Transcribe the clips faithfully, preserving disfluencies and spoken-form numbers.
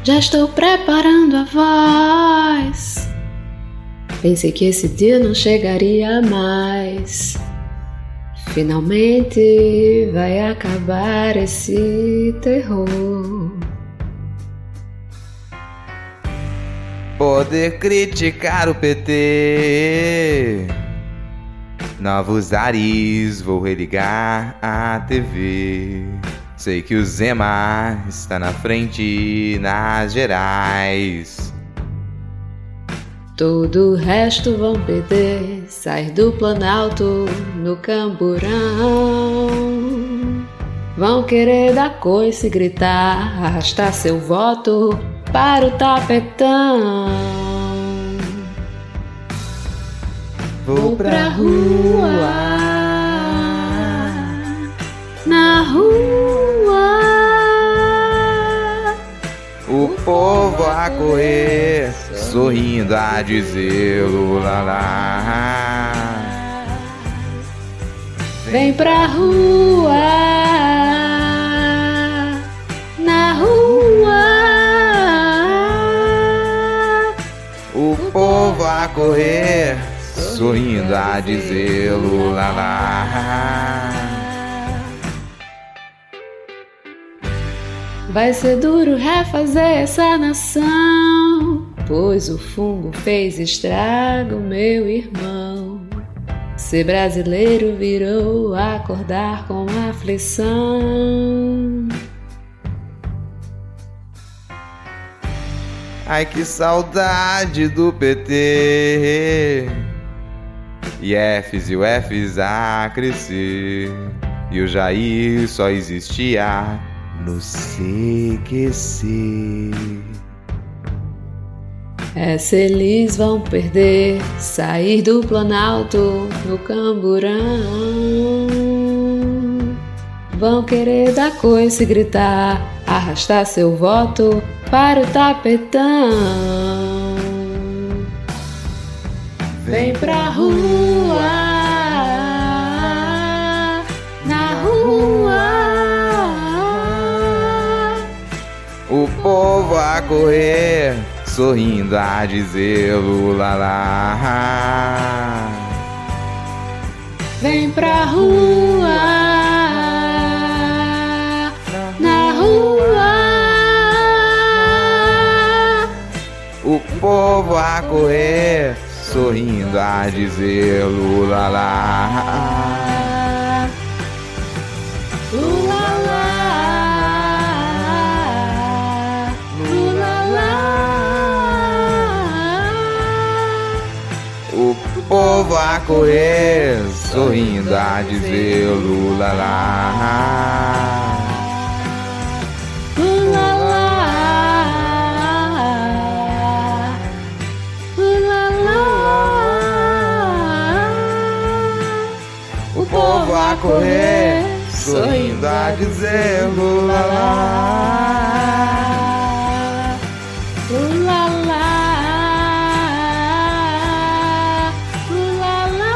Já estou preparando a voz. Pensei que esse dia não chegaria mais. Finalmente vai acabar esse terror. Poder criticar o P T. Novos ares, vou religar a T V. Sei que o Zema está na frente nas gerais. Todo o resto vão perder, sair do Planalto no Camburão. Vão querer dar coice e gritar, arrastar seu voto para o tapetão. Vou pra rua, na rua, o povo a correr, sorrindo a dizer lulalá. Vem pra rua, na rua, o povo a correr, sorrindo a dizer lulalá. Vai ser duro refazer essa nação, pois o fungo fez estrago, meu irmão. Ser brasileiro virou acordar com aflição. Ai, que saudade do P T. E Fs e o Fs a crescer. E o Jair só existia no C Q C. Essa eles vão perder, sair do Planalto no Camburão. Vão querer dar coice e gritar, arrastar seu voto para o tapetão. Vem pra rua, na rua, o povo a correr, sorrindo a dizer lulalá. Vem pra rua, na rua, o povo a correr, sorrindo a dizer lulalá. Lulalá, o povo a correr, sorrindo a dizer lulalá. O povo a correr, sorrindo a dizer lulalá. Lulalá, lulalá,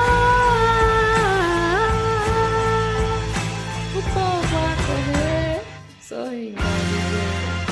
o povo a correr, sorrindo a dizer.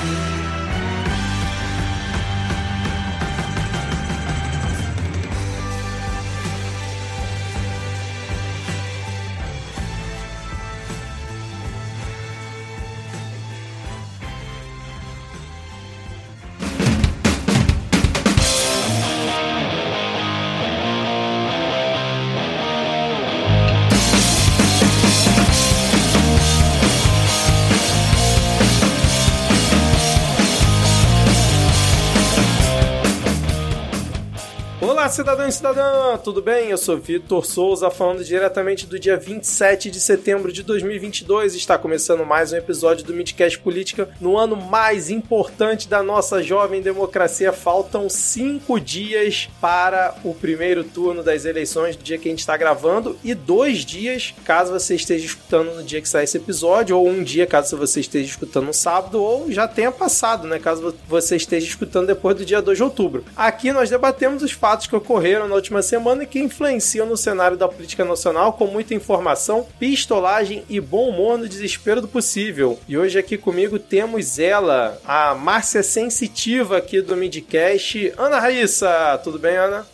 Olá, cidadão e cidadã, tudo bem? Eu sou Vitor Souza, falando diretamente do dia vinte e sete de setembro de dois mil e vinte e dois. Está começando mais um episódio do Midcast Política no ano mais importante da nossa jovem democracia. Faltam cinco dias para o primeiro turno das eleições, do dia que a gente está gravando, e dois dias, caso você esteja escutando no dia que sai esse episódio, ou um dia, caso você esteja escutando no sábado, ou já tenha passado, né? Caso você esteja escutando depois do dia dois de outubro. Aqui nós debatemos os fatos fatos que ocorreram na última semana e que influenciam no cenário da política nacional, com muita informação, pistolagem e bom humor no desespero do possível. E hoje aqui comigo temos ela, a Márcia Sensitiva aqui do Midcast, Ana Raíssa. Tudo bem, Ana?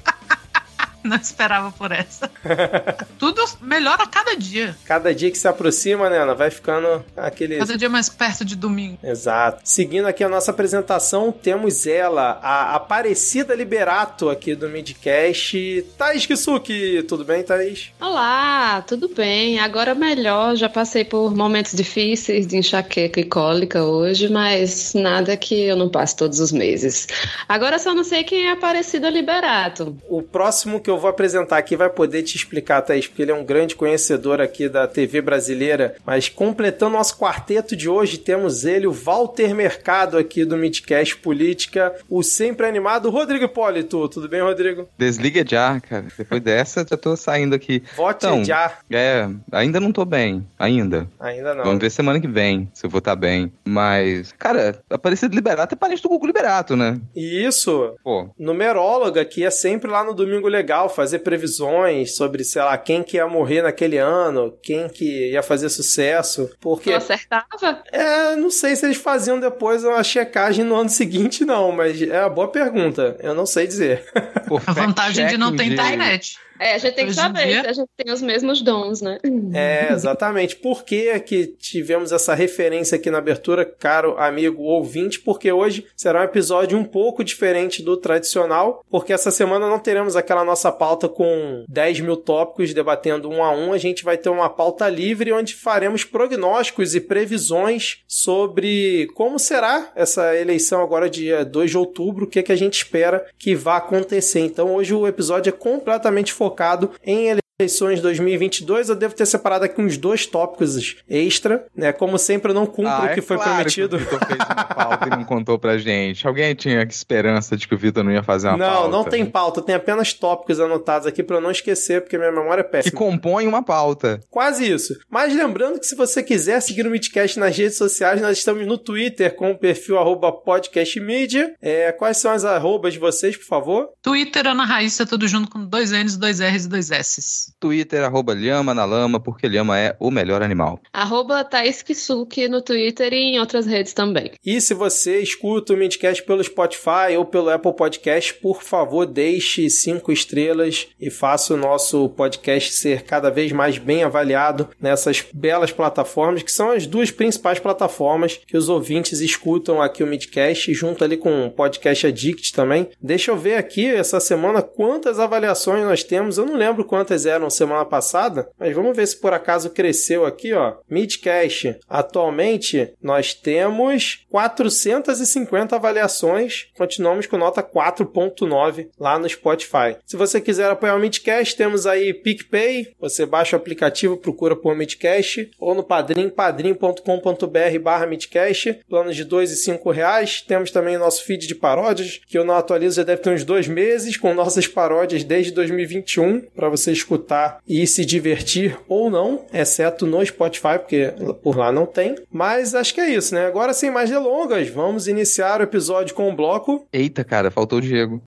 Não esperava por essa. Tudo melhora a cada dia. Cada dia que se aproxima, né, Ana? Vai ficando aquele... Cada dia mais perto de domingo. Exato. Seguindo aqui a nossa apresentação, temos ela, a Aparecida Liberato aqui do Midcast, Thaís Kisuki. Tudo bem, Thaís? Olá, tudo bem. Agora melhor. Já passei por momentos difíceis de enxaqueca e cólica hoje, mas nada que eu não passe todos os meses. Agora só não sei quem é Aparecida Liberato. O próximo que eu vou apresentar aqui vai poder te explicar, Thaís, porque ele é um grande conhecedor aqui da T V brasileira. Mas completando nosso quarteto de hoje, temos ele, o Walter Mercado aqui do Midcast Política, o sempre animado Rodrigo Hipólito. Tudo bem, Rodrigo? Desliga já, cara. Depois dessa, já tô saindo aqui. Vote então, já. É, ainda não tô bem. Ainda. Ainda não. Vamos ver semana que vem, se eu vou estar bem. Mas, cara, Aparecido Liberato é parente do Gugu Liberato, né? Isso. Pô. Numeróloga, que é sempre lá no Domingo Legal fazer previsões sobre, sei lá, quem que ia morrer naquele ano, quem que ia fazer sucesso, porque... Tu acertava? É, não sei se eles faziam depois uma checagem no ano seguinte, não, mas é uma boa pergunta, eu não sei dizer. Pô, a vantagem de não ter de... internet. É, a gente tem que Hoje em saber dia... se a gente tem os mesmos dons, né? É, exatamente. Por que que tivemos essa referência aqui na abertura, caro amigo ouvinte? Porque hoje será um episódio um pouco diferente do tradicional, porque essa semana não teremos aquela nossa pauta com dez mil tópicos debatendo um a um. A gente vai ter uma pauta livre onde faremos prognósticos e previsões sobre como será essa eleição agora dia dois de outubro, o que, que a gente espera que vá acontecer. Então hoje o episódio é completamente focado focado em eleições dois mil e vinte e dois. Eu devo ter separado aqui uns dois tópicos extra, né? Como sempre, eu não cumpro ah, o que é foi claro prometido. Que o Vitor fez uma pauta e não contou pra gente. Alguém tinha esperança de que o Vitor não ia fazer uma não, pauta? Não, não tem pauta. Tem apenas tópicos anotados aqui pra eu não esquecer, porque minha memória é péssima. Que compõe uma pauta. Quase isso. Mas lembrando que se você quiser seguir o Midcast nas redes sociais, nós estamos no Twitter com o perfil arroba podcastmedia. É, quais são as arrobas de vocês, por favor? Twitter, Ana Raíssa, tudo junto com dois N's, dois R's e dois S's. Twitter, arroba Lhama na Lama, porque Lhama é o melhor animal. Arroba Thaís Kisuki no Twitter e em outras redes também. E se você escuta o Midcast pelo Spotify ou pelo Apple Podcast, por favor, deixe cinco estrelas e faça o nosso podcast ser cada vez mais bem avaliado nessas belas plataformas, que são as duas principais plataformas que os ouvintes escutam aqui o Midcast, junto ali com o Podcast Addict também. Deixa eu ver aqui essa semana quantas avaliações nós temos. Eu não lembro quantas eram semana passada, mas vamos ver se por acaso cresceu aqui, ó. Midcast. Atualmente, nós temos quatrocentas e cinquenta avaliações. Continuamos com nota quatro ponto nove lá no Spotify. Se você quiser apoiar o Midcast, temos aí PicPay. Você baixa o aplicativo, procura por Midcast, ou no Padrim, padrim ponto com ponto br barra Midcast. Planos de dois e cinco reais. Temos também o nosso feed de paródias, que eu não atualizo, já deve ter uns dois meses, com nossas paródias desde dois mil e vinte e um, para você escutar e se divertir ou não, exceto no Spotify, porque por lá não tem. Mas acho que é isso, né? Agora, sem mais delongas, vamos iniciar o episódio com o bloco... Eita, cara, faltou o Diego.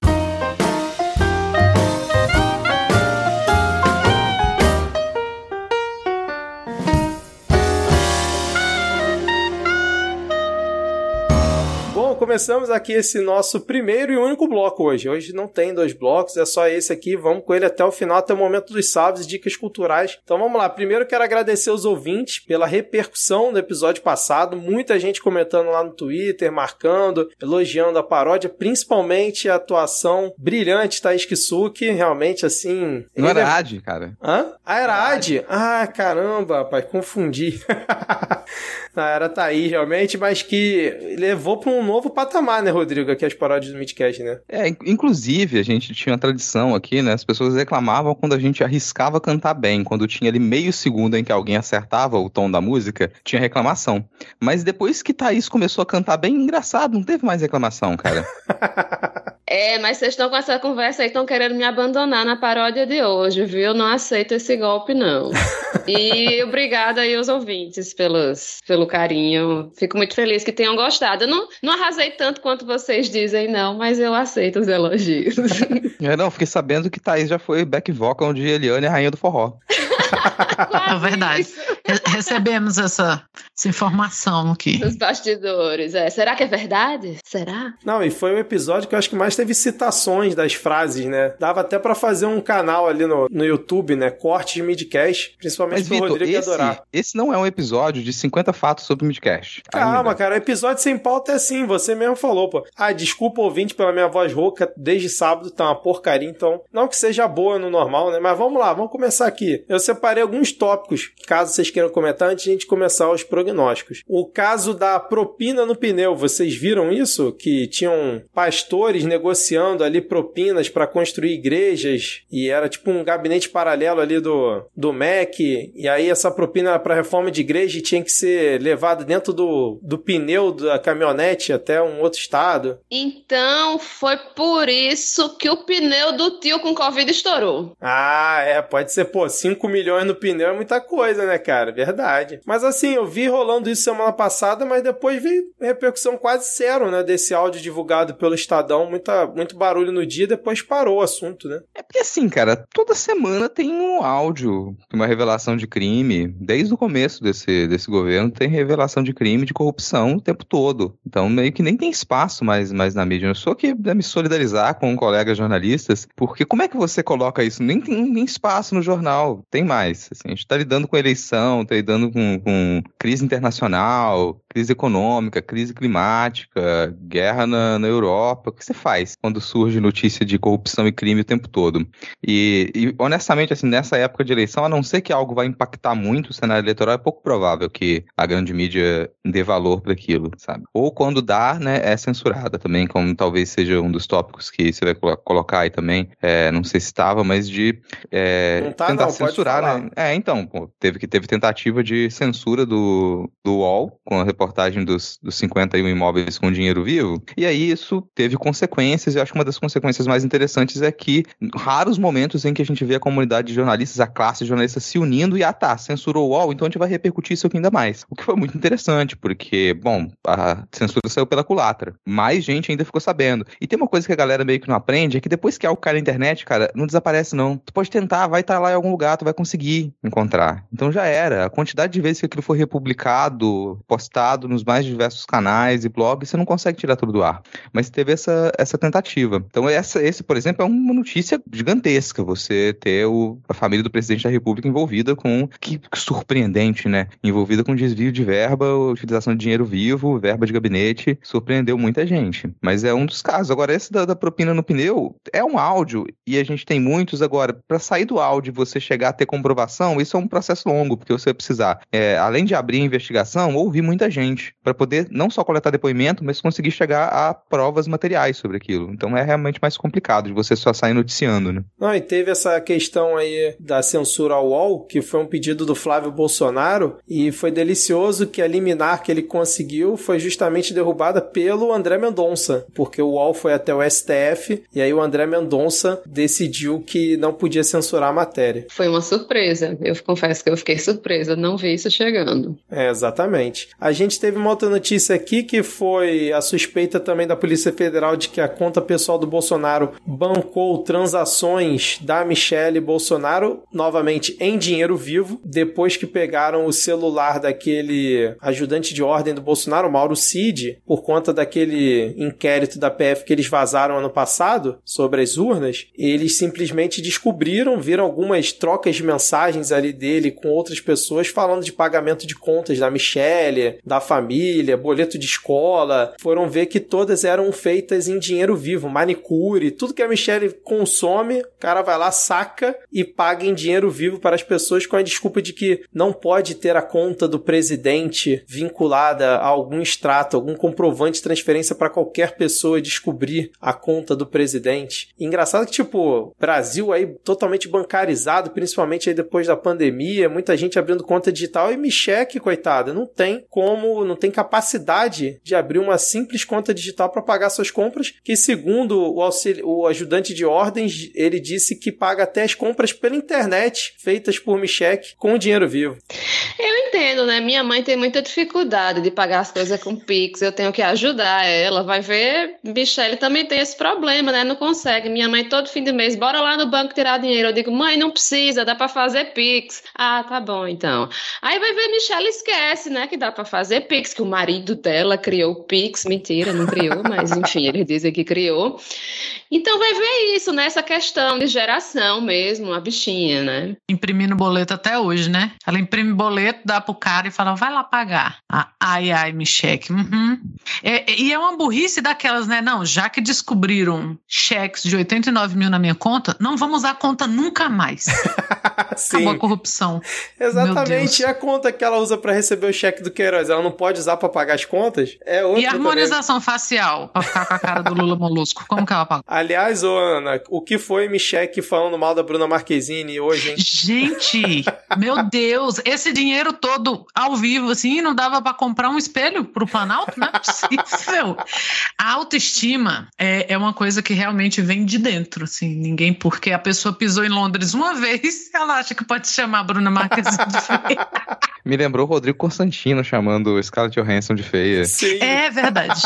Começamos aqui esse nosso primeiro e único bloco hoje. Hoje não tem dois blocos, é só esse aqui. Vamos com ele até o final, até o momento dos salves e dicas culturais. Então vamos lá. Primeiro quero agradecer aos ouvintes pela repercussão do episódio passado. Muita gente comentando lá no Twitter, marcando, elogiando a paródia, principalmente a atuação brilhante Thaís Kisuki. Realmente, assim... Não era é... Ad, cara. Hã? Ah, era Ad? Ah, caramba, rapaz, confundi. Não, era Thaís, realmente, mas que levou para um novo patamar, né, Rodrigo? Aqui as paródias do Midcast, né? É, inclusive, a gente tinha uma tradição aqui, né? As pessoas reclamavam quando a gente arriscava cantar bem. Quando tinha ali meio segundo em que alguém acertava o tom da música, tinha reclamação. Mas depois que Thaís começou a cantar bem, engraçado, não teve mais reclamação, cara. É, mas vocês estão com essa conversa aí, estão querendo me abandonar na paródia de hoje, viu? Eu não aceito esse golpe, não. E obrigada aí aos ouvintes pelos, pelo carinho. Fico muito feliz que tenham gostado. Eu não, não arrasei tanto quanto vocês dizem, não, mas eu aceito os elogios. Eu não, fiquei sabendo que Thaís já foi back vocal de Eliane, a rainha do forró. É verdade. Re- recebemos essa, essa informação aqui. Os bastidores, é. Será que é verdade? Será? Não, e foi o episódio que eu acho que mais teve citações das frases, né? Dava até pra fazer um canal ali no, no YouTube, né? Cortes de midcast, principalmente Mas, pro Vitor, Rodrigo esse, adorar. esse não é um episódio de cinquenta fatos sobre midcast. Calma, Ainda. cara, episódio sem pauta é assim, você mesmo falou, pô. Ah, desculpa, ouvinte, pela minha voz rouca, desde sábado tá uma porcaria, então, não que seja boa no normal, né? Mas vamos lá, vamos começar aqui. Eu separei alguns tópicos, caso vocês queiram comentar, antes de a gente começar os prognósticos. O caso da propina no pneu, vocês viram isso? Que tinham pastores negociando ali propinas para construir igrejas, e era tipo um gabinete paralelo ali do, do M E C, e aí essa propina era para reforma de igreja e tinha que ser levada dentro do, do pneu da caminhonete até um outro estado. Então, foi por isso que o pneu do tio com Covid estourou. Ah, é, pode ser, pô, cinco milhões no pneu é muita coisa, né, cara? Verdade. Mas assim, eu vi rolando isso semana passada, mas depois vi repercussão quase zero, né, desse áudio divulgado pelo Estadão, muita, muito barulho no dia, depois parou o assunto, né? É porque assim, cara, toda semana tem um áudio, uma revelação de crime. Desde o começo desse, desse governo tem revelação de crime, de corrupção o tempo todo. Então meio que nem tem espaço mais, mais na mídia. Eu sou aqui pra me solidarizar com colegas jornalistas, porque como é que você coloca isso? Nem tem nem espaço no jornal. Tem mais. Assim, a gente tá lidando com eleição, tá lidando com, com crise internacional, crise econômica, crise climática, guerra na, na Europa. O que você faz quando surge notícia de corrupção e crime o tempo todo? E, e, honestamente, assim, nessa época de eleição, a não ser que algo vai impactar muito o cenário eleitoral, é pouco provável que a grande mídia dê valor para aquilo, sabe? Ou quando dá, né, é censurada também, como talvez seja um dos tópicos que você vai colo- colocar aí também. É, não sei se estava, mas de é, Não tá, tentar não, pode censurar, falar. né? É, então, pô, teve que teve tentativa de censura do, do U O L, com a reportagem dos, dos cinquenta e um imóveis com dinheiro vivo, e aí isso teve consequências, e eu acho que uma das consequências mais interessantes é que raros momentos em que a gente vê a comunidade de jornalistas, a classe de jornalistas se unindo e, ah tá, censurou o U O L, então a gente vai repercutir isso aqui ainda mais. O que foi muito interessante, porque, bom, a censura saiu pela culatra, mais gente ainda ficou sabendo. E tem uma coisa que a galera meio que não aprende, é que depois que algo cai na internet, cara, não desaparece não. Tu pode tentar, vai estar lá em algum lugar, tu vai conseguir encontrar. Então já era. A quantidade de vezes que aquilo foi republicado, postado nos mais diversos canais e blogs, você não consegue tirar tudo do ar. Mas teve essa, essa tentativa. Então essa, esse, por exemplo, é uma notícia gigantesca, você ter o, a família do presidente da República envolvida com, que, que surpreendente, né? Envolvida com desvio de verba, utilização de dinheiro vivo, verba de gabinete, surpreendeu muita gente. Mas é um dos casos. Agora, esse da, da propina no pneu é um áudio, e a gente tem muitos agora. Para sair do áudio e você chegar a ter comprovação, isso é um processo longo, porque você vai precisar, é, além de abrir a investigação, ouvir muita gente, para poder não só coletar depoimento, mas conseguir chegar a provas materiais sobre aquilo. Então é realmente mais complicado de você só sair noticiando, né? Não, e teve essa questão aí da censura ao U O L, que foi um pedido do Flávio Bolsonaro, e foi delicioso que a liminar que ele conseguiu foi justamente derrubada pelo André Mendonça, porque o U O L foi até o S T F, e aí o André Mendonça decidiu que não podia censurar a matéria. Foi uma surpresa. Eu confesso que eu fiquei surpresa, não vi isso chegando. É, exatamente. A gente teve uma outra notícia aqui que foi a suspeita também da Polícia Federal de que a conta pessoal do Bolsonaro bancou transações da Michelle Bolsonaro, novamente em dinheiro vivo, depois que pegaram o celular daquele ajudante de ordem do Bolsonaro, Mauro Cid, por conta daquele inquérito da P F que eles vazaram ano passado sobre as urnas. Eles simplesmente descobriram, viram algumas trocas de mensagens ali dele com outras pessoas falando de pagamento de contas da Michelle, da família, boleto de escola. Foram ver que todas eram feitas em dinheiro vivo, manicure, tudo que a Michelle consome, o cara vai lá, saca e paga em dinheiro vivo para as pessoas com a desculpa de que não pode ter a conta do presidente vinculada a algum extrato, algum comprovante de transferência para qualquer pessoa descobrir a conta do presidente. E engraçado que, tipo, Brasil aí totalmente bancarizado, principalmente aí depois da pandemia, muita gente abrindo conta digital e Michelle, coitada, não tem como como, não tem capacidade de abrir uma simples conta digital para pagar suas compras, que segundo o, auxili- o ajudante de ordens, ele disse que paga até as compras pela internet, feitas por Michelle, com dinheiro vivo. Eu entendo, né? Minha mãe tem muita dificuldade de pagar as coisas com Pix, eu tenho que ajudar ela, vai ver, Michelle também tem esse problema, né? Não consegue. Minha mãe todo fim de mês, bora lá no banco tirar dinheiro. Eu digo, mãe, não precisa, dá pra fazer Pix. Ah, tá bom, então. Aí vai ver, Michelle esquece, né, que dá pra fazer Pix, que o marido dela criou o Pix. Mentira, não criou, mas enfim, eles dizem que criou. Então vai ver isso, né? Essa questão de geração mesmo, a bichinha, né? Imprimindo boleto até hoje, né? Ela imprime boleto, dá pro cara e fala, vai lá pagar. Ah, ai, ai, me cheque. Uhum. É, e é uma burrice daquelas, né? Não, já que descobriram cheques de oitenta e nove mil na minha conta, não vamos usar a conta nunca mais. Sim. Acabou a corrupção. Exatamente. E a conta que ela usa pra receber o cheque do Queiroz, ela não pode usar pra pagar as contas? É outra. E a harmonização também. Facial, pra ficar com a cara do Lula Molusco, como que ela paga? Aliás, ô Ana, o que foi Michelle falando mal da Bruna Marquezine hoje, hein? Gente, meu Deus, esse dinheiro todo ao vivo, assim, não dava pra comprar um espelho pro Planalto? Não é possível. A autoestima é, é uma coisa que realmente vem de dentro, assim, ninguém, porque a pessoa pisou em Londres uma vez, ela acha que pode chamar a Bruna Marquezine de feia. Me lembrou o Rodrigo Constantino chamando Scarlett Johansson de feia. Sim. É verdade.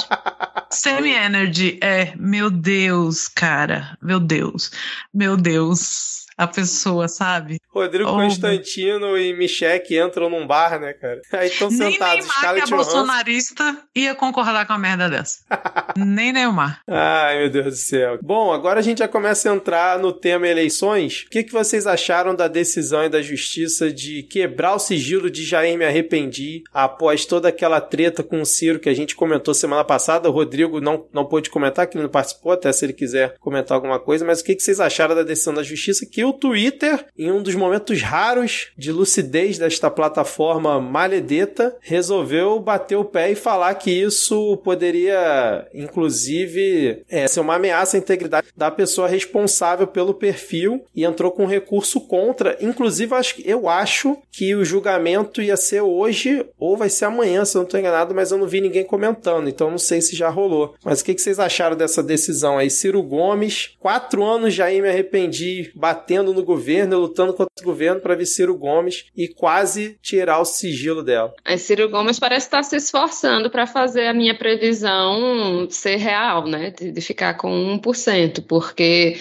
Semi-Energy, é, meu Deus, cara, meu Deus, meu Deus, a pessoa, sabe? Rodrigo oh, Constantino e Michelle entram num bar, né, cara? Aí estão sentados, Nem Neymar, que é bolsonarista, ia concordar com a merda dessa. Nem Neymar. Ai, meu Deus do céu. Bom, agora a gente já começa a entrar no tema eleições. O que, que vocês acharam da decisão e da justiça de quebrar o sigilo de Jair Me Arrependi após toda aquela treta com o Ciro que a gente comentou semana passada? O Rodrigo não, não pôde comentar, que ele não participou, até se ele quiser comentar alguma coisa, mas o que, que vocês acharam da decisão da justiça? Que o Twitter, em um dos momentos raros de lucidez desta plataforma maledeta, resolveu bater o pé e falar que isso poderia, inclusive, é, ser uma ameaça à integridade da pessoa responsável pelo perfil e entrou com recurso contra. Inclusive, eu acho que o julgamento ia ser hoje ou vai ser amanhã, se eu não estou enganado, mas eu não vi ninguém comentando, então não sei se já rolou. Mas o que, que vocês acharam dessa decisão aí? Ciro Gomes, quatro anos já aí me arrependi, batendo no governo, lutando contra o governo para ver Ciro Gomes e quase tirar o sigilo dela. A Ciro Gomes parece estar se esforçando para fazer a minha previsão ser real, né? De, de ficar com um por cento, porque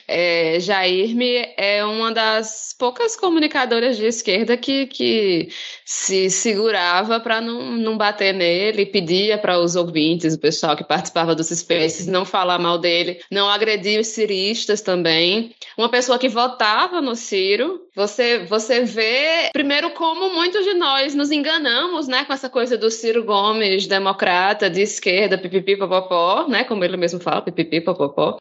é, Jair Me é uma das poucas comunicadoras de esquerda que, que se segurava para não, não bater nele e pedia para os ouvintes, o pessoal que participava dos Spaces, não falar mal dele, não agredir os ciristas também. Uma pessoa que votava no Ciro, você, você vê, primeiro, como muitos de nós nos enganamos, né, com essa coisa do Ciro Gomes, democrata, de esquerda, pipipi, popopó, né, como ele mesmo fala, pipipi, popopó.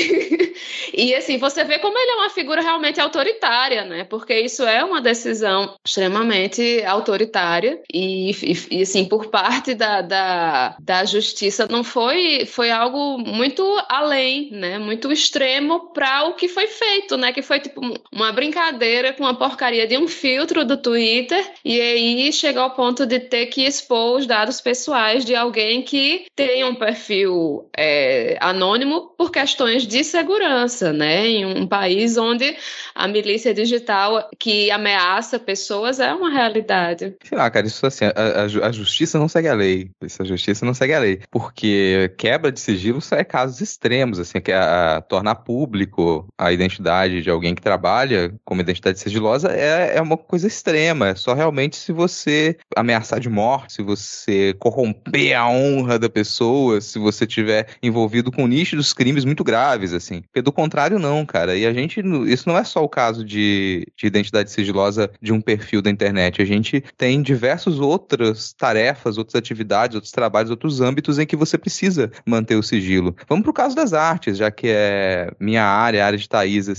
E, e, assim, você vê como ele é uma figura realmente autoritária, né, porque isso é uma decisão extremamente autoritária e, e, e assim, por parte da, da, da justiça, não foi, foi algo muito além, né, muito extremo para o que foi feito, né, que foi tipo uma brincadeira com uma porcaria de um filtro do Twitter e aí chegou ao ponto de ter que expor os dados pessoais de alguém que tem um perfil é, anônimo por questões de segurança, né, em um país onde a milícia digital que ameaça pessoas é uma realidade. Sei lá, cara, isso assim, a, a, a justiça não segue a lei, a justiça não segue a lei, porque quebra de sigilo é casos extremos, assim, que a, a tornar público a identidade de alguém que trabalha como identidade sigilosa é, é uma coisa extrema, é só realmente se você ameaçar de morte, se você corromper a honra da pessoa, se você tiver envolvido com um nicho dos crimes muito graves, assim, porque do contrário não, cara, e a gente, isso não é só o caso de, de identidade sigilosa de um perfil da internet, a gente tem diversas outras tarefas, outras atividades, outros trabalhos, outros âmbitos em que você precisa manter o sigilo. Vamos pro caso das artes, já que é minha área, a área de Thaís, assim, a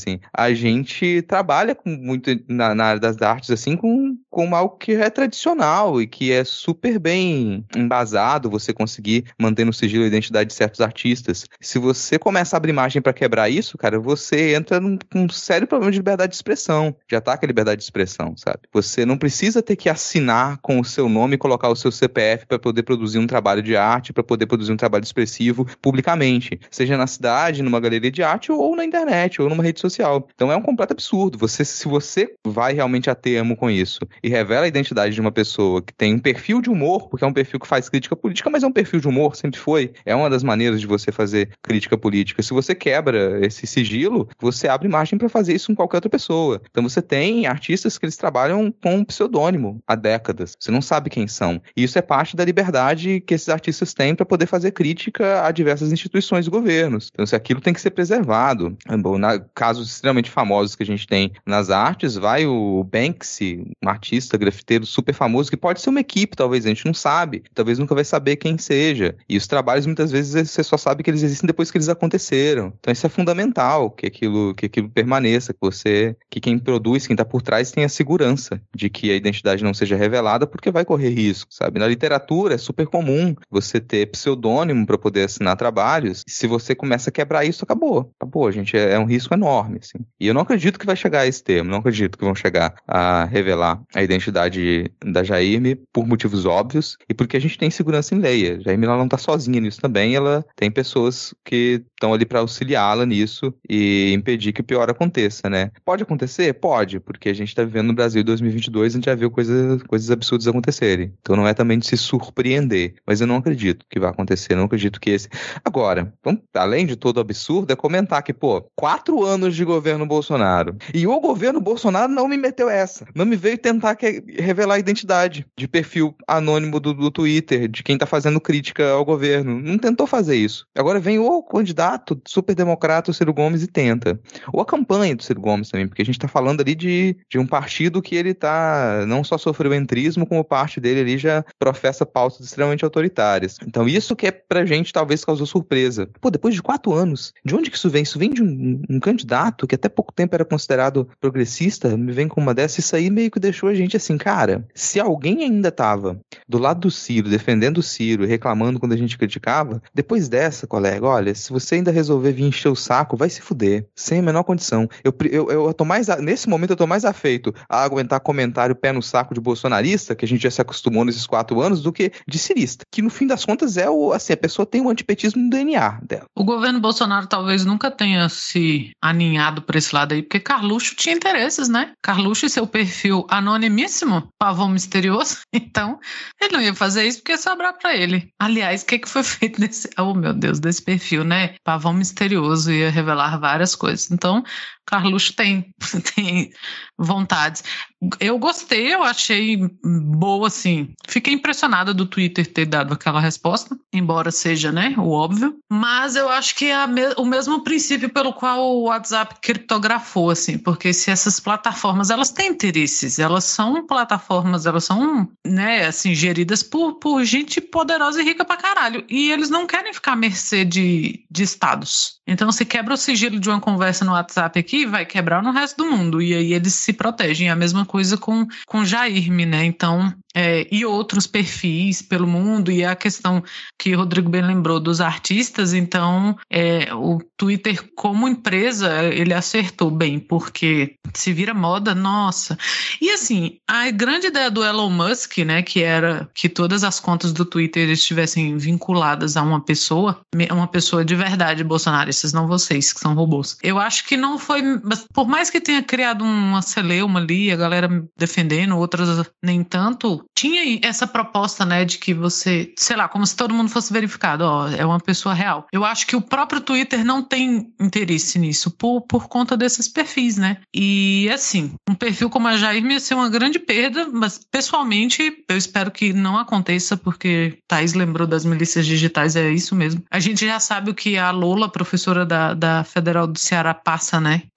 a gente trabalha com muito na, na área das artes, assim, com, com algo que é tradicional e que é super bem embasado, você conseguir manter no sigilo a identidade de certos artistas. Se você começa a abrir margem para quebrar isso, cara, você entra num, num sério problema de liberdade de expressão. De ataque à liberdade de expressão, sabe? Você não precisa ter que assinar com o seu nome e colocar o seu C P F para poder produzir um trabalho de arte, para poder produzir um trabalho expressivo publicamente, seja na cidade, numa galeria de arte ou na internet, ou numa rede social. Então é um completo absurdo. Você, se você vai realmente a termo com isso e revela a identidade de uma pessoa que tem um perfil de humor, porque é um perfil que faz crítica política, mas é um perfil de humor, sempre foi. É uma das maneiras de você fazer crítica política. Se você quebra esse sigilo, você abre margem para fazer isso com qualquer outra pessoa. Então você tem artistas que eles trabalham com um pseudônimo há décadas. Você não sabe quem são. E isso é parte da liberdade que esses artistas têm para poder fazer crítica a diversas instituições e governos. Então, se aquilo tem que ser preservado. Bom, na, casos extremamente famosos que a gente tem nas artes, vai o Banksy, um artista grafiteiro super famoso, que pode ser uma equipe, talvez, a gente não sabe. Talvez nunca vai saber quem seja. E os trabalhos, muitas vezes, você só sabe que eles existem depois que eles aconteceram. Então, isso é fundamental, que aquilo, que aquilo permaneça, que você, que quem produz, quem está por trás, tenha segurança de que a identidade não seja revelada, porque vai correr risco, sabe? Na literatura é super comum você ter pseudônimo para poder assinar trabalhos. Se você começa a quebrar isso, acabou. Acabou, gente. É, é um risco enorme, assim. E eu não acredito que vai chegar a esse termo. Não acredito que vão chegar a revelar a identidade da Jaime por motivos óbvios e porque a gente tem segurança em lei. A Jaime ela não está sozinha nisso também. Ela tem pessoas que estão ali para auxiliá-la nisso e impedir que o pior aconteça, né? Pode acontecer? Pode, porque a gente está vivendo no Brasil em dois mil e vinte e dois, a gente já viu coisas, coisas absurdas acontecerem. Então não é também de se surpreender. Mas eu não acredito que vai acontecer, não acredito que esse... Agora, então, além de todo absurdo, é comentar que, pô, quatro anos de governo Bolsonaro. E o governo Bolsonaro não me meteu essa. Não me veio tentar que... revelar a identidade de perfil anônimo do, do Twitter, de quem tá fazendo crítica ao governo. Não tentou fazer isso. Agora vem o candidato super democrata, o Ciro Gomes, e tenta. Ou a campanha do Ciro Gomes também, porque a gente tá falando ali de, de um partido que ele tá, não só sofreu entrismo, como parte dele ali já professa pautas extremamente autoritárias. Então isso que é pra gente talvez causou surpresa. Pô, depois de quatro anos, de onde que isso vem? Isso vem de um, um candidato que até pouco tempo era considerado progressista, me vem com uma dessa, isso aí meio que deixou a gente assim, cara, se alguém ainda tava do lado do Ciro, defendendo o Ciro e reclamando quando a gente criticava, depois dessa, colega, olha, se você ainda resolver vir encher o saco, vai se fuder, sem a menor condição. Eu, eu, eu tô mais, nesse momento eu tô mais afeito a aguentar comentário pé no saco de bolsonarista, que a gente já se acostumou nesses quatro anos, do que de cirista, que no fim das contas é o, assim, a pessoa tem o antipetismo no D N A dela. O governo Bolsonaro talvez nunca tenha se aninhado por esse lado aí, porque Carluxo tinha interesses, né? Carluxo e seu perfil anonimíssimo, pavão misterioso, então ele não ia fazer isso porque ia sobrar pra ele. Aliás, o que, que foi feito desse, oh meu Deus, desse perfil, né? Pavão misterioso, ia revelar várias coisas. Então, Carluxo tem, tem vontades. Eu gostei, eu achei boa, assim. Fiquei impressionada do Twitter ter dado aquela resposta, embora seja, né, o óbvio. Mas eu acho que é a me- o mesmo princípio pelo qual o WhatsApp criptografou, assim, porque se essas plataformas, elas têm interesses, elas são plataformas, elas são, né, assim, geridas por, por gente poderosa e rica pra caralho. E eles não querem ficar à mercê de, de estados. Então, se quebra o sigilo de uma conversa no WhatsApp aqui, vai quebrar no resto do mundo. E aí eles se protegem. É a mesma coisa com, com Jaime, né? Então, é, e outros perfis pelo mundo. E a questão que o Rodrigo bem lembrou dos artistas. Então, é, o Twitter como empresa, ele acertou bem, porque se vira moda, nossa. E assim, a grande ideia do Elon Musk, né? Que era que todas as contas do Twitter estivessem vinculadas a uma pessoa, uma pessoa de verdade, Bolsonaro. Não vocês, que são robôs. Eu acho que não foi... Por mais que tenha criado uma celeuma ali, a galera defendendo, outras nem tanto, tinha essa proposta, né, de que você... Sei lá, como se todo mundo fosse verificado. Ó, é uma pessoa real. Eu acho que o próprio Twitter não tem interesse nisso, por, por conta desses perfis, né? E, assim, um perfil como a Jair ia ser uma grande perda, mas, pessoalmente, eu espero que não aconteça, porque Thaís lembrou das milícias digitais, é isso mesmo. A gente já sabe o que a Lola, professora Da, da Federal do Ceará, passa, né?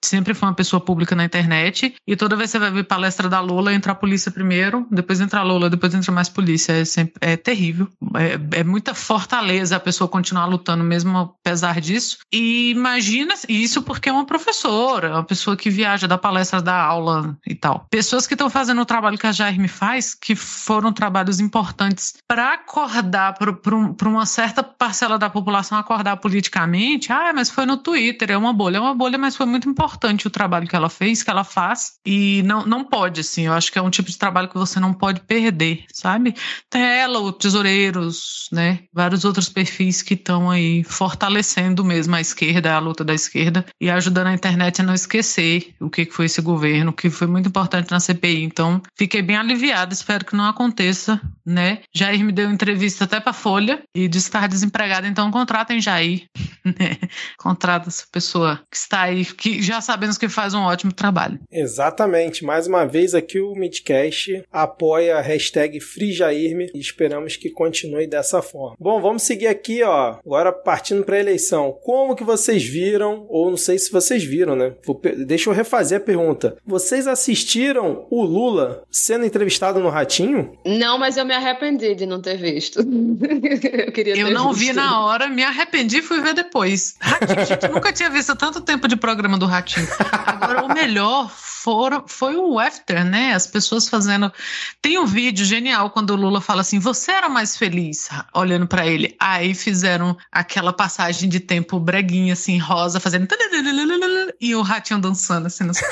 sempre foi uma pessoa pública na internet, e toda vez que você vai ver palestra da Lula, entra a polícia primeiro, depois entra a Lula, depois entra mais polícia. É, sempre, é terrível. É, é muita fortaleza a pessoa continuar lutando mesmo apesar disso. E imagina isso porque é uma professora, uma pessoa que viaja, dá palestra, dá aula e tal. Pessoas que estão fazendo o trabalho que a Jairme faz, que foram trabalhos importantes para acordar para uma certa parcela da população acordar politicamente. Ah, mas foi no Twitter, é uma bolha, é uma bolha, mas foi muito importante o trabalho que ela fez, que ela faz, e não, não pode, assim, eu acho que é um tipo de trabalho que você não pode perder, sabe? Tem ela, o Tesoureiros, né, vários outros perfis que estão aí fortalecendo mesmo a esquerda, a luta da esquerda, e ajudando a internet a não esquecer o que foi esse governo, que foi muito importante na C P I. Então, fiquei bem aliviada, espero que não aconteça, né? Jair me deu entrevista até pra Folha e disse que estava desempregada, então contratem Jair, né? Contrata essa pessoa que está aí, que já sabemos que faz um ótimo trabalho. Exatamente. Mais uma vez aqui o Midcast apoia a hashtag FreeJairme e esperamos que continue dessa forma. Bom, vamos seguir aqui, ó. Agora partindo para a eleição. Como que vocês viram, ou não sei se vocês viram, né? Vou, deixa eu refazer a pergunta. Vocês assistiram o Lula sendo entrevistado no Ratinho? Não, mas eu me arrependi de não ter visto. eu queria ter Eu não visto. vi na hora, me arrependi e fui ver depois. Ratinho, gente, nunca tinha visto tanto tempo de programa do Ratinho. Agora, o melhor foram, foi o after, né? As pessoas fazendo... Tem um vídeo genial quando o Lula fala assim, você era mais feliz, olhando pra ele. Aí fizeram aquela passagem de tempo breguinha, assim, rosa, fazendo... E o Ratinho dançando, assim. Nos...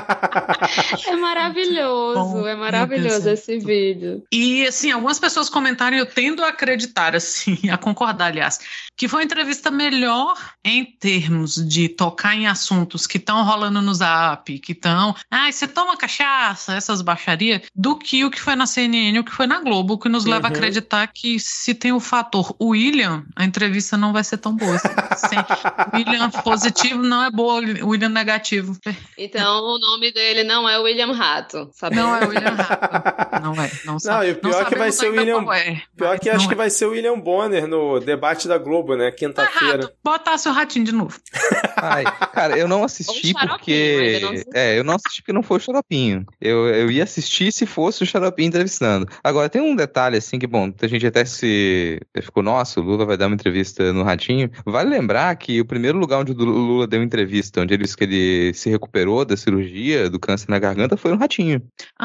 É maravilhoso, Bom, é maravilhoso esse vídeo. E, assim, algumas pessoas comentaram, e eu tendo a acreditar, assim, a concordar, aliás, que foi uma entrevista melhor em termos de tocar em assuntos que estão rolando no Zap, que estão... Ah, você toma cachaça, essas baixarias, do que o que foi na C N N, o que foi na Globo, o que nos leva uhum. a acreditar que se tem o fator William, a entrevista não vai ser tão boa. Sem William positivo não é boa, William negativo. Então o nome dele não é William Rato, sabe? Não é William Rato. Não é. Não, não, e o pior não que vai ser o William... É, pior que acho é. que vai ser o William Bonner no debate da Globo, né? Quinta-feira. Botar seu Ratinho de novo. Ai, cara, eu não assisti porque... Não assisti. É, eu não assisti porque não foi o Xaropinho. Eu, eu ia assistir se fosse o Xaropinho entrevistando. Agora, tem um detalhe, assim, que, bom, a gente até se... ficou, nossa, o Lula vai dar uma entrevista no Ratinho. Vale lembrar que o primeiro lugar onde o Lula deu entrevista, onde ele disse que ele se recuperou da cirurgia, do câncer na garganta, foi no Ratinho.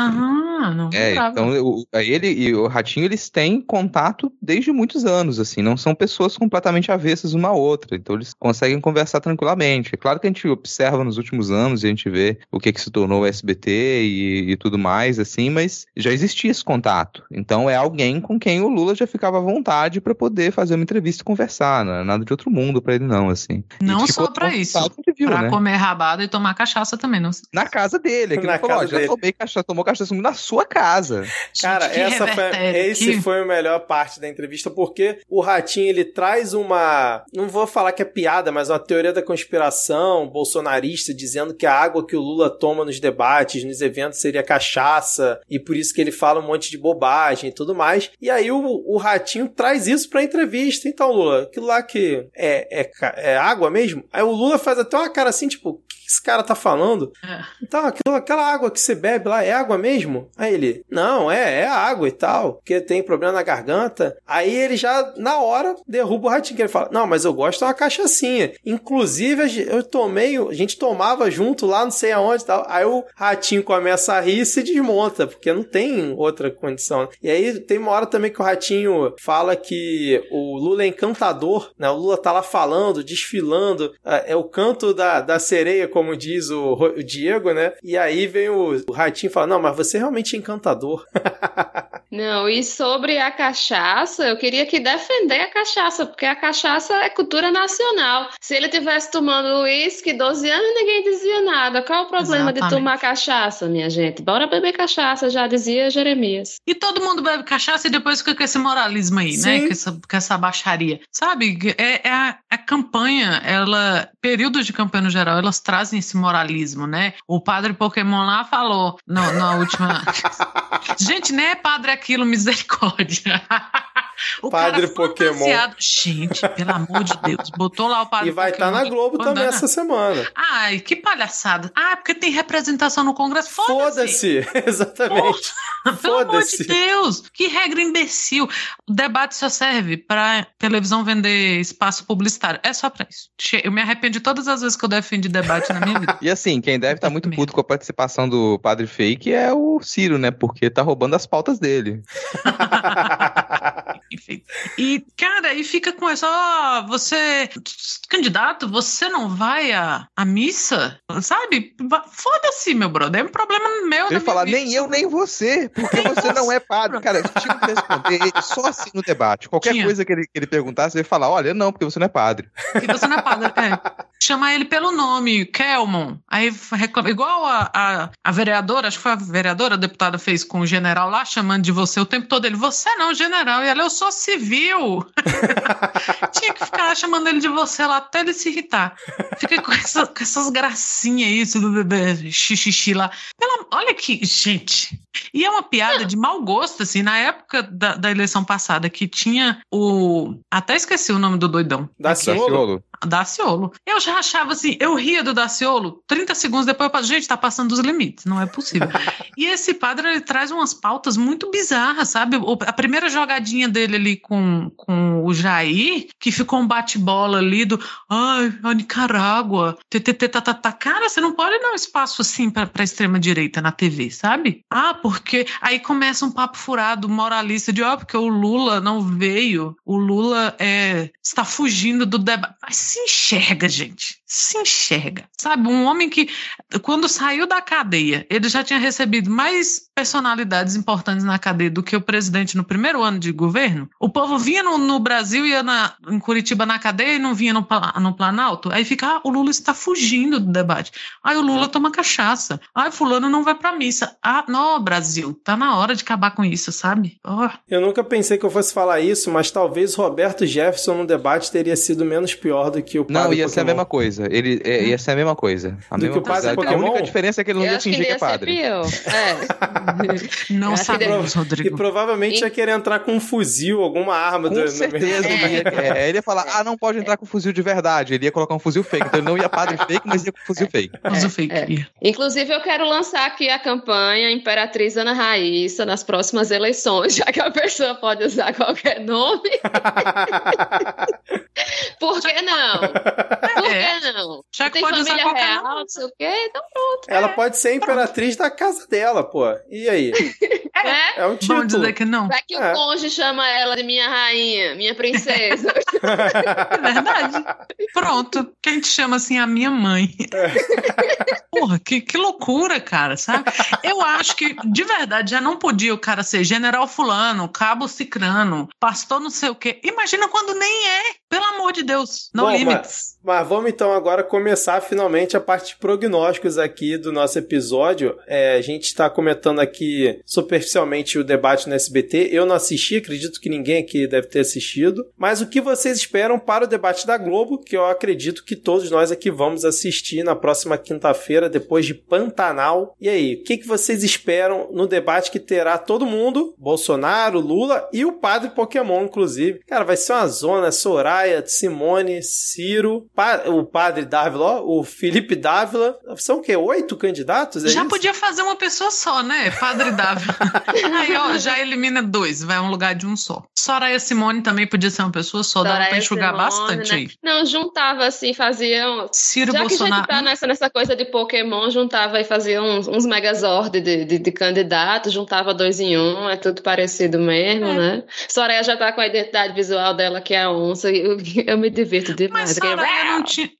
Ah, não É, então, o, ele e o Ratinho, eles têm contato desde muitos anos, assim, não são pessoas completamente avessas uma à outra, então eles conseguem conversar tranquilamente. É claro que a gente observa nos últimos anos e a gente vê o que que se tornou o S B T e, e tudo mais, assim, mas já existia esse contato. Então é alguém com quem o Lula já ficava à vontade para poder fazer uma entrevista e conversar, não é nada de outro mundo para ele não, assim. Não só para isso, para né? comer rabada e tomar cachaça também, não. Na casa dele, aquilo que falou, já tomei cachaça, tomou cachaça na sua casa. Cara, gente, essa foi, esse que... foi a melhor parte da entrevista, porque o Ratinho, ele traz uma, não vou falar que é piada, mas uma teoria da conspiração bolsonarista, dizendo que a água que o Lula toma nos debates, nos eventos, seria cachaça, e por isso que ele fala um monte de bobagem e tudo mais. E aí o, o Ratinho traz isso pra entrevista. Então, Lula, aquilo lá que é, é, é água mesmo? Aí o Lula faz até uma cara assim, tipo, o que esse cara tá falando? É. Então, aquilo, aquela água que você bebe lá, é água mesmo? Aí ele, não, é, é água e tal, porque tem problema na garganta. Aí ele já, na hora, derruba o Ratinho, que ele fala, não, mas eu gosto de uma cachaçinha. Inclusive, eu tomei, a gente tomava junto lá, não sei aonde e tal. Aí o Ratinho começa a rir e se desmonta, porque não tem outra condição. E aí tem uma hora também que o Ratinho fala que o Lula é encantador, né? O Lula tá lá falando, desfilando, é o canto da, da sereia, como diz o, o Diego, né? E aí vem o, o Ratinho e fala, não, mas você realmente é encantador. Não, e sobre a cachaça, eu queria que defender a cachaça, porque a cachaça é cultura nacional. Se ele tivesse tomando uísque doze anos, ninguém dizia nada. Qual é o problema Exatamente. de tomar cachaça, minha gente? Bora beber cachaça, já dizia Jeremias. E todo mundo bebe cachaça e depois fica com esse moralismo aí, Sim. né? Com essa, com essa baixaria. Sabe, é, é a, a campanha, ela, períodos de campanha no geral, elas trazem esse moralismo, né? O padre Pokémon lá falou no, na última... Gente, nem é padre aquilo, misericórdia. O Padre cara Pokémon. fantasiado. Gente, pelo amor de Deus. Botou lá o Padre E vai estar Pokémon. tá na Globo bandana. também essa semana. Ai, que palhaçada. Ah, porque tem representação no Congresso. Foda-se. Foda-se. Exatamente. Porra, pelo amor de Foda-se. Deus. Que regra imbecil. O debate só serve pra televisão vender espaço publicitário. É só pra isso. Che- Eu me arrependo de todas as vezes que eu defendi debate na minha vida. E assim, quem deve estar muito Merda. puto com a participação do Padre Fake é o Ciro, né? Porque tá roubando as pautas dele. Enfim. E, cara, e fica com essa, ó, você, candidato, você não vai à, à missa? Sabe? Va- Foda-se, meu brother. É um problema meu. Ele da falar, minha nem vida. eu, nem você, porque você não é padre. Cara, tinha que responder ele só assim no debate. Qualquer Tinha. coisa que ele, que ele perguntasse, ele ia falar, olha, não, porque você não é padre. E você não é padre. É. Chamar ele pelo nome, Kelmon. Aí reclama. Igual a, a, a vereadora, acho que foi a vereadora, a deputada fez com o general lá, chamando de você o tempo todo. Ele, você não, general. E ela, eu sou civil. Tinha que ficar chamando ele de você lá até ele se irritar. Fica com, essa- com essas gracinhas aí, isso do bebê, xixi lá. Pela- olha que, gente. E é uma piada de mau gosto, assim, na época da, da eleição passada, que tinha o. Até esqueci o nome do doidão. Daciolo? Daciolo. Daciolo. Eu já achava assim, eu ria do Daciolo, trinta segundos depois eu falo, gente, tá passando dos limites, não é possível. E esse padre, ele traz umas pautas muito bizarras, sabe? O- A primeira jogadinha dele ali com, com o Jair, que ficou um bate-bola ali do, ai, a Nicarágua, ttt, tatatá. Cara, você não pode dar um espaço assim pra, pra extrema-direita na T V, sabe? Ah, porque aí começa um papo furado moralista de, ó, porque o Lula não veio, o Lula é, está fugindo do debate. Mas se enxerga, gente. Se enxerga. Sabe, um homem que, quando saiu da cadeia, ele já tinha recebido mais personalidades importantes na cadeia do que o presidente no primeiro ano de governo. O povo vinha no, no Brasil, ia na, em Curitiba na cadeia e não vinha no, Pla- no Planalto. Aí fica, ah, o Lula está fugindo do debate. Aí o Lula toma cachaça. Aí fulano não vai pra missa. Ah, não, Brasil, tá na hora de acabar com isso, sabe? Oh. Eu nunca pensei que eu fosse falar isso, mas talvez Roberto Jefferson no debate teria sido menos pior do que o Não, padre ia ser a Pokémon. mesma coisa. Ele, é, ia ser a mesma coisa. A Do mesma que o padre coisa. Pokémon? A única diferença é que ele não Eu ia acho que fingir ele que é ia ser padre. pior. É. Não Eu acho que sabemos, E Rodrigo. provavelmente E- ia querer entrar com um fuzil, alguma arma. Com do, certeza. No... Ele ia, é, ele ia falar, ah, não pode entrar com fuzil de verdade. Ele ia colocar um fuzil fake. Então ele não ia padre fake, mas ia com fuzil fake. Usa É, fake. é. Inclusive, eu quero lançar aqui a campanha Imperatriz Ana Raíssa nas próximas eleições, já que a pessoa pode usar qualquer nome. Por que não? Por É. que não? Já que Tem pode usar família qualquer real, nome. não sei o quê, então pronto. Ela pode ser a imperatriz da casa dela, pô. E aí? É. É um título. Vamos dizer que não. Vai que É. o cônjuge chama ela de minha rainha, minha princesa. É verdade. Pronto. Quem te chama assim a minha mãe. Porra, que, que loucura, cara, sabe? Eu acho que, de verdade, já não podia o cara ser general fulano, cabo cicrano, pastor não sei o quê. Imagina quando nem é. Pelo amor de Deus. No Bom, limits. Mas vamos então agora começar finalmente a parte de prognósticos aqui do nosso episódio. É, a gente está comentando aqui superficialmente o debate no S B T. Eu não assisti, acredito que ninguém aqui deve ter assistido. Mas o que vocês esperam para o debate da Globo, que eu acredito que todos nós aqui vamos assistir na próxima quinta-feira, depois de Pantanal. E aí, o que, que vocês esperam no debate que terá todo mundo? Bolsonaro, Lula e o padre Pokémon, inclusive. Cara, vai ser uma zona. Soraya, Simone, Ciro, pa- o padre Dávila, ó, o Felipe Dávila. São o quê? Oito candidatos? É Já isso? podia fazer uma pessoa só, né? Padre Dávila. Aí, ó, já elimina dois, vai um lugar de um só. Soraya Simone também podia ser uma pessoa só, dá pra Soraya enxugar Simone, bastante né? aí. Não, juntava assim, fazia um... Ciro Já que a Bolsonaro. gente tá nessa, nessa coisa de Pokémon, juntava e fazia uns, uns megazord de, de, de candidatos, juntava dois em um, é tudo parecido mesmo, É. né? Soraya já tá com a identidade visual dela, que é a onça, e eu, eu me divirto demais. Mas Soraya não tinha.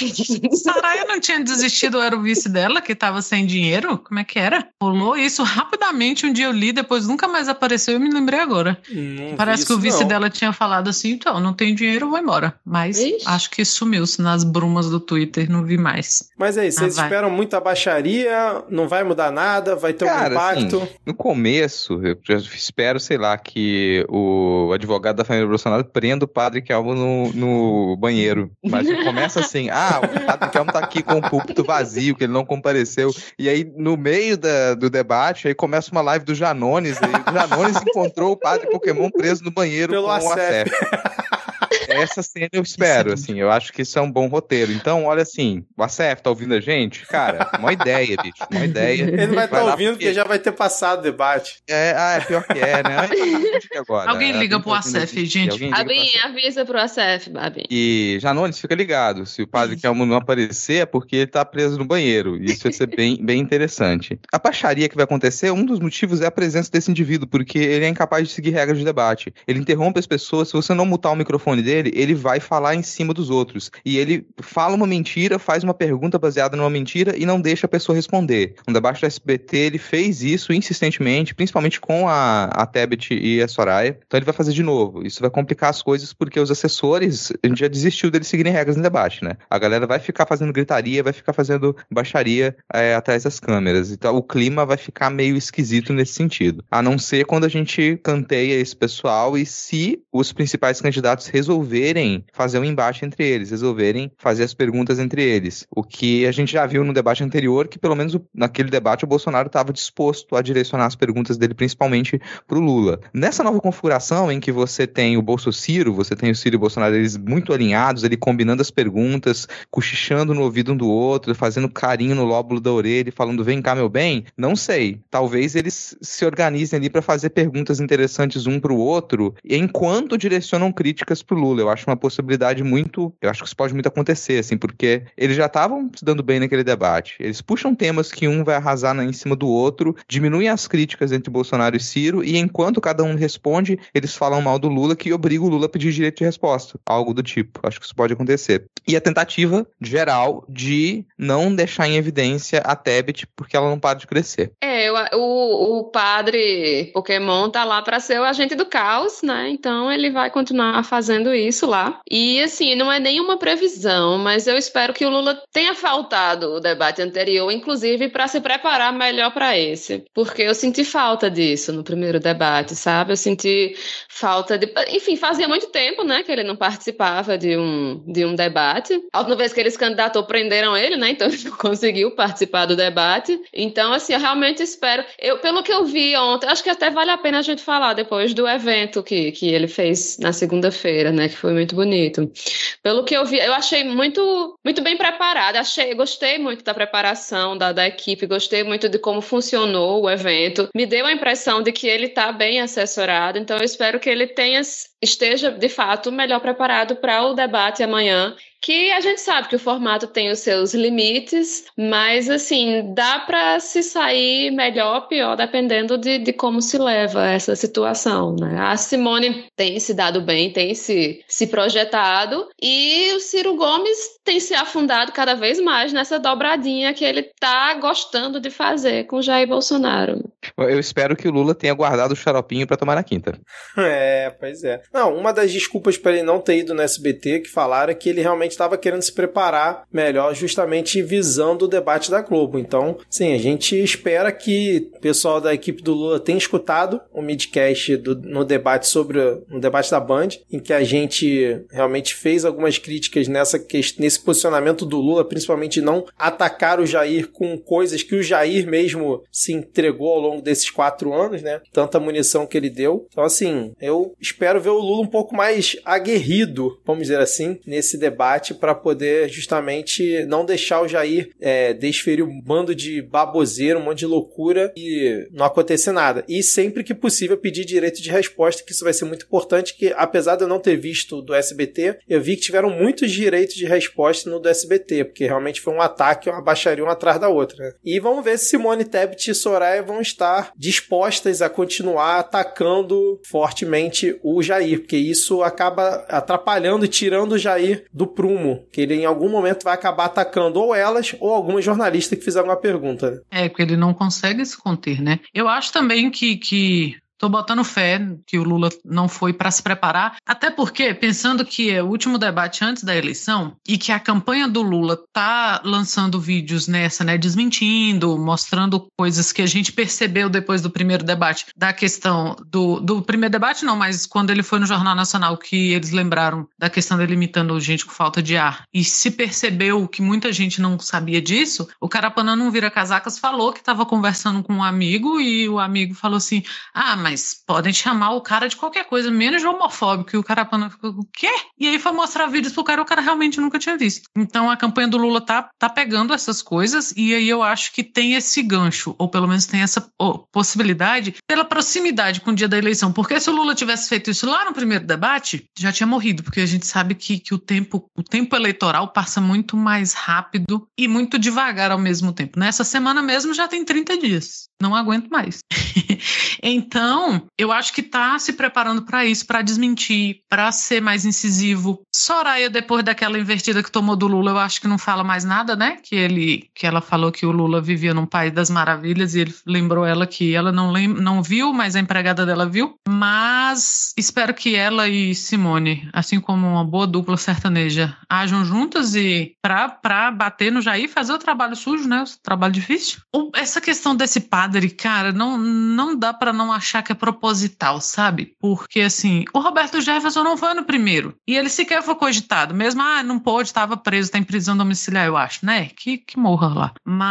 Soraya não tinha desistido, era o vice dela que tava sem dinheiro? Como é que era? Rolou isso rapidamente. Um dia eu li, depois nunca mais apareceu e me lembrei agora. Não Parece vi que o isso, vice não. dela tinha falado assim: então, não tenho dinheiro, eu vou embora. Mas Ixi. acho que sumiu-se nas brumas do Twitter, não vi mais. Mas aí, vocês Ah, vai. esperam muita baixaria? Não vai mudar nada? Vai ter um Cara, impacto? assim, no começo, eu já espero, sei lá, que o advogado da família Bolsonaro prenda o padre Kelmo no, no banheiro. Mas começa assim, ah, o padre Kelmo tá aqui com o púlpito vazio, que ele não compareceu. E aí, no meio da, do debate, aí começa uma live do Janones, e o Janones encontrou o padre Pokémon preso no banheiro Pelo com o Acef. Acef. Essa cena eu espero, assim, eu acho que isso é um bom roteiro. Então, olha assim, o Acef tá ouvindo a gente? Cara, uma ideia, bicho, uma ideia. Ele não vai estar lá ouvindo porque... porque já vai ter passado o debate. É, ah, é pior que é, né? Agora, alguém liga pro Acef, gente. Babinho, avisa pro Acef, Babinho. E Janones, fica ligado, se o padre Kelmo não aparecer é porque ele tá preso no banheiro. Isso vai ser bem, bem interessante. A baixaria que vai acontecer, um dos motivos é a presença desse indivíduo, porque ele é incapaz de seguir regras de debate. Ele interrompe as pessoas, se você não mutar o microfone dele, ele vai falar em cima dos outros. E ele fala uma mentira, faz uma pergunta baseada numa mentira e não deixa a pessoa responder. No debate do S B T, ele fez isso insistentemente, principalmente com a, a Tebet e a Soraya. Então ele vai fazer de novo. Isso vai complicar as coisas porque os assessores, a gente já desistiu deles seguirem regras no debate, né? A galera vai ficar fazendo gritaria, vai ficar fazendo baixaria é, atrás das câmeras. Então o clima vai ficar meio esquisito nesse sentido. A não ser quando a gente canteia esse pessoal e se os principais candidatos resolverem fazer um embate entre eles, resolverem fazer as perguntas entre eles. O que a gente já viu no debate anterior, que pelo menos naquele debate o Bolsonaro estava disposto a direcionar as perguntas dele principalmente para o Lula. Nessa nova configuração em que você tem o Bolso Ciro, você tem o Ciro e o Bolsonaro, eles muito alinhados, ele combinando as perguntas, cochichando no ouvido um do outro, fazendo carinho no lóbulo da orelha, falando vem cá meu bem, não sei. Talvez eles se organizem ali para fazer perguntas interessantes um para o outro, enquanto direcionam críticas pro Lula. Eu acho uma possibilidade muito... Eu acho que isso pode muito acontecer, assim, porque eles já estavam se dando bem naquele debate. Eles puxam temas que um vai arrasar em cima do outro, diminuem as críticas entre Bolsonaro e Ciro, e enquanto cada um responde, eles falam mal do Lula, que obriga o Lula a pedir direito de resposta. Algo do tipo. Acho que isso pode acontecer. E a tentativa geral de não deixar em evidência a Tebet, porque ela não para de crescer. É, o, o padre Pokémon tá lá pra ser o agente do caos, né? Então ele vai continuar fazendo isso lá. E assim, não é nenhuma previsão, mas eu espero que o Lula tenha faltado o debate anterior, inclusive para se preparar melhor para esse. Porque eu senti falta disso no primeiro debate, sabe? Eu senti falta de... Enfim, fazia muito tempo, né, que ele não participava de um, de um debate. A última vez que ele se candidatou, prenderam ele, né? Então ele não conseguiu participar do debate. Então, assim, eu realmente espero... Eu, pelo que eu vi ontem, acho que até vale a pena a gente falar depois do evento que, que ele fez na segunda-feira, né? Que foi muito bonito. Pelo que eu vi, eu achei muito, muito bem preparado. Achei, gostei muito da preparação da, da equipe, gostei muito de como funcionou o evento. Me deu a impressão de que ele está bem assessorado, então eu espero que ele tenha, esteja, de fato, melhor preparado para o debate amanhã. Que a gente sabe que o formato tem os seus limites, mas, assim, dá para se sair melhor ou pior, dependendo de, de como se leva essa situação, né? A Simone tem se dado bem, tem se, se projetado, e o Ciro Gomes tem se afundado cada vez mais nessa dobradinha que ele tá gostando de fazer com Jair Bolsonaro. Eu espero que o Lula tenha guardado o xaropinho para tomar na quinta. É, pois é. Não, uma das desculpas para ele não ter ido no S B T que falaram é que ele realmente estava querendo se preparar melhor, justamente visando o debate da Globo. Então, sim, a gente espera que o pessoal da equipe do Lula tenha escutado o midcast do, no debate sobre no debate da Band, em que a gente realmente fez algumas críticas nessa, nesse posicionamento do Lula, principalmente não atacar o Jair com coisas que o Jair mesmo se entregou ao longo desses quatro anos, né? Tanta munição que ele deu. Então, assim, eu espero ver o Lula um pouco mais aguerrido, vamos dizer assim, nesse debate, para poder justamente não deixar o Jair é, desferir um bando de baboseira, um monte de loucura e não acontecer nada. E sempre que possível pedir direito de resposta, que isso vai ser muito importante, que apesar de eu não ter visto do S B T, eu vi que tiveram muitos direitos de resposta no do S B T, porque realmente foi um ataque, uma baixaria uma atrás da outra, né? E vamos ver se Simone Tebet e Soraya vão estar dispostas a continuar atacando fortemente o Jair, porque isso acaba atrapalhando e tirando o Jair do prumo, que ele em algum momento vai acabar atacando ou elas ou alguma jornalista que fizer alguma pergunta. É, porque ele não consegue se conter, né? Eu acho também que, que Tô botando fé que o Lula não foi para se preparar, até porque, pensando que é o último debate antes da eleição e que a campanha do Lula tá lançando vídeos nessa, né, desmentindo, mostrando coisas que a gente percebeu depois do primeiro debate, da questão do, do primeiro debate não, mas quando ele foi no Jornal Nacional, que eles lembraram da questão dele imitando gente com falta de ar, e se percebeu que muita gente não sabia disso, o Carapanã não vira casacas falou que estava conversando com um amigo e o amigo falou assim, ah, mas podem chamar o cara de qualquer coisa, menos de homofóbico, e o Carapanã ficou, o quê? E aí foi mostrar vídeos pro cara, o cara realmente nunca tinha visto. Então a campanha do Lula tá, tá pegando essas coisas, e aí eu acho que tem esse gancho, ou pelo menos tem essa oh, possibilidade, pela proximidade com o dia da eleição, porque se o Lula tivesse feito isso lá no primeiro debate, já tinha morrido, porque a gente sabe que, que o, tempo, o tempo eleitoral passa muito mais rápido e muito devagar ao mesmo tempo. Nessa semana mesmo já tem trinta dias, não aguento mais. Então, eu acho que tá se preparando para isso, para desmentir, para ser mais incisivo. Soraya, depois daquela invertida que tomou do Lula, eu acho que não fala mais nada, né? Que, ele, que ela falou que o Lula vivia num país das maravilhas e ele lembrou ela que ela não, lem- não viu, mas a empregada dela viu. Mas espero que ela e Simone, assim como uma boa dupla sertaneja, ajam juntas e pra, pra bater no Jair, fazer o trabalho sujo, né? O trabalho difícil. Essa questão desse padre, cara, não, não dá pra não achar que é proposital, sabe? Porque, assim, o Roberto Jefferson não foi no primeiro. E ele sequer foi cogitado. Mesmo, ah, não pôde, estava preso, tá em prisão domiciliar, eu acho, né? Que, que morra lá.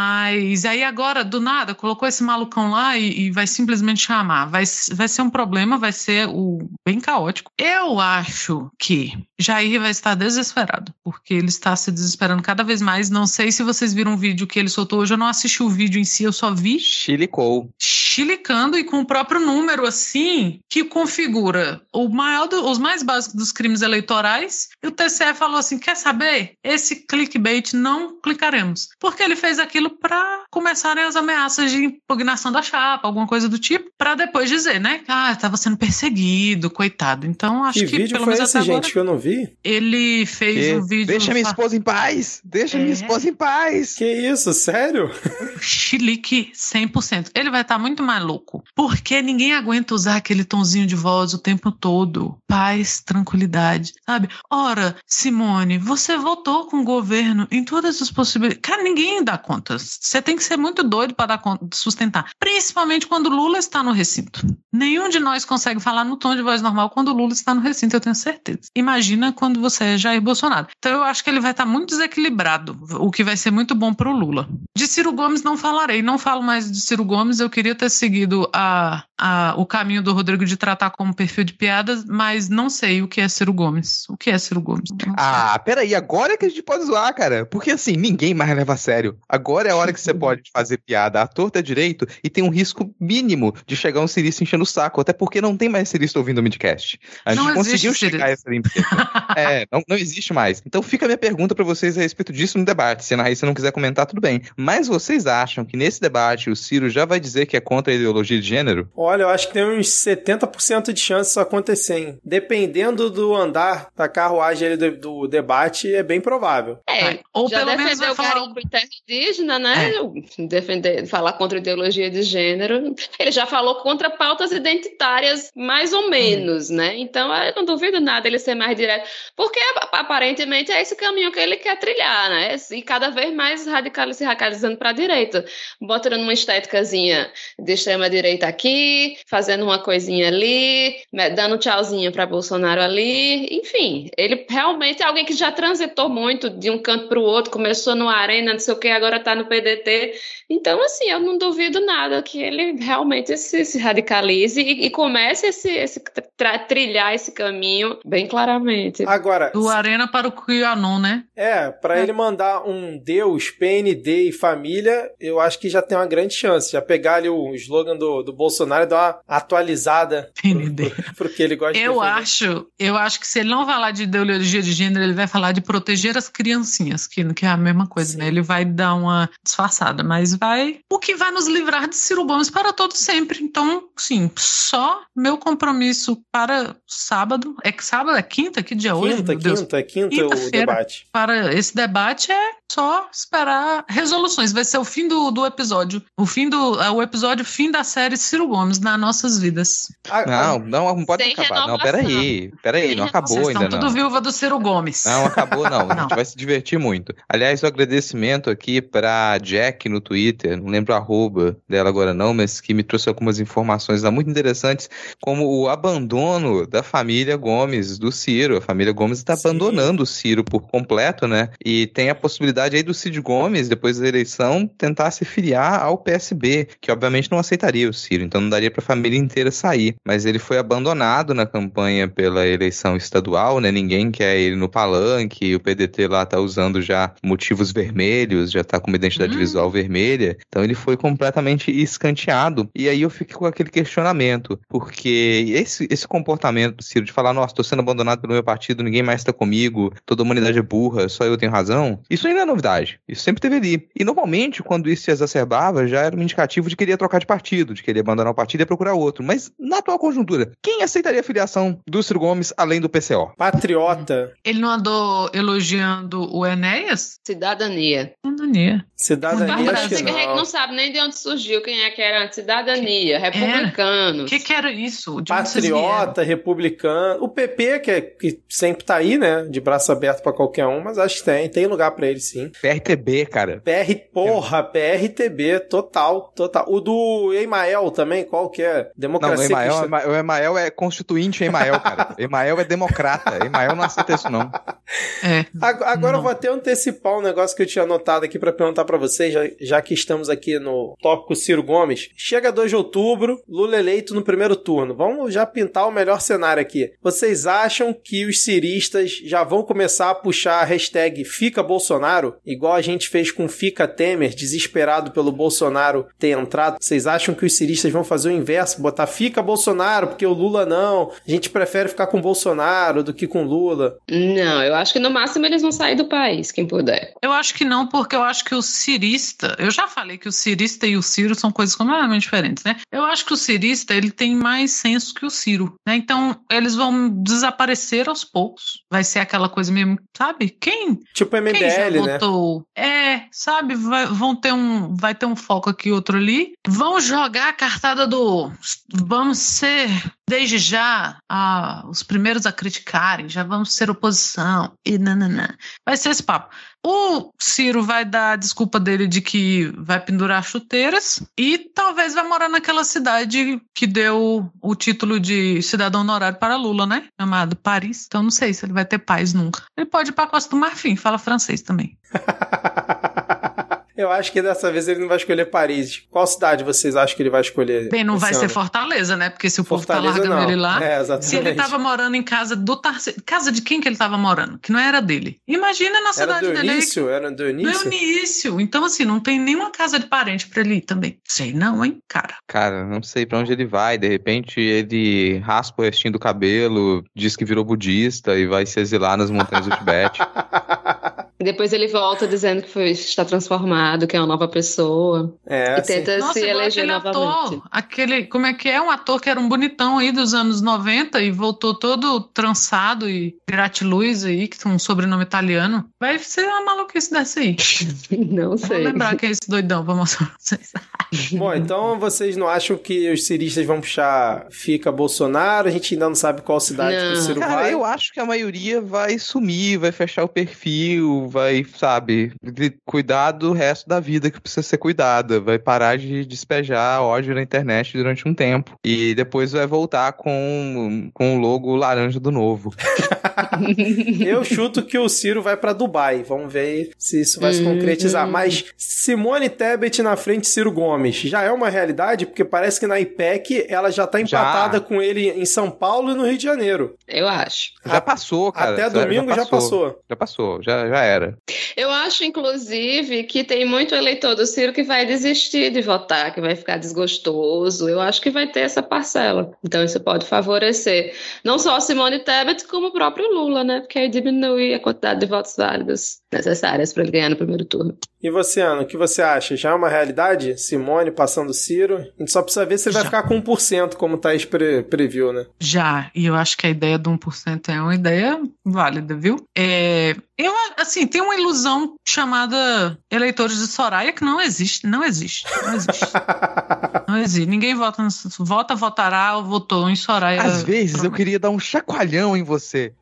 Mas aí agora, do nada, colocou esse malucão lá e, e vai simplesmente chamar. Vai, vai ser um problema, vai ser o, bem caótico. Eu acho que Jair vai estar desesperado, porque ele está se desesperando cada vez mais. Não sei se vocês viram o vídeo que ele soltou hoje, eu não assisti o vídeo em si, eu só vi... Chilicou. Chilicando e com o próprio número, assim, que configura o maior do, os mais básicos dos crimes eleitorais, e o T C E falou assim, quer saber? Esse clickbait não clicaremos. Porque ele fez aquilo para começarem as ameaças de impugnação da chapa, alguma coisa do tipo, para depois dizer, né? Ah, estava sendo perseguido, coitado. Então, acho que... Que vídeo pelo foi menos esse, até gente, agora, que eu não vi? ele fez Que? um vídeo... Deixa minha esposa em paz! Deixa É. minha esposa em paz! Que isso, sério? Chilique cem por cento. Ele vai estar muito mais louco, porque ninguém aguenta usar aquele tonzinho de voz o tempo todo. Paz, tranquilidade, sabe? Ora, Simone, você votou com o governo em todas as possibilidades. Cara, ninguém dá conta. Você tem que ser muito doido para dar conta, sustentar. Principalmente quando Lula está no recinto. Nenhum de nós consegue falar no tom de voz normal quando Lula está no recinto, eu tenho certeza. Imagina quando você é Jair Bolsonaro. Então eu acho que ele vai estar muito desequilibrado, o que vai ser muito bom para o Lula. De Ciro Gomes não falarei, não falo mais de Ciro Gomes, eu queria ter seguido a, a, o caminho do Rodrigo de tratar como perfil de piadas, mas não sei o que é Ciro Gomes. O que é Ciro Gomes? Ah, peraí, agora é que a gente pode zoar, cara. Porque assim, ninguém mais leva a sério. Agora é a hora que você pode fazer piada à torta direito e tem um risco mínimo de chegar um cirista enchendo o saco, até porque não tem mais cirista ouvindo o Midcast. A gente Não conseguiu existe chegar a essa limpeza. É, não, não existe mais. Então fica a minha pergunta pra vocês a respeito disso no debate. Se a Raíssa não quiser comentar, tudo bem. Mas vocês acham que nesse debate o Ciro já vai dizer que é contra a ideologia de gênero? Olha, eu acho que tem uns setenta por cento de chance disso acontecer, hein? Dependendo do andar da carruagem ali do, do debate, é bem provável. É, ou já pelo menos defendeu vai o falar... garimpo em terra indígena, né? É. Defender, falar contra a ideologia de gênero. Ele já falou contra pautas identitárias, mais ou menos, hum. né? Então, eu não duvido nada ele ser mais direto. Porque, aparentemente, é esse caminho que ele quer trilhar, né? E cada vez mais radical, se radicalizando para a direita. Botando uma estéticazinha de extrema-direita aqui, fazendo uma coisinha ali, dando um tchauzinho para Bolsonaro ali. Enfim, ele realmente é alguém que já transitou muito de um canto para o outro, começou no Arena, não sei o que, agora está no P D T. Então, assim, eu não duvido nada que ele realmente se, se radicalize e, e comece esse, esse tra, trilhar esse caminho bem claramente. Agora, do Arena para o QAnon, né? É, para é. ele mandar um Deus, P N D e família, eu acho que já tem uma grande chance. Já pegar ali o slogan do, do Bolsonaro e dar uma atualizada P N D. Pro, pro, pro que ele gosta eu de defender. acho, eu acho que se ele não falar de ideologia de gênero, ele vai falar de proteger as criancinhas, que, que é a mesma coisa, Sim. né? Ele vai dar uma disfarçada, mas vai... O que vai nos livrar de Ciro Gomes para todo sempre. Então, sim, só meu compromisso para sábado. É que sábado? É quinta? Que dia quinta, hoje? Quinta, quinta, é quinta o debate. Para esse debate é só esperar resoluções. Vai ser o fim do, do episódio. O fim do o episódio fim da série Ciro Gomes. Gomes nas nossas vidas. Não, não, não pode Sem acabar. Não, renovação. peraí. Peraí, não acabou Vocês ainda estão não. tudo viúva do Ciro Gomes. Não, acabou não. A Não. gente vai se divertir muito. Aliás, um agradecimento aqui pra Jack no Twitter, não lembro o arroba dela agora não, mas que me trouxe algumas informações lá muito interessantes, como o abandono da família Gomes, do Ciro. A família Gomes está Sim. abandonando o Ciro por completo, né? E tem a possibilidade aí do Cid Gomes, depois da eleição, tentar se filiar ao P S B, que obviamente não aceitaria o Ciro, então não daria pra família inteira sair. Mas ele foi abandonado na campanha pela eleição estadual, né? Ninguém quer ele no palanque, o P D T lá tá usando já motivos vermelhos, já tá com uma identidade Hum. visual vermelha, então ele foi completamente escanteado. E aí eu fico com aquele questionamento, porque esse, esse comportamento do Ciro de falar, nossa, tô sendo abandonado pelo meu partido, ninguém mais tá comigo, toda a humanidade é burra, só eu tenho razão, isso ainda é novidade, isso sempre teve ali. E normalmente, quando isso se exacerbava, já era um indicativo de que ele ia trocar de partido, de que ele ia abandonar o partido e ia procurar outro. Mas na atual conjuntura, quem aceitaria a filiação do Ciro Gomes além do P C O? Patriota, Ele não andou elogiando o Enéas? Cidadania. Cidadania. cidadania, Bárbara, acho que Você que a gente não não. sabe nem de onde surgiu, quem é que era antes. Cidadania, republicanos. O que, que era isso? De onde vocês vieram? Patriota, republicano. O P P, que, é, que sempre tá aí, né? De braço aberto pra qualquer um, mas acho que tem. Tem lugar pra ele, sim. P R T B, cara. P R, porra, P R T B, total, total. O do Emael também, qual que é? Não, o Democracia Emael, Cristã. o Emael é constituinte Emael, cara. Emael é democrata. Emael não aceita isso, não. É. Ag- Agora Não. eu vou até antecipar um negócio que eu tinha anotado aqui pra perguntar pra vocês, já, já que estamos aqui no tópico Ciro Gomes. Chega dois de outubro, Lula eleito no primeiro turno. Vamos já pintar o melhor cenário aqui. Vocês acham que os ciristas já vão começar a puxar a hashtag Fica Bolsonaro, igual a gente fez com Fica Temer, desesperado pelo Bolsonaro ter entrado? Vocês acham que os ciristas vão fazer o inverso, botar Fica Bolsonaro, porque o Lula não, a gente prefere ficar com Bolsonaro do que com Lula? Não, eu acho que no máximo eles vão sair do país, quem puder. Eu acho que não, porque eu acho que o cirista, eu já falei que o cirista e o Ciro são coisas completamente diferentes, né? Eu acho que o cirista, ele tem mais senso que o Ciro, né? Então, eles vão desaparecer aos poucos. Vai ser aquela coisa mesmo, sabe? Quem, Tipo M B quem já L, né? votou? É, sabe? Vai, vão ter um, vai ter um foco aqui, outro ali. Vão jogar a cartada do vamos ser, desde já, ah, os primeiros a criticarem, já vamos ser oposição, e nananã. Vai ser esse papo. O Ciro vai dar a desculpa dele de que vai pendurar chuteiras e talvez vai morar naquela cidade que deu o título de cidadão honorário para Lula, né? Chamado Paris. Então não sei se ele vai ter paz nunca. Ele pode ir para a Costa do Marfim, fala francês também. Eu acho que dessa vez ele não vai escolher Paris. Qual cidade vocês acham que ele vai escolher? Bem, não vai esse ser ano? Fortaleza, né? Porque se o povo tá Fortaleza, largando não. ele lá... É, exatamente. Se ele tava morando em casa do Tarcísio... Casa de quem que ele tava morando? Que não era dele. Imagina na Era cidade do dele aí. início? Era do No início? início. Então, assim, não tem nenhuma casa de parente pra ele ir também. Sei não, hein, cara. Cara, não sei pra onde ele vai. De repente ele raspa o restinho do cabelo, diz que virou budista e vai se exilar nas montanhas do Tibete. E depois ele volta dizendo que foi, está transformado, que é uma nova pessoa. É, e assim. tenta Nossa, se igual eleger aquele novamente. ator, aquele, como é que é? Um ator que era um bonitão aí dos anos noventa e voltou todo trançado e gratiluz aí, que tem um sobrenome italiano. Vai ser uma maluquice dessa aí. Não Vou sei. lembrar que é esse doidão pra mostrar pra vocês. Bom, então vocês não acham que os ciristas vão puxar Fica Bolsonaro? A gente ainda não sabe qual cidade que o Não. Ciro Cara, vai. eu acho que a maioria vai sumir, vai fechar o perfil, vai, sabe, de- cuidar do resto da vida que precisa ser cuidada, vai parar de despejar ódio na internet durante um tempo e depois vai voltar com, com o logo laranja do novo. Eu chuto que o Ciro vai pra Dubai. Vamos ver se isso vai se Hum, concretizar. hum. Mas Simone Tebet na frente de Ciro Gomes já é uma realidade? Porque parece que na I P E C ela já tá empatada com ele em São Paulo e no Rio de Janeiro. Eu acho. Já passou, cara. Até sério, domingo já passou. Já passou, já, já era. Eu acho, inclusive, que tem muito eleitor do Ciro que vai desistir de votar, que vai ficar desgostoso. Eu acho que vai ter essa parcela. Então isso pode favorecer não só a Simone Tebet, como o próprio Lula, né? Porque aí diminui a quantidade de votos válidos necessárias para ele ganhar no primeiro turno. E você, Ana, o que você acha? Já é uma realidade? Simone passando o Ciro? A gente só precisa ver se ele vai Já. ficar com um por cento, como o Thaís pre previu, né? Já, e eu acho que a ideia do um por cento é uma ideia válida, viu? É, eu, assim, tem uma ilusão chamada eleitores de Soraya que não existe, não existe, não existe. Não Não existe. Ninguém vota, vota, votará ou votou em Soraya. Às vezes eu queria dar um chacoalhão em você.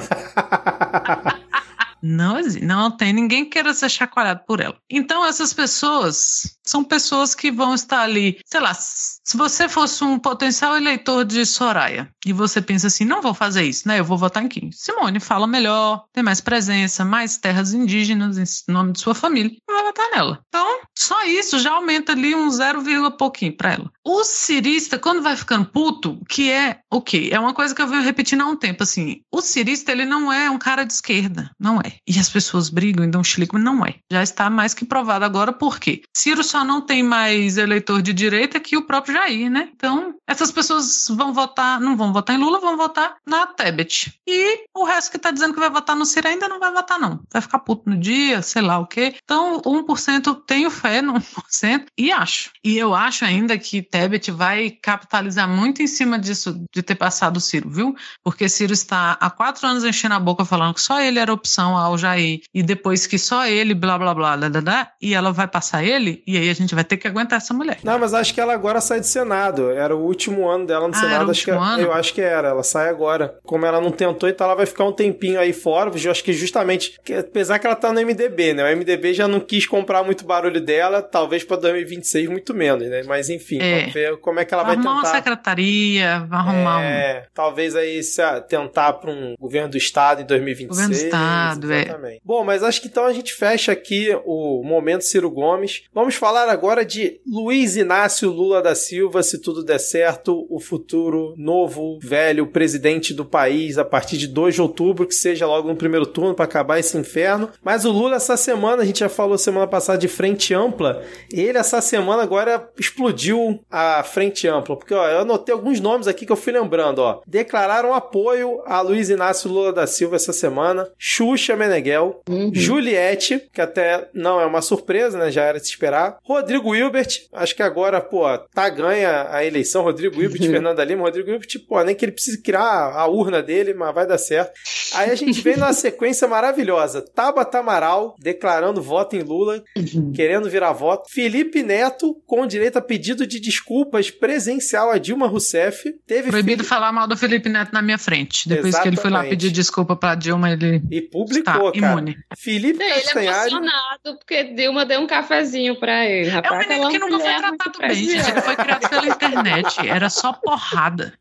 Não existe. Não tem ninguém que queira ser chacoalhado por ela. Então essas pessoas são pessoas que vão estar ali, sei lá, se você fosse um potencial eleitor de Soraya e você pensa assim, não vou fazer isso, né? Eu vou votar em quem? Simone fala melhor, tem mais presença, mais terras indígenas em nome de sua família, e vai votar nela. Então, só isso já aumenta ali um zero, pouquinho pra ela. O cirista, quando vai ficando puto, que é o quê? É uma coisa que eu venho repetindo há um tempo, assim, o cirista, ele não é um cara de esquerda, não é. E as pessoas brigam e dão chilico, mas não é. Já está mais que provado agora, por quê? Ciro só não tem mais eleitor de direita que o próprio Jair, né? Então, essas pessoas vão votar, não vão votar em Lula, vão votar na Tebet. E o resto que tá dizendo que vai votar no Ciro ainda não vai votar, não. Vai ficar puto no dia, sei lá o quê. Então, um por cento tenho fé no um por cento e acho. E eu acho ainda que Tebet vai capitalizar muito em cima disso, de ter passado o Ciro, viu? Porque Ciro está há quatro anos enchendo a boca falando que só ele era opção ao Jair, e depois que só ele, blá, blá, blá, blá, blá, blá, e ela vai passar ele, e aí a gente vai ter que aguentar essa mulher. Não, mas acho que ela agora sai do Senado. Era o último ano dela no ah, Senado. Acho que, ano? Eu acho que era. Ela sai agora. Como ela não tentou, então ela vai ficar um tempinho aí fora. Eu acho que justamente, que, apesar que ela tá no M D B, né? O M D B já não quis comprar muito barulho dela, talvez pra dois mil e vinte e seis muito menos, né? Mas enfim, é. Vamos ver como é que ela vai, vai tentar. Arrumar uma secretaria, vai arrumar é, um... Talvez aí se a, tentar pra um governo do Estado em dois mil e vinte e seis. Governo do Estado, exatamente. é. Bom, mas acho que então a gente fecha aqui o momento Ciro Gomes. Vamos falar agora de Luiz Inácio Lula da Silva, se tudo der certo, o futuro novo, velho presidente do país a partir de dois de outubro, que seja logo no primeiro turno para acabar esse inferno. Mas o Lula essa semana, a gente já falou semana passada de frente ampla, ele essa semana agora explodiu a frente ampla, porque ó, eu anotei alguns nomes aqui que eu fui lembrando, ó. Declararam apoio a Luiz Inácio Lula da Silva essa semana, Xuxa Meneghel, uhum. Juliette, que até não é uma surpresa, né? Já era de se esperar. Rodrigo Hilbert, acho que agora, pô, tá ganha a eleição, Rodrigo Hilbert, Fernanda Lima, Rodrigo Hilbert, pô, nem que ele precise criar a urna dele, mas vai dar certo. Aí a gente vem numa sequência maravilhosa. Tabata Amaral, declarando voto em Lula, querendo virar voto. Felipe Neto, com direito a pedido de desculpas presencial a Dilma Rousseff. Teve Proibido fi... falar mal do Felipe Neto na minha frente. Depois Exatamente. Que ele foi lá pedir desculpa pra Dilma, ele e publicou, está cara. Imune. Felipe Ele Castanhari... é emocionado porque Dilma deu um cafezinho pra ele. Rapaz, é um menino que nunca foi tratado bem, gente. Ele foi criado pela internet. Era só porrada.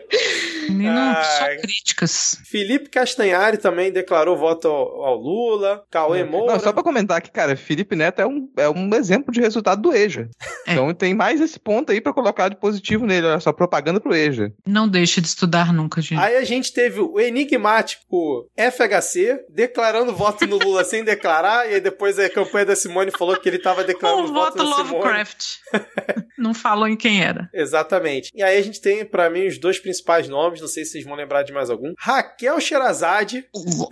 Menino, Ai. só críticas. Felipe Castanhari também declarou voto ao, ao Lula. Cauê Moura. Não, só pra comentar que, cara, Felipe Neto é um, é um exemplo de resultado do EJA. É. Então tem mais esse ponto aí pra colocar de positivo nele. Olha só, propaganda pro EJA. Não deixe de estudar nunca, gente. Aí a gente teve o enigmático F H C declarando voto no Lula sem declarar. E aí depois a campanha da Simone falou que ele tava declarando o voto voto na Simone. Lovecraft. Não falou em quem era. Exatamente. E aí a gente tem, pra mim, os dois principais nomes. Não sei se vocês vão lembrar de mais algum. Raquel Sherazade.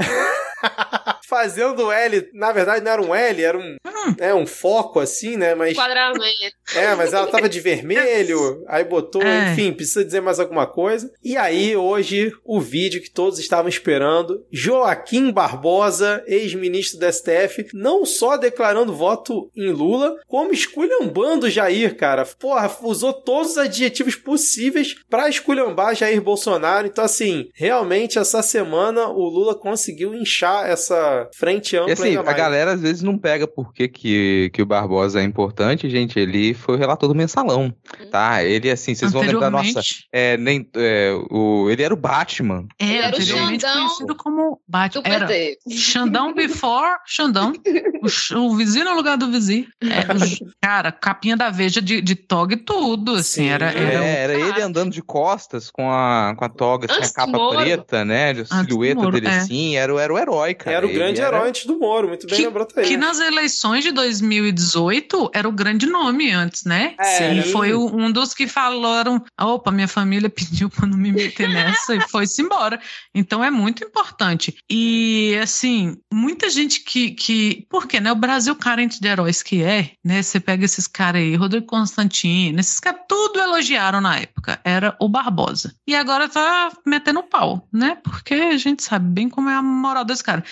Fazendo L, na verdade não era um L, era um, hum. é, um foco assim, né? Mas, quadramento. É, mas ela tava de vermelho, aí botou, é. Enfim, precisa dizer mais alguma coisa. E aí, hoje, o vídeo que todos estavam esperando, Joaquim Barbosa, ex-ministro do S T F, não só declarando voto em Lula, como esculhambando Jair, cara. Porra, usou todos os adjetivos possíveis pra esculhambar Jair Bolsonaro. Então, assim, realmente, essa semana, o Lula conseguiu inchar essa frente ampla. E assim, a galera às vezes não pega por que, que, que o Barbosa é importante, gente. Ele foi o relator do Mensalão, tá? Ele, assim, vocês vão lembrar, nossa, é, nem, é, o, ele era o Batman. É, ele era o Xandão conhecido como Batman. Era Xandão before Xandão. O, o vizinho no lugar do vizinho. É, o, cara, capinha da Veja de, de toga e tudo, assim. Sim, era, era, é, era ele andando de costas com a, com a toga, assim, a capa preta, né? A silhueta Moro, dele, é. Assim, era, era o herói, cara. Era o grande era... herói antes do Moro, muito bem que, lembrado aí. Que nas eleições de dois mil e dezoito era o grande nome antes, né? É, e foi o, um dos que falaram, opa, minha família pediu pra não me meter nessa e foi-se embora. Então é muito importante. E, assim, muita gente que... que porque, né? O Brasil carente de heróis que é, né? Você pega esses caras aí, Rodrigo Constantino, esses caras tudo elogiaram na época. Era o Barbosa. E agora tá metendo pau, né? Porque a gente sabe bem como é a moral desse cara. Mas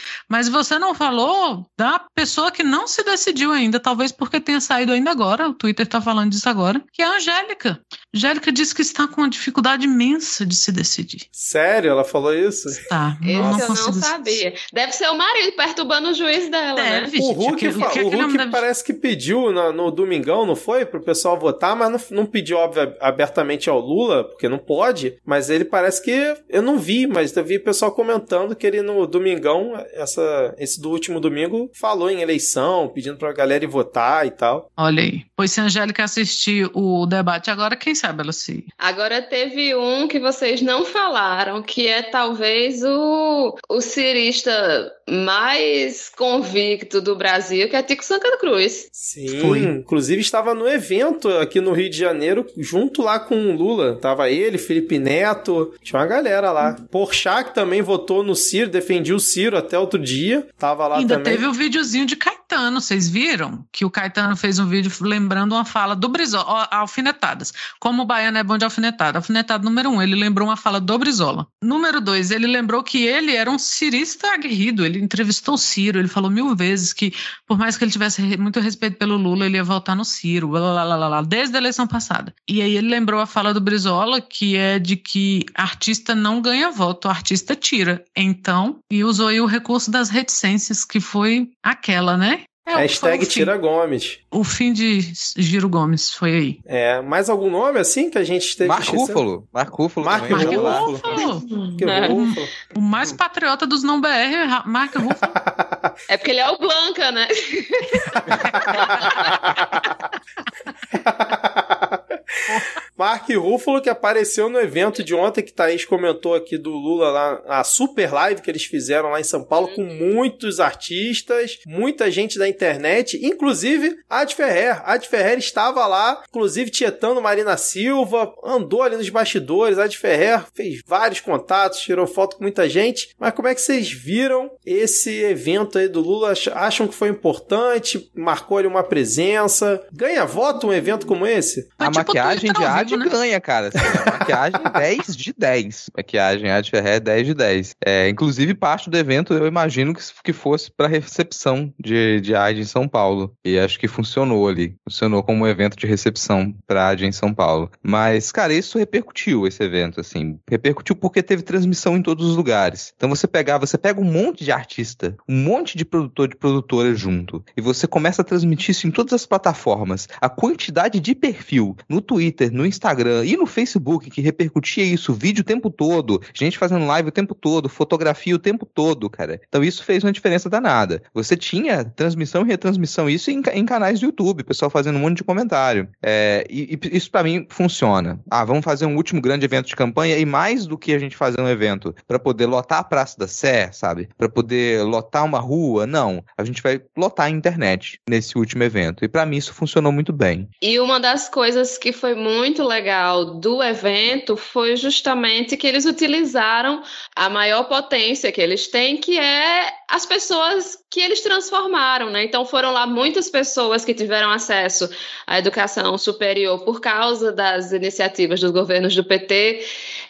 Mas você não falou da pessoa que não se decidiu ainda, talvez porque tenha saído ainda agora, o Twitter tá falando disso agora, que é a Angélica. Angélica disse que está com uma dificuldade imensa de se decidir. Sério? Ela falou isso? Tá. Esse não eu não sabia. Deve ser o marido perturbando o juiz dela, Deve, né? O Hulk, que, fa- que o Hulk deve... parece que pediu no, no Domingão, não foi? Pro pessoal votar, mas não, não pediu, óbvio, abertamente ao Lula, porque não pode, mas ele parece que... Eu não vi, mas eu vi o pessoal comentando que ele no Domingão, essa, esse do último domingo, falou em eleição, pedindo pra galera ir votar e tal. Olha aí. Pois se a Angélica assistir o debate agora, quem sabe ela se... Agora teve um que vocês não falaram, que é talvez o, o cirista mais convicto do Brasil, que é Tico Santa Cruz. Sim, Foi. Inclusive estava no evento aqui no Rio de Janeiro, junto lá com o Lula. Tava ele, Felipe Neto, tinha uma galera lá. Porchat, que também votou no Ciro, defendia o Ciro até outro dia, tava lá Ainda também. teve o videozinho de Caetano, vocês viram? Que o Caetano fez um vídeo lembrando uma fala do Brizola, ó, alfinetadas. Como o baiano é bom de alfinetada. Alfinetado número um, ele lembrou uma fala do Brizola. Número dois, ele lembrou que ele era um cirista aguerrido, ele entrevistou o Ciro, ele falou mil vezes que, por mais que ele tivesse muito respeito pelo Lula, ele ia votar no Ciro, blá, blá, blá, blá, desde a eleição passada. E aí ele lembrou a fala do Brizola, que é de que artista não ganha voto, artista tira. Então, e usou aí o recurso das reticências, que foi aquela, né? É, Hashtag foi o fim. Tira Gomes. O fim de Giro Gomes foi aí. É, mais algum nome assim que a gente esteve Marco esquecendo? Rúfalo. Marco Rúfalo Marco também. Rúfalo. lá. Rúfalo. Que É. Rúfalo. O mais patriota dos não B R é Marco Rúfalo. É porque ele é o Blanca, né? Mark Ruffalo, que apareceu no evento de ontem, que Thaís comentou aqui do Lula lá, a super live que eles fizeram lá em São Paulo, com muitos artistas, muita gente da internet, inclusive Ad Ferrer. Ad Ferrer estava lá, inclusive tietando Marina Silva, andou ali nos bastidores. Ad Ferrer fez vários contatos, tirou foto com muita gente. Mas como é que vocês viram esse evento aí do Lula? Acham que foi importante? Marcou ali uma presença? Ganha voto um evento como esse? A Tipo maquiagem Twitter de ao Ad vivo, né? ganha, cara. Assim, a maquiagem dez de dez. Maquiagem Ad Ferrer dez de dez. É, inclusive, parte do evento eu imagino que, que fosse para recepção de, de Ad em São Paulo. E acho que funcionou ali. Funcionou como um evento de recepção para Ad em São Paulo. Mas, cara, isso repercutiu, esse evento, assim. Repercutiu porque teve transmissão em todos os lugares. Então você pega, você pega um monte de artista, um monte de produtor, de produtora junto, e você começa a transmitir isso em todas as plataformas. A quantidade de perfil no Twitter, no Instagram e no Facebook que repercutia isso, vídeo o tempo todo, gente fazendo live o tempo todo, fotografia o tempo todo, cara. Então isso fez uma diferença danada. Você tinha transmissão e retransmissão, isso em, em canais do YouTube, pessoal fazendo um monte de comentário. É, e, e isso pra mim funciona. Ah, vamos fazer um último grande evento de campanha, e mais do que a gente fazer um evento pra poder lotar a Praça da Sé, sabe? Pra poder lotar uma rua, não. A gente vai lotar a internet nesse último evento. E pra mim isso funcionou muito bem. E uma das coisas que foi muito legal do evento foi justamente que eles utilizaram a maior potência que eles têm, que é as pessoas que eles transformaram, né? Então foram lá muitas pessoas que tiveram acesso à educação superior por causa das iniciativas dos governos do P T.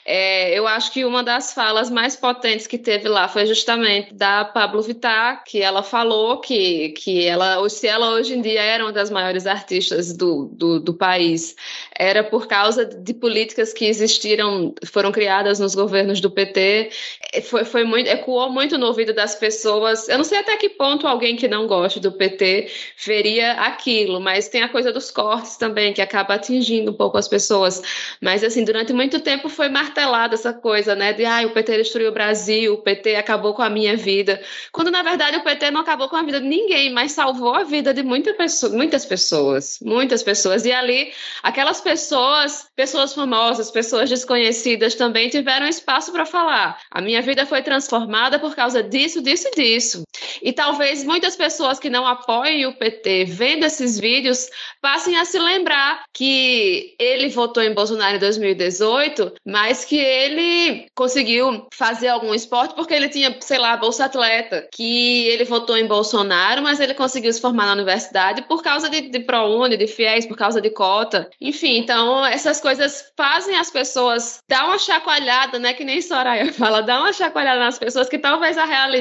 É, eu acho que uma das falas mais potentes que teve lá foi justamente da Pablo Vittar, que ela falou que, que ela, se ela hoje em dia era uma das maiores artistas do, do, do país, era por causa de políticas que existiram, foram criadas nos governos do P T. Foi, foi muito, ecoou muito no ouvido das pessoas. Eu não sei até que ponto alguém que não goste do P T veria aquilo, mas tem a coisa dos cortes também, que acaba atingindo um pouco as pessoas. Mas, assim, durante muito tempo foi martelada essa coisa, né, de, ah, o P T destruiu o Brasil, o P T acabou com a minha vida, quando, na verdade, o P T não acabou com a vida de ninguém, mas salvou a vida de muita pessoa, muitas pessoas, muitas pessoas. E ali, aquelas pessoas, pessoas famosas, pessoas desconhecidas também tiveram espaço para falar. A minha vida foi transformada por causa disso, disso e disso. E talvez muitas pessoas que não apoiem o P T, vendo esses vídeos, passem a se lembrar que ele votou em Bolsonaro em dois mil e dezoito, mas que ele conseguiu fazer algum esporte porque ele tinha, sei lá, Bolsa Atleta, que ele votou em Bolsonaro, mas ele conseguiu se formar na universidade por causa de, de ProUni, de FIES, por causa de cota. Enfim, então essas coisas fazem as pessoas dar uma chacoalhada, né, que nem Soraya fala, dar uma chacoalhada nas pessoas, que talvez a realidade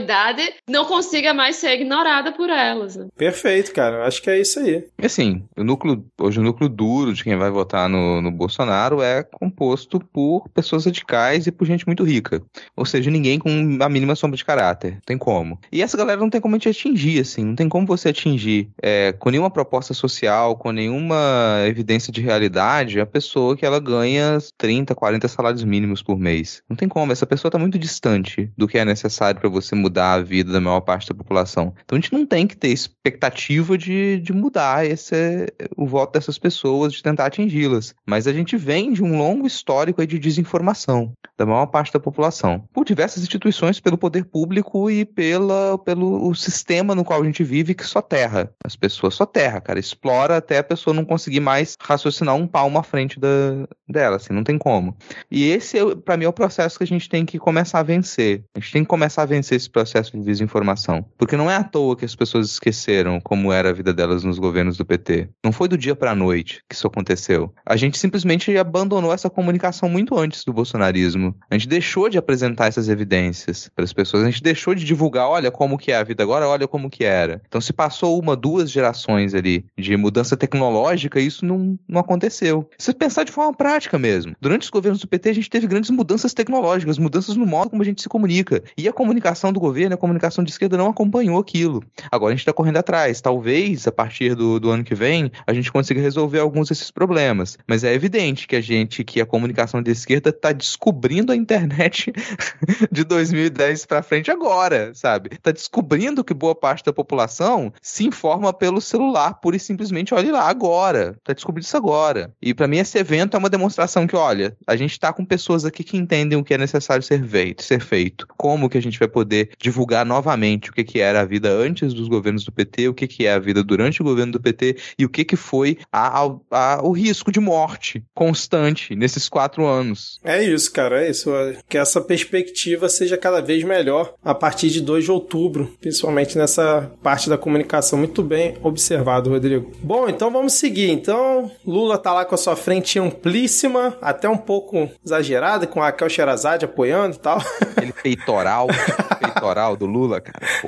não consiga mais ser ignorada por elas. Né? Perfeito, cara. Acho que é isso aí. E assim, o núcleo, hoje o núcleo duro de quem vai votar no, no Bolsonaro é composto por pessoas radicais e por gente muito rica. Ou seja, ninguém com a mínima sombra de caráter. Tem como. E essa galera não tem como te atingir, assim. Não tem como você atingir é, com nenhuma proposta social, com nenhuma evidência de realidade, a pessoa que ela ganha trinta, quarenta salários mínimos por mês. Não tem como. Essa pessoa está muito distante do que é necessário para você mudar a vida da maior parte da população. Então a gente não tem que ter expectativa de, de mudar esse, o voto dessas pessoas, de tentar atingi-las. Mas a gente vem de um longo histórico aí de desinformação da maior parte da população. Por diversas instituições, pelo poder público e pela, pelo o sistema no qual a gente vive, que soterra as pessoas. Soterra, cara. Explora até a pessoa não conseguir mais raciocinar um palmo à frente da, dela, assim. Não tem como. E esse, pra mim, é o processo que a gente tem que começar a vencer. A gente tem que começar a vencer esse processo de desinformação. Porque não é à toa que as pessoas esqueceram como era a vida delas nos governos do P T. Não foi do dia pra noite que isso aconteceu. A gente simplesmente abandonou essa comunicação muito antes do bolsonarismo. A gente deixou de apresentar essas evidências para as pessoas. A gente deixou de divulgar, olha como que é a vida agora, olha como que era. Então se passou uma, duas gerações ali de mudança tecnológica, isso não, não aconteceu. Se você pensar de forma prática mesmo. Durante os governos do P T a gente teve grandes mudanças tecnológicas, mudanças no modo como a gente se comunica. E a comunicação do governo, a comunicação de esquerda não acompanhou aquilo. Agora a gente está correndo atrás. Talvez, a partir do, do ano que vem, a gente consiga resolver alguns desses problemas. Mas é evidente que a gente, que a comunicação de esquerda está descobrindo a internet de dois mil e dez para frente agora, sabe? Está descobrindo que boa parte da população se informa pelo celular, pura e simplesmente, olha lá, agora. Está descobrindo isso agora. E para mim esse evento é uma demonstração que, olha, a gente está com pessoas aqui que entendem o que é necessário ser feito, ser feito. Como que a gente vai poder divulgar novamente o que, que era a vida antes dos governos do P T, o que, que é a vida durante o governo do P T e o que, que foi a, a, a, o risco de morte constante nesses quatro anos. É isso, cara, é isso. Que essa perspectiva seja cada vez melhor a partir de dois de outubro, principalmente nessa parte da comunicação. Muito bem observado, Rodrigo. Bom, então vamos seguir. Então, Lula tá lá com a sua frente amplíssima, até um pouco exagerada, com a Raquel Sherazade apoiando e tal. Aquele peitoral, peitoral do Lula, cara, pô.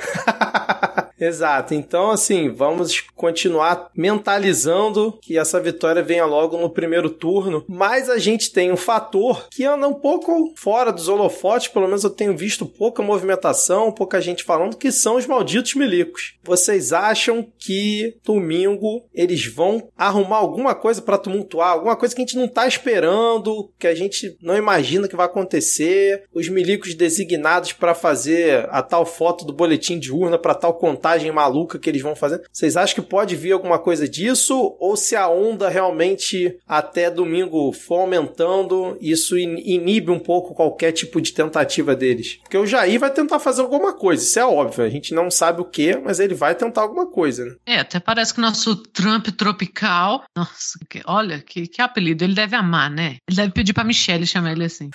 Exato, então assim, vamos continuar mentalizando que essa vitória venha logo no primeiro turno, mas a gente tem um fator que anda um pouco fora dos holofotes, pelo menos eu tenho visto pouca movimentação, pouca gente falando, que são os malditos milicos. Vocês acham que domingo eles vão arrumar alguma coisa pra tumultuar, alguma coisa que a gente não tá esperando, que a gente não imagina que vai acontecer, os milicos designados pra fazer a tal foto do boletim de urna, pra tal contagem maluca que eles vão fazer. Vocês acham que pode vir alguma coisa disso? Ou se a onda realmente até domingo for aumentando, isso inibe um pouco qualquer tipo de tentativa deles? Porque o Jair vai tentar fazer alguma coisa, isso é óbvio. A gente não sabe o que, mas ele vai tentar alguma coisa, né? É, até parece que o nosso Trump tropical, nossa, que, olha, que, que apelido, ele deve amar, né? Ele deve pedir pra Michelle chamar ele assim.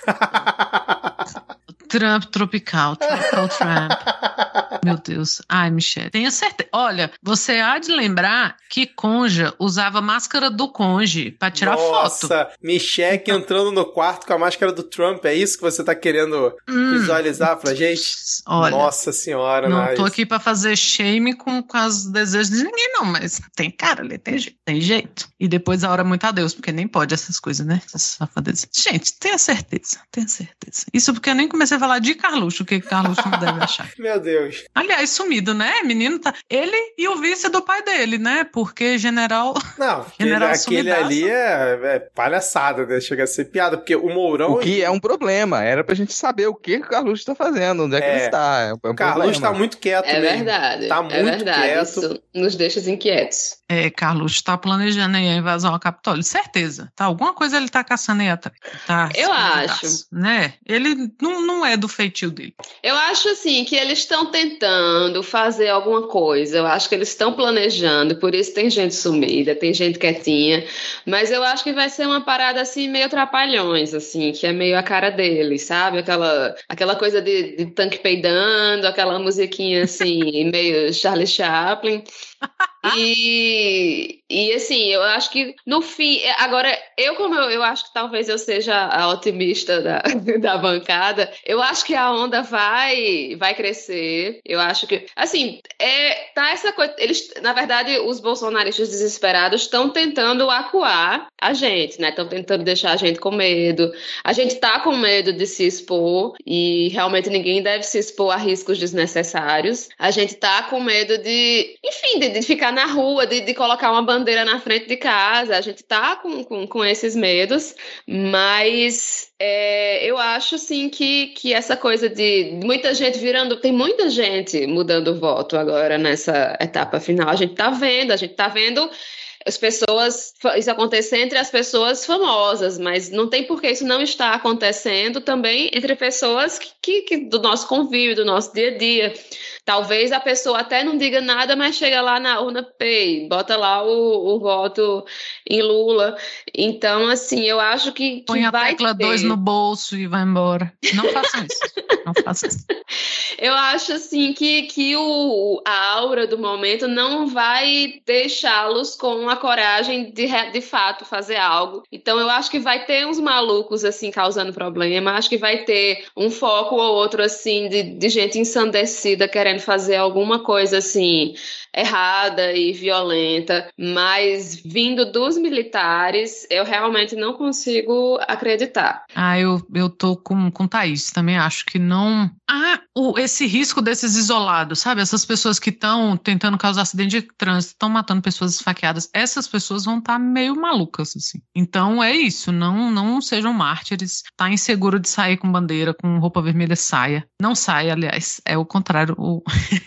Trump tropical, tropical Trump. Meu Deus. Ai, Michelle. Tenha certeza. Olha, você há de lembrar que Conja usava máscara do Conge pra tirar Nossa, foto. Nossa, Michelle entrando no quarto com a máscara do Trump. É isso que você tá querendo hum, visualizar pra gente? Olha, Nossa senhora, não Nais. tô aqui pra fazer shame com, com os desejos de ninguém, não, mas tem cara ali, tem, tem jeito. E depois a hora muito a Deus, porque nem pode essas coisas, né? Essas safadezas. Gente, tenha certeza, tenha certeza. Isso porque eu nem comecei a falar de Carluxo, o que Carluxo não deve achar. Meu Deus. Aliás, sumido, né? Menino tá... Ele e o vice do pai dele, né? Porque general... Não, general aquele, aquele ali é, é palhaçada, né? Chega a ser piada, porque o Mourão... O que é um problema. Era pra gente saber o que o Carluxo tá fazendo, onde é, é que ele está. É um o Carluxo tá muito quieto É mesmo. verdade. Tá muito é verdade. quieto. Isso nos deixa inquietos. É, Carluxo tá planejando aí a invasão ao Capitólio. Certeza. Tá, alguma coisa ele tá caçando aí atrás. Tá, eu acho. Né? Ele não, não é do feitio dele. Eu acho, assim, que eles estão tentando fazer alguma coisa. Eu acho que eles estão planejando, por isso tem gente sumida, tem gente quietinha. Mas eu acho que vai ser uma parada, assim, meio trapalhões, assim, que é meio a cara deles, sabe? Aquela, aquela coisa de, de tanque peidando, aquela musiquinha, assim, meio Charlie Chaplin. E, e assim, eu acho que no fim, agora, eu como eu, eu acho que talvez eu seja a otimista da, da bancada, eu acho que a onda vai, vai crescer. Eu acho que, assim, é, tá essa coisa, eles, na verdade, os bolsonaristas desesperados estão tentando acuar a gente, né? Estão tentando deixar a gente com medo. A gente tá com medo de se expor e realmente ninguém deve se expor a riscos desnecessários. A gente tá com medo de, enfim, de, de ficar na rua, de, de colocar uma bandeira na frente de casa. A gente tá com, com, com esses medos, mas é, eu acho, sim, que, que essa coisa de muita gente virando... Tem muita gente mudando o voto agora nessa etapa final. A gente tá vendo, a gente tá vendo... as pessoas, isso acontecer entre as pessoas famosas, mas não tem por que isso não estar acontecendo também entre pessoas que, que, que do nosso convívio, do nosso dia a dia. Talvez a pessoa até não diga nada, mas chega lá na urna, pay, bota lá o, o voto em Lula. Então, assim, eu acho que, que põe a vai tecla dois no bolso e vai embora. Não façam isso. Não façam isso. Eu acho, assim, que, que o, a aura do momento não vai deixá-los com a coragem de, de fato fazer algo. Então, eu acho que vai ter uns malucos, assim, causando problema. Acho que vai ter um foco ou outro, assim, de, de gente ensandecida querendo fazer alguma coisa, assim, errada e violenta. Mas, vindo dos militares, eu realmente não consigo acreditar. Ah, eu, eu tô com, com Thaís. Também acho que não... Ah, o, esse risco desses isolados, sabe? Essas pessoas que estão tentando causar acidente de trânsito, estão matando pessoas esfaqueadas. Essas pessoas vão estar tá meio malucas, assim. Então é isso, não, não sejam mártires. Tá inseguro de sair com bandeira, com roupa vermelha, saia. Não saia, aliás, é o contrário, o,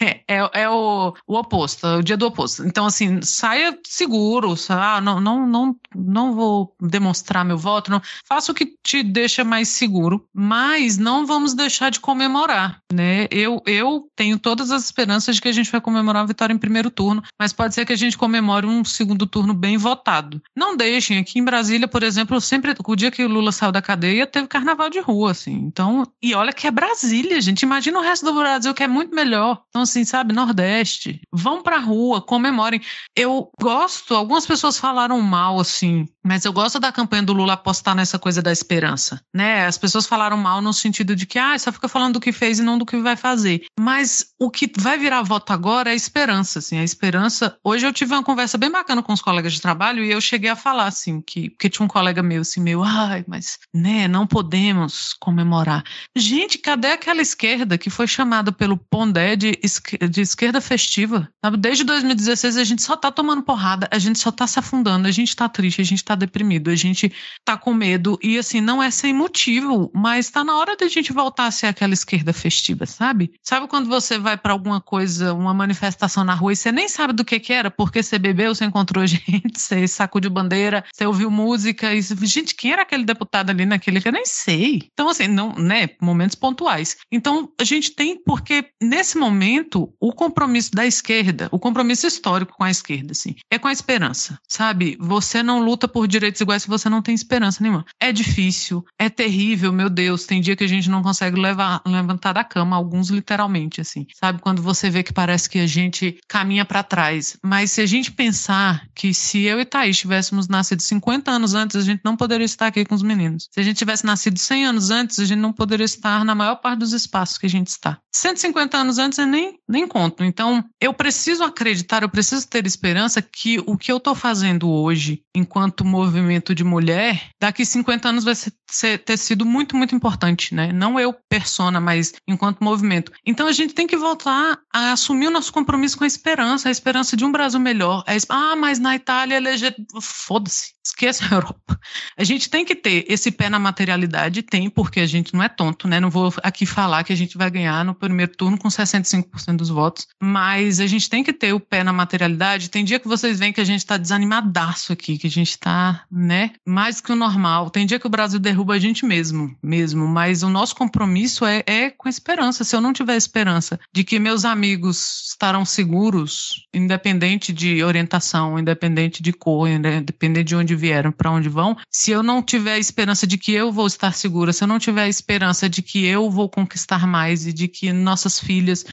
é, é o, o oposto, é o dia do oposto. Então, assim, saia seguro, ah, não, não, não, não vou demonstrar meu voto, não. Faça o que te deixa mais seguro, mas não vamos deixar de comemorar, né? Eu, eu tenho todas as esperanças de que a gente vai comemorar a vitória em primeiro turno, mas pode ser que a gente comemore um segundo turno bem votado. Não deixem, aqui em Brasília, por exemplo, sempre, o dia que o Lula saiu da cadeia, teve carnaval de rua, assim. Então, e olha que é Brasília, gente. Imagina o resto do Brasil, que é muito melhor. Então, assim, sabe, Nordeste. Vão pra rua, comemorem. Eu gosto, algumas pessoas falaram mal, assim, mas eu gosto da campanha do Lula apostar nessa coisa da esperança, né? As pessoas falaram mal no sentido de que, ah, só fica falando do que fez e não do que vai fazer. Mas o que vai virar voto agora é a esperança, assim, a esperança. Hoje eu tive uma conversa bem bacana com os colegas de trabalho e eu cheguei a falar, assim, que, que tinha um colega meu, assim, meio, ai, mas, né, não podemos comemorar. Gente, cadê aquela esquerda que foi chamada pelo Pondé de, de esquerda festiva? Sabe? Desde dois mil e dezesseis a gente só tá tomando porrada, a gente só tá se afundando, a gente tá triste, a gente tá deprimido, a gente tá com medo e, assim, não é sem motivo, mas tá na hora da gente voltar a ser aquela esquerda festiva, sabe? Sabe quando você vai pra alguma coisa, uma manifestação na rua e você nem sabe do que que era, porque você bebeu, você encontrou gente, você sacudiu bandeira, você ouviu música e gente, quem era aquele deputado ali naquele que eu nem sei. Então, assim, não, né, momentos pontuais. Então, a gente tem, porque nesse momento, o compromisso da esquerda, o compromisso histórico com a esquerda, assim, é com a esperança, sabe? Você não luta por direitos iguais se você não tem esperança nenhuma. É difícil, é terrível, meu Deus, tem dia que a gente não consegue levar, levantar da cama, alguns literalmente, assim, sabe? Quando você vê que parece que a gente caminha pra trás. Mas se a gente pensar que se eu e Thaís tivéssemos nascido cinquenta anos antes, a gente não poderia estar aqui com os meninos. Se a gente tivesse nascido cem anos antes, a gente não poderia estar na maior parte dos espaços que a gente está. cento e cinquenta anos antes eu nem, nem conto. Então, eu preciso acreditar, eu preciso ter esperança que o que eu estou fazendo hoje, enquanto movimento de mulher, daqui cinquenta anos vai ser, ser, ter sido muito, muito importante, né? Não eu, persona, mas enquanto movimento. Então, a gente tem que voltar a assumir o nosso compromisso com a esperança, a esperança de um Brasil melhor. A, ah, mas na Itália eleger... Foda-se. Esqueça a Europa. A gente tem que ter esse pé na materialidade, tem, porque a gente não é tonto, né? Não vou aqui falar que a gente vai ganhar no primeiro turno com sessenta e cinco por cento dos votos, mas a gente tem que ter o pé na materialidade. Tem dia que vocês veem que a gente tá desanimadaço aqui, que a gente tá, né, mais que o normal. Tem dia que o Brasil derruba a gente mesmo, mesmo, mas o nosso compromisso é, é com a esperança. Se eu não tiver esperança de que meus amigos estarão seguros, independente de orientação, independente de cor, independente de onde vieram, para onde vão, se eu não tiver esperança de que eu vou estar segura, se eu não tiver esperança de que eu vou conquistar mais e de que nossas filhas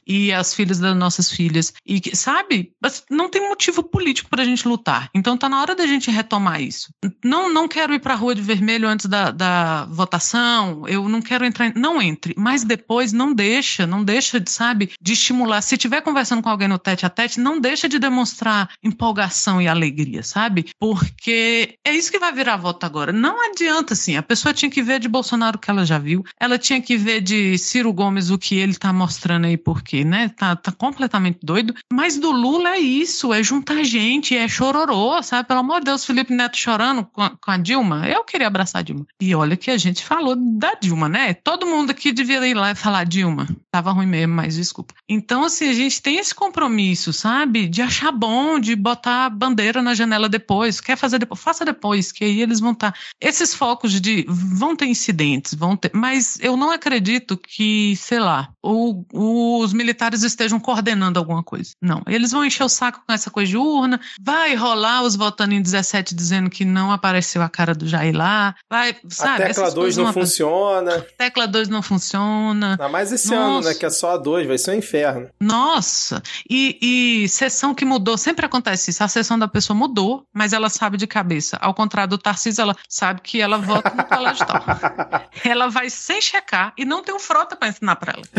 e as filhas das nossas filhas. E, sabe, não tem motivo político pra gente lutar. Então tá na hora da gente retomar isso. Não, não quero ir pra rua de vermelho antes da, da votação, eu não quero entrar... Em, não entre, mas depois não deixa, não deixa, de, sabe, de estimular. Se estiver conversando com alguém no tete a tete, não deixa de demonstrar empolgação e alegria, sabe? Porque é isso que vai virar voto agora. Não adianta, assim, a pessoa tinha que ver de Bolsonaro o que ela já viu, ela tinha que ver de Ciro Gomes o que ele tá mostrando aí, porque, né, tá, tá completamente doido, mas do Lula é isso, é juntar gente, é chororô, sabe? Pelo amor de Deus, Felipe Neto chorando com a, com a Dilma, eu queria abraçar a Dilma. E olha que a gente falou da Dilma, né? Todo mundo aqui devia ir lá e falar Dilma. Tava ruim mesmo, mas desculpa. Então, assim, a gente tem esse compromisso, sabe? De achar bom, de botar bandeira na janela depois. Quer fazer depois? Faça depois, que aí eles vão estar... Esses focos de... Vão ter incidentes, vão ter... Mas eu não acredito que, sei lá, o, os militares estejam coordenando alguma coisa. Não. Eles vão encher o saco com essa coisa de urna, vai rolar os votando em dezessete dizendo que não apareceu a cara do Jair lá, vai, sabe? A tecla dois não funciona. A tecla dois não funciona. Ainda mais esse Nossa. ano, né? Que é só a dois, vai ser um inferno. Nossa! E, e sessão que mudou, sempre acontece isso. A sessão da pessoa mudou, mas ela sabe de cabeça. Ao contrário do Tarcísio, ela sabe que ela vota no colégio tal. Ela vai sem checar e não tem um frota pra ensinar pra ela.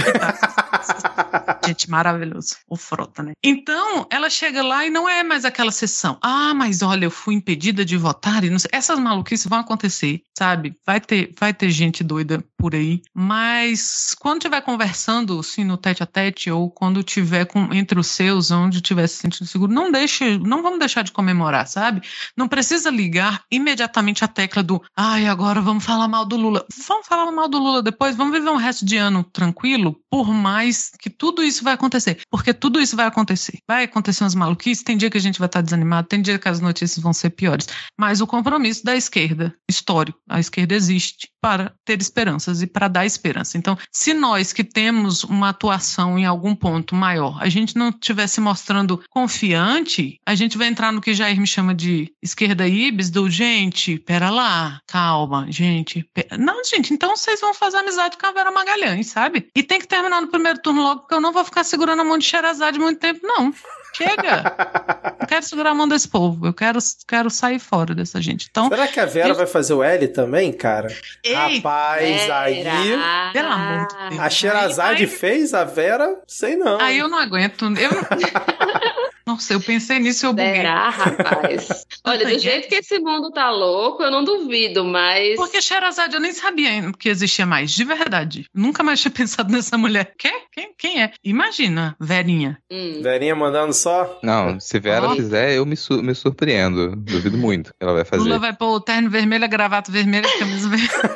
Gente, maravilhoso. O frota, né? Então, ela chega lá e não é mais aquela sessão. Ah, mas olha, eu fui impedida de votar e não sei. Essas maluquices vão acontecer, sabe? Vai ter, vai ter gente doida por aí, mas quando estiver conversando, assim, no tete a tete ou quando tiver com, entre os seus, onde estiver se sentindo seguro, não deixe, não vamos deixar de comemorar, sabe? Não precisa ligar imediatamente a tecla do ai, agora vamos falar mal do Lula. Vamos falar mal do Lula depois, vamos viver um resto de ano tranquilo, por mais que tudo isso vai acontecer, porque tudo isso vai acontecer. Vai acontecer umas maluquices, tem dia que a gente vai estar desanimado, tem dia que as notícias vão ser piores, mas o compromisso da esquerda, histórico, a esquerda existe para ter esperanças e para dar esperança. Então, se nós que temos uma atuação em algum ponto maior, a gente não estiver se mostrando confiante, a gente vai entrar no que Jair me chama de esquerda ibis, do gente, pera lá, calma, gente. Pera... Não, gente, então vocês vão fazer amizade com a Vera Magalhães, sabe? E tem que terminar no primeiro turno logo, porque eu não vou ficar segurando a mão de Sherazade muito tempo, não. Chega! Não quero segurar a mão desse povo. Eu quero, quero sair fora dessa gente. Então, será que a Vera eu... vai fazer o L também, cara? Ei, Rapaz, Vera. aí... Pelo amor de Deus. A Sherazade fez a Vera? Sei não. Aí eu não aguento. Eu não... Nossa, eu pensei nisso e eu buguei. Será, rapaz? Olha, do jeito que esse mundo tá louco, eu não duvido, mas... Porque Sherazade eu nem sabia que existia mais, de verdade. Nunca mais tinha pensado nessa mulher. Quem? Quem, quem é? Imagina, Verinha. Hum. Verinha mandando só? Não, se Vera Oh. fizer, eu me, su- me surpreendo. Duvido muito que ela vai fazer. Lula vai pôr o terno vermelho, a gravata vermelha, a camisa vermelha.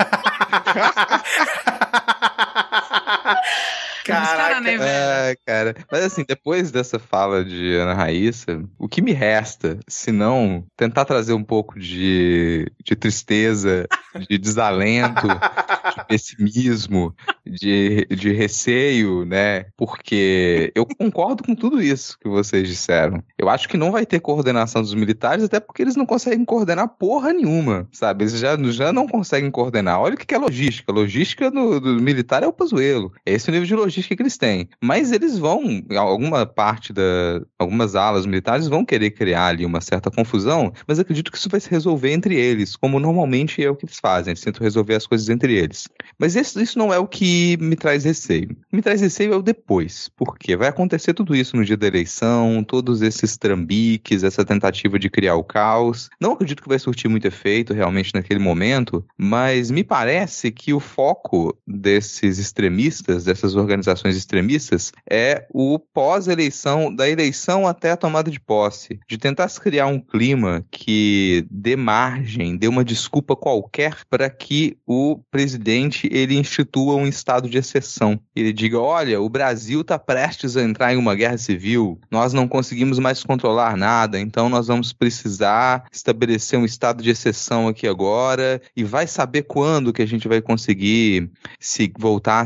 Caraca. né, velho? É, cara. Mas assim, depois dessa fala de Ana Raíssa, o que me resta, se não tentar trazer um pouco de, de tristeza, de desalento, de pessimismo, de, de receio, né? Porque eu concordo com tudo isso que vocês disseram. Eu acho que não vai ter coordenação dos militares, até porque eles não conseguem coordenar porra nenhuma, sabe? Eles já, já não conseguem coordenar. Olha o que é logística. Logística do, do militar é o Pazuello. É esse o nível de logística que eles têm. Mas eles vão, alguma parte da, algumas alas militares vão querer criar ali uma certa confusão, mas acredito que isso vai se resolver entre eles, como normalmente é o que eles fazem, eles tentam resolver as coisas entre eles. Mas isso, isso não é o que me traz receio. O que me traz receio é o depois, porque vai acontecer tudo isso no dia da eleição, todos esses trambiques, essa tentativa de criar o caos. Não acredito que vai surtir muito efeito realmente naquele momento, mas me parece que o foco desses extremistas, dessas organizações extremistas, é o pós-eleição, da eleição até a tomada de posse, de tentar se criar um clima que dê margem, dê uma desculpa qualquer para que o presidente ele institua um estado de exceção. Ele diga, olha, o Brasil está prestes a entrar em uma guerra civil, nós não conseguimos mais controlar nada, então nós vamos precisar estabelecer um estado de exceção aqui agora e vai saber quando que a gente vai conseguir se voltar a seguir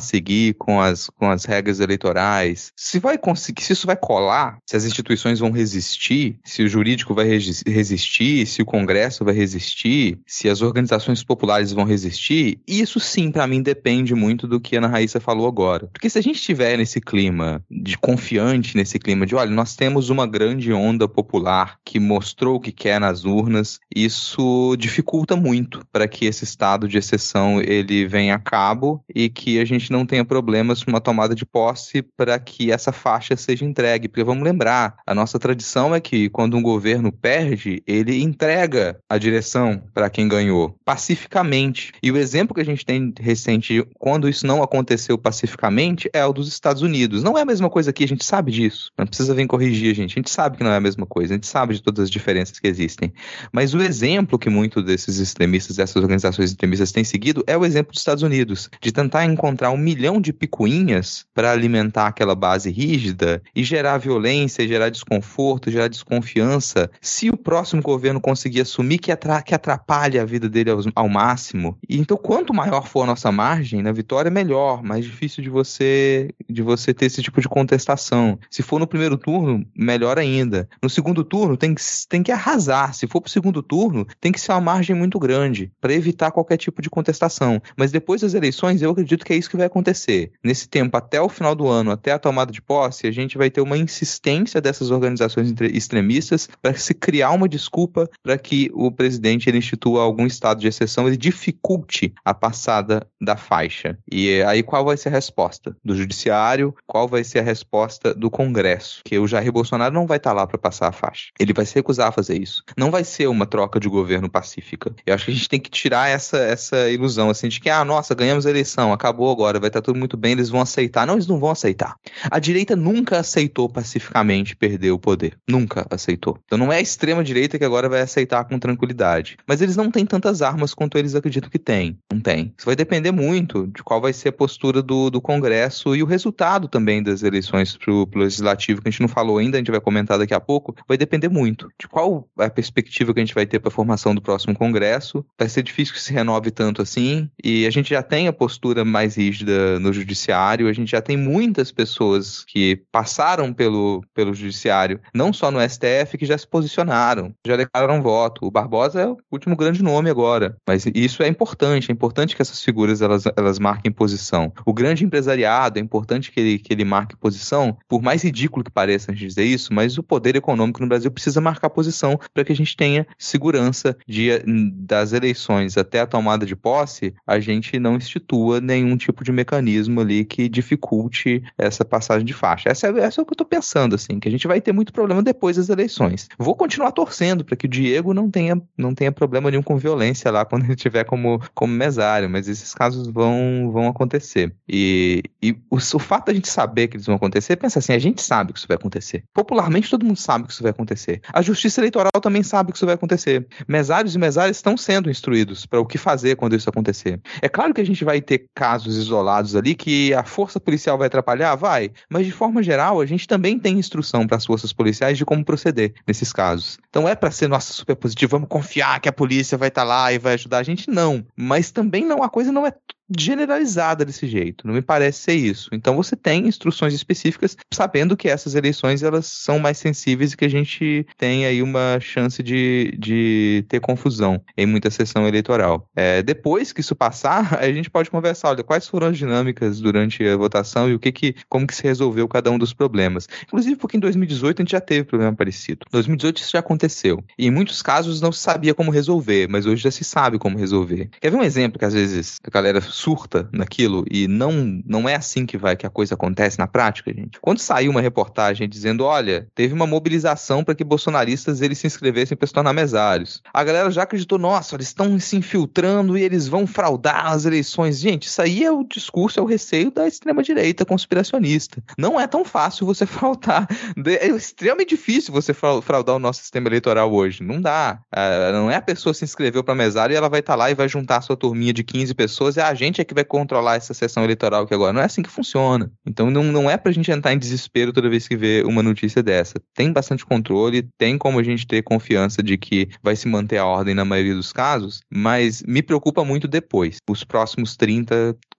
cumprir com as, com as regras eleitorais, se vai conseguir, se isso vai colar, se as instituições vão resistir, se o jurídico vai resistir, se o Congresso vai resistir, se as organizações populares vão resistir, isso sim, pra mim, depende muito do que a Ana Raíssa falou agora. Porque se a gente estiver nesse clima de confiante, nesse clima de, olha, nós temos uma grande onda popular que mostrou o que quer nas urnas, isso dificulta muito para que esse estado de exceção ele venha a cabo e que a gente não tenha problemas com uma tomada de posse para que essa faixa seja entregue. Porque vamos lembrar, a nossa tradição é que quando um governo perde, ele entrega a direção para quem ganhou, pacificamente. E o exemplo que a gente tem recente, quando isso não aconteceu pacificamente, é o dos Estados Unidos. Não é a mesma coisa aqui, a gente sabe disso. Não precisa vir corrigir a gente. A gente sabe que não é a mesma coisa, a gente sabe de todas as diferenças que existem. Mas o exemplo que muitos desses extremistas, dessas organizações extremistas têm seguido é o exemplo dos Estados Unidos, de tentar encontrar um milhão de picuinhas para alimentar aquela base rígida e gerar violência, gerar desconforto, gerar desconfiança, se o próximo governo conseguir assumir que, atra- que atrapalha a vida dele ao, ao máximo. E então, quanto maior for a nossa margem na vitória, melhor, mais difícil de você, de você ter esse tipo de contestação. Se for no primeiro turno, melhor ainda. No segundo turno, tem que, tem que arrasar. Se for pro segundo turno, tem que ser uma margem muito grande para evitar qualquer tipo de contestação. Mas depois das eleições, eu acredito que é isso que vai acontecer. Nesse tempo, até o final do ano, até a tomada de posse, a gente vai ter uma insistência dessas organizações extremistas para se criar uma desculpa para que o presidente ele institua algum estado de exceção, ele dificulte a passada da faixa. E aí qual vai ser a resposta do judiciário? Qual vai ser a resposta do Congresso? Que o Jair Bolsonaro não vai estar lá para passar a faixa. Ele vai se recusar a fazer isso. Não vai ser uma troca de governo pacífica. Eu acho que a gente tem que tirar essa, essa ilusão, assim, de que, ah, nossa, ganhamos a eleição, acabou agora, vai estar tudo muito bem, eles vão aceitar. Não, eles não vão aceitar. A direita nunca aceitou pacificamente perder o poder. Nunca aceitou. Então não é a extrema-direita que agora vai aceitar com tranquilidade. Mas eles não têm tantas armas quanto eles acreditam que têm. Não tem. Isso vai depender muito de qual vai ser a postura do, do Congresso e o resultado também das eleições pro, pro Legislativo, que a gente não falou ainda, a gente vai comentar daqui a pouco, vai depender muito de qual é a perspectiva que a gente vai ter para a formação do próximo Congresso. Vai ser difícil que se renove tanto assim, e a gente já tem a postura mais rígida no Judiciário, a gente já tem muitas pessoas que passaram pelo, pelo Judiciário, não só no S T F, que já se posicionaram, já declararam voto. O Barbosa é o último grande nome agora, mas isso é importante, é importante que essas figuras elas, elas marquem posição. O grande empresariado, é importante que ele, que ele marque posição, por mais ridículo que pareça a gente dizer isso, mas o poder econômico no Brasil precisa marcar posição para que a gente tenha segurança de, das eleições até a tomada de posse, a gente não institua nenhum tipo de mecanismo ali que dificulte essa passagem de faixa. Essa é, essa é o que eu tô pensando, assim, que a gente vai ter muito problema depois das eleições. Vou continuar torcendo para que o Diego não tenha, não tenha problema nenhum com violência lá quando ele estiver como, como mesário, mas esses casos vão, vão acontecer. E, e o, o fato da gente saber que eles vão acontecer, pensa assim, a gente sabe que isso vai acontecer. Popularmente todo mundo sabe que isso vai acontecer. A Justiça Eleitoral também sabe que isso vai acontecer. Mesários e mesárias estão sendo instruídos para o que fazer quando isso acontecer. É claro que a gente vai ter casos isolados ali que a força policial vai atrapalhar? Vai. Mas de forma geral, a gente também tem instrução para as forças policiais de como proceder nesses casos. Então é para ser, nossa, super positivo, vamos confiar que a polícia vai estar lá e vai ajudar a gente? Não. Mas também não, a coisa não é generalizada desse jeito, não me parece ser isso. Então você tem instruções específicas, sabendo que essas eleições elas são mais sensíveis e que a gente tem aí uma chance de, de ter confusão em muita sessão eleitoral. É, depois que isso passar, a gente pode conversar, olha, quais foram as dinâmicas durante a votação e o que que, como que se resolveu cada um dos problemas. Inclusive porque em dois mil e dezoito a gente já teve problema parecido. Em dois mil e dezoito isso já aconteceu. E em muitos casos não se sabia como resolver, mas hoje já se sabe como resolver. Quer ver um exemplo que às vezes a galera surta naquilo e não, não é assim que vai que a coisa acontece na prática, gente. Quando saiu uma reportagem dizendo, olha, teve uma mobilização para que bolsonaristas eles se inscrevessem para se tornar mesários. A galera já acreditou, nossa, eles estão se infiltrando e eles vão fraudar as eleições. Gente, isso aí é o discurso, é o receio da extrema-direita conspiracionista. Não é tão fácil você fraudar. É extremamente difícil você fraudar o nosso sistema eleitoral hoje. Não dá. Não é a pessoa se inscreveu para mesário e ela vai estar lá e vai juntar a sua turminha de quinze pessoas e a gente é que vai controlar essa sessão eleitoral aqui agora. Não é assim que funciona. Então não, não é pra gente entrar em desespero toda vez que vê uma notícia dessa. Tem bastante controle, tem como a gente ter confiança de que vai se manter a ordem na maioria dos casos, mas me preocupa muito depois. Os próximos trinta,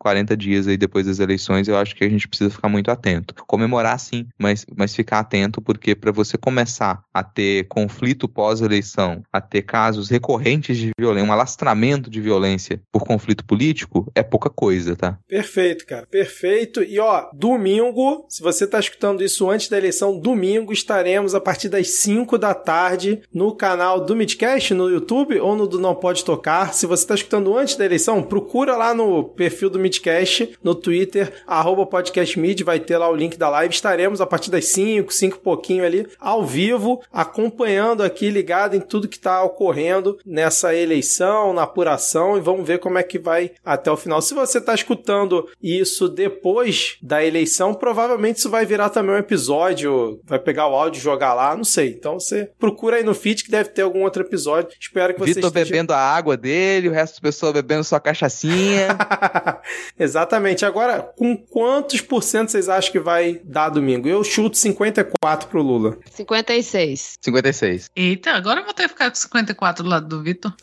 quarenta dias aí depois das eleições, eu acho que a gente precisa ficar muito atento. Comemorar sim, mas, mas ficar atento, porque para você começar a ter conflito pós-eleição, a ter casos recorrentes de violência, um alastramento de violência por conflito político, é pouca coisa, tá? Perfeito, cara, perfeito. E ó, domingo, se você tá escutando isso antes da eleição, domingo estaremos a partir das cinco da tarde no canal do Midcast, no YouTube ou no do Não Pode Tocar. Se você tá escutando antes da eleição, procura lá no perfil do Midcast, no Twitter, arroba podcastmid, vai ter lá o link da live. Estaremos a partir das cinco, cinco e pouquinho ali, ao vivo, acompanhando aqui, ligado em tudo que tá ocorrendo nessa eleição, na apuração, e vamos ver como é que vai até o final. Se você tá escutando isso depois da eleição, provavelmente isso vai virar também um episódio, vai pegar o áudio e jogar lá, não sei. Então você procura aí no feed que deve ter algum outro episódio. Espero que você Vitor esteja... bebendo a água dele, o resto das pessoas bebendo sua cachaçinha. Exatamente. Agora, com quantos por cento vocês acham que vai dar domingo? Eu chuto cinquenta e quatro pro Lula. cinquenta e seis. cinquenta e seis. Eita, agora eu vou ter que ficar com cinquenta e quatro do lado do Vitor.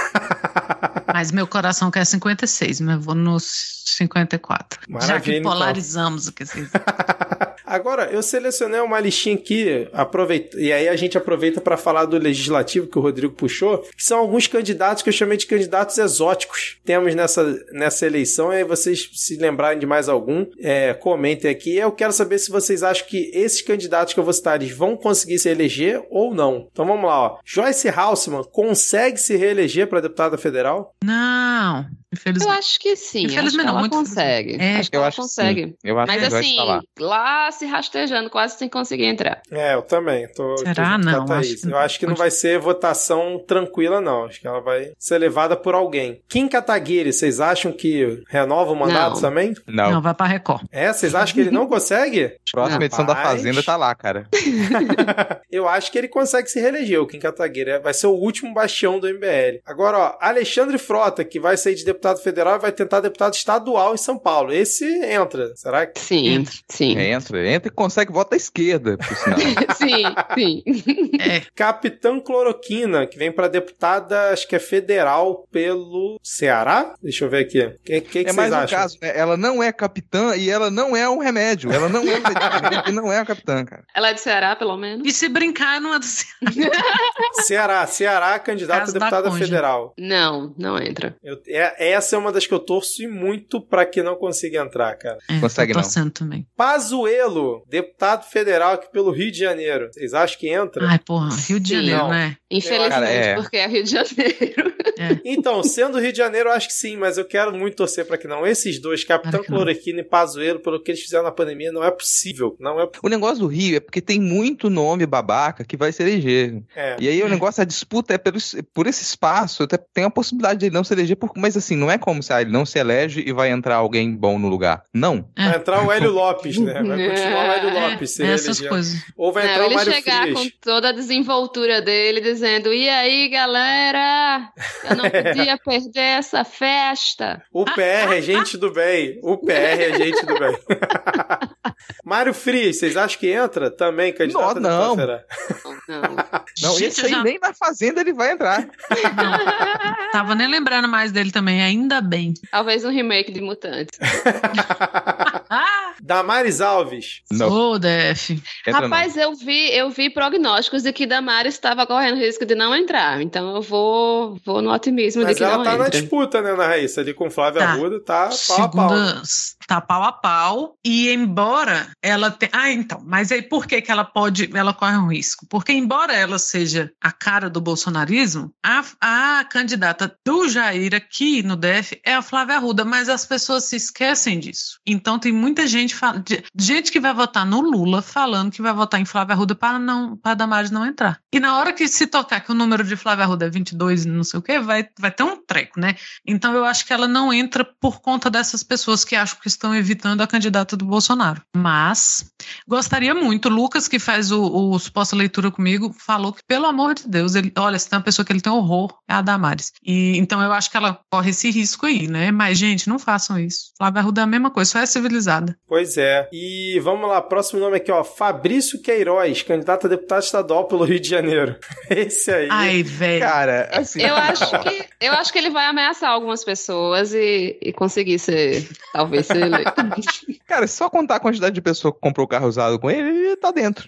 Mas meu coração quer cinquenta e seis, mas eu vou nos cinquenta e quatro. Maravilha, já que polarizamos então. o que vocês... Agora, eu selecionei uma listinha aqui, aproveita, e aí a gente aproveita para falar do legislativo que o Rodrigo puxou, que são alguns candidatos que eu chamei de candidatos exóticos. Temos nessa, nessa eleição, e aí vocês se lembrarem de mais algum, é, comentem aqui. Eu quero saber se vocês acham que esses candidatos que eu vou citar, eles vão conseguir se eleger ou não. Então vamos lá, ó. Joyce Haussmann consegue se reeleger para deputada federal? Não, infelizmente. Eu acho que sim, Infelizmente acho que não, ela muito consegue. É, acho que eu ela acho consegue. Sim. Eu acho Mas que assim, tá lá. lá se rastejando, quase sem conseguir entrar. É, eu também. Tô, Será? tô junto com a Não, Thaís. acho que eu acho que não vai ser votação tranquila, não. Acho que ela vai ser levada por alguém. Kim Kataguiri, vocês acham que renova o mandato Não. também? Não. Não, vai pra Record. É, vocês acham que ele não consegue? Próxima Não. edição da Rapaz. Fazenda tá lá, cara. Eu acho que ele consegue se reeleger, o Kim Kataguiri. Vai ser o último bastião do M B L. Agora, ó, Alexandre Frota, que vai sair de deputado federal e vai tentar deputado estadual em São Paulo. Esse entra, será que... Sim, Entra. sim. Entra, entra e consegue voto à esquerda, por sinal. Sim, sim. É, Capitã Cloroquina, que vem pra deputada, acho que é federal pelo Ceará? Deixa eu ver aqui. O que, que, que É vocês mais um acham? caso, né? Ela não é capitã e ela não é um remédio. Ela não é um medicamento e não é a capitã, cara. Ela é de Ceará, pelo menos? e se brincar, não é do Ceará, Ceará, candidata a Caso da deputada Conja. federal. Não, não entra. Eu, é, essa é uma das que eu torço e muito pra que não consiga entrar, cara. É, Consegue tô não. torcendo também. Pazuello, deputado federal aqui pelo Rio de Janeiro. Vocês acham que entra? Ai, porra, Rio de Sim. Janeiro, Não. né? Infelizmente, Cara, é. porque é Rio de Janeiro. É. Então, sendo Rio de Janeiro, eu acho que sim, mas eu quero muito torcer pra que não. Esses dois, Capitão Claro que não. Cloroquina e Pazuello, pelo que eles fizeram na pandemia, não é possível. Não é. O negócio do Rio é porque tem muito nome babaca que vai se eleger. é. E aí o É. negócio, a disputa é pelo, por esse espaço, até tem a possibilidade de ele não se eleger, por, mas assim, não é como se ah, ele não se elege e vai entrar alguém bom no lugar. Não. Vai entrar o Hélio Lopes, né? Vai É. continuar o Hélio É, Lopes. se essas eleger. coisas. Ou vai entrar Não, o ele Mário chegar Frias. com toda a desenvoltura dele, dizendo: e aí, galera? Eu não podia perder essa festa. O P R é gente do bem. O P R é gente do bem. Mário Frias, vocês acham que entra também, candidato Não, a não. deputado Não. Não, Gente, esse eu aí já- nem na Fazenda ele vai entrar. Não, tava nem lembrando mais dele também, ainda bem. Talvez um remake de Mutantes. Ah, Damares Alves. Não. ô, Def. Entra Rapaz, eu vi, eu vi prognósticos de que Damares estava correndo risco de não entrar. Então eu vou, vou no otimismo Mas de que ela não tá na entra. disputa, né, na Raíssa? Ali com Flávia Tá. Arruda, tá pau a pau. né? Segunda, tá pau a pau. E embora ela tenha. Ah, então. Mas aí por que, que ela pode. Ela corre um risco? Porque, embora ela seja a cara do bolsonarismo, a, a candidata do Jair aqui no D F é a Flávia Arruda, mas as pessoas se esquecem disso. Então tem muita gente, fal- de- gente que vai votar no Lula falando que vai votar em Flávia Arruda para não, para Damares não entrar. E na hora que se tocar que o número de Flávia Arruda é vinte e dois e não sei o quê, vai, vai ter um treco, né? Então eu acho que ela não entra por conta dessas pessoas que acham que estão evitando a candidata do Bolsonaro. Mas gostaria muito. O Lucas, que faz o, o suposta leitura comigo, falou que, pelo amor de Deus, ele, olha, se tem uma pessoa que ele tem horror, é a Damares. E, então eu acho que ela corre esse risco aí, né? Mas, gente, não façam isso. Flávia Arruda é a mesma coisa, só é civilizada. Pois é. E vamos lá, próximo nome aqui, ó. Fabrício Queiroz, candidato a deputado estadual pelo Rio de Janeiro. Esse aí. Ai, velho. Cara, assim... Eu acho que, eu acho que ele vai ameaçar algumas pessoas e, e conseguir ser, talvez, ser eleito. Cara, só contar a quantidade de pessoa que comprou o carro usado com ele, ele tá dentro.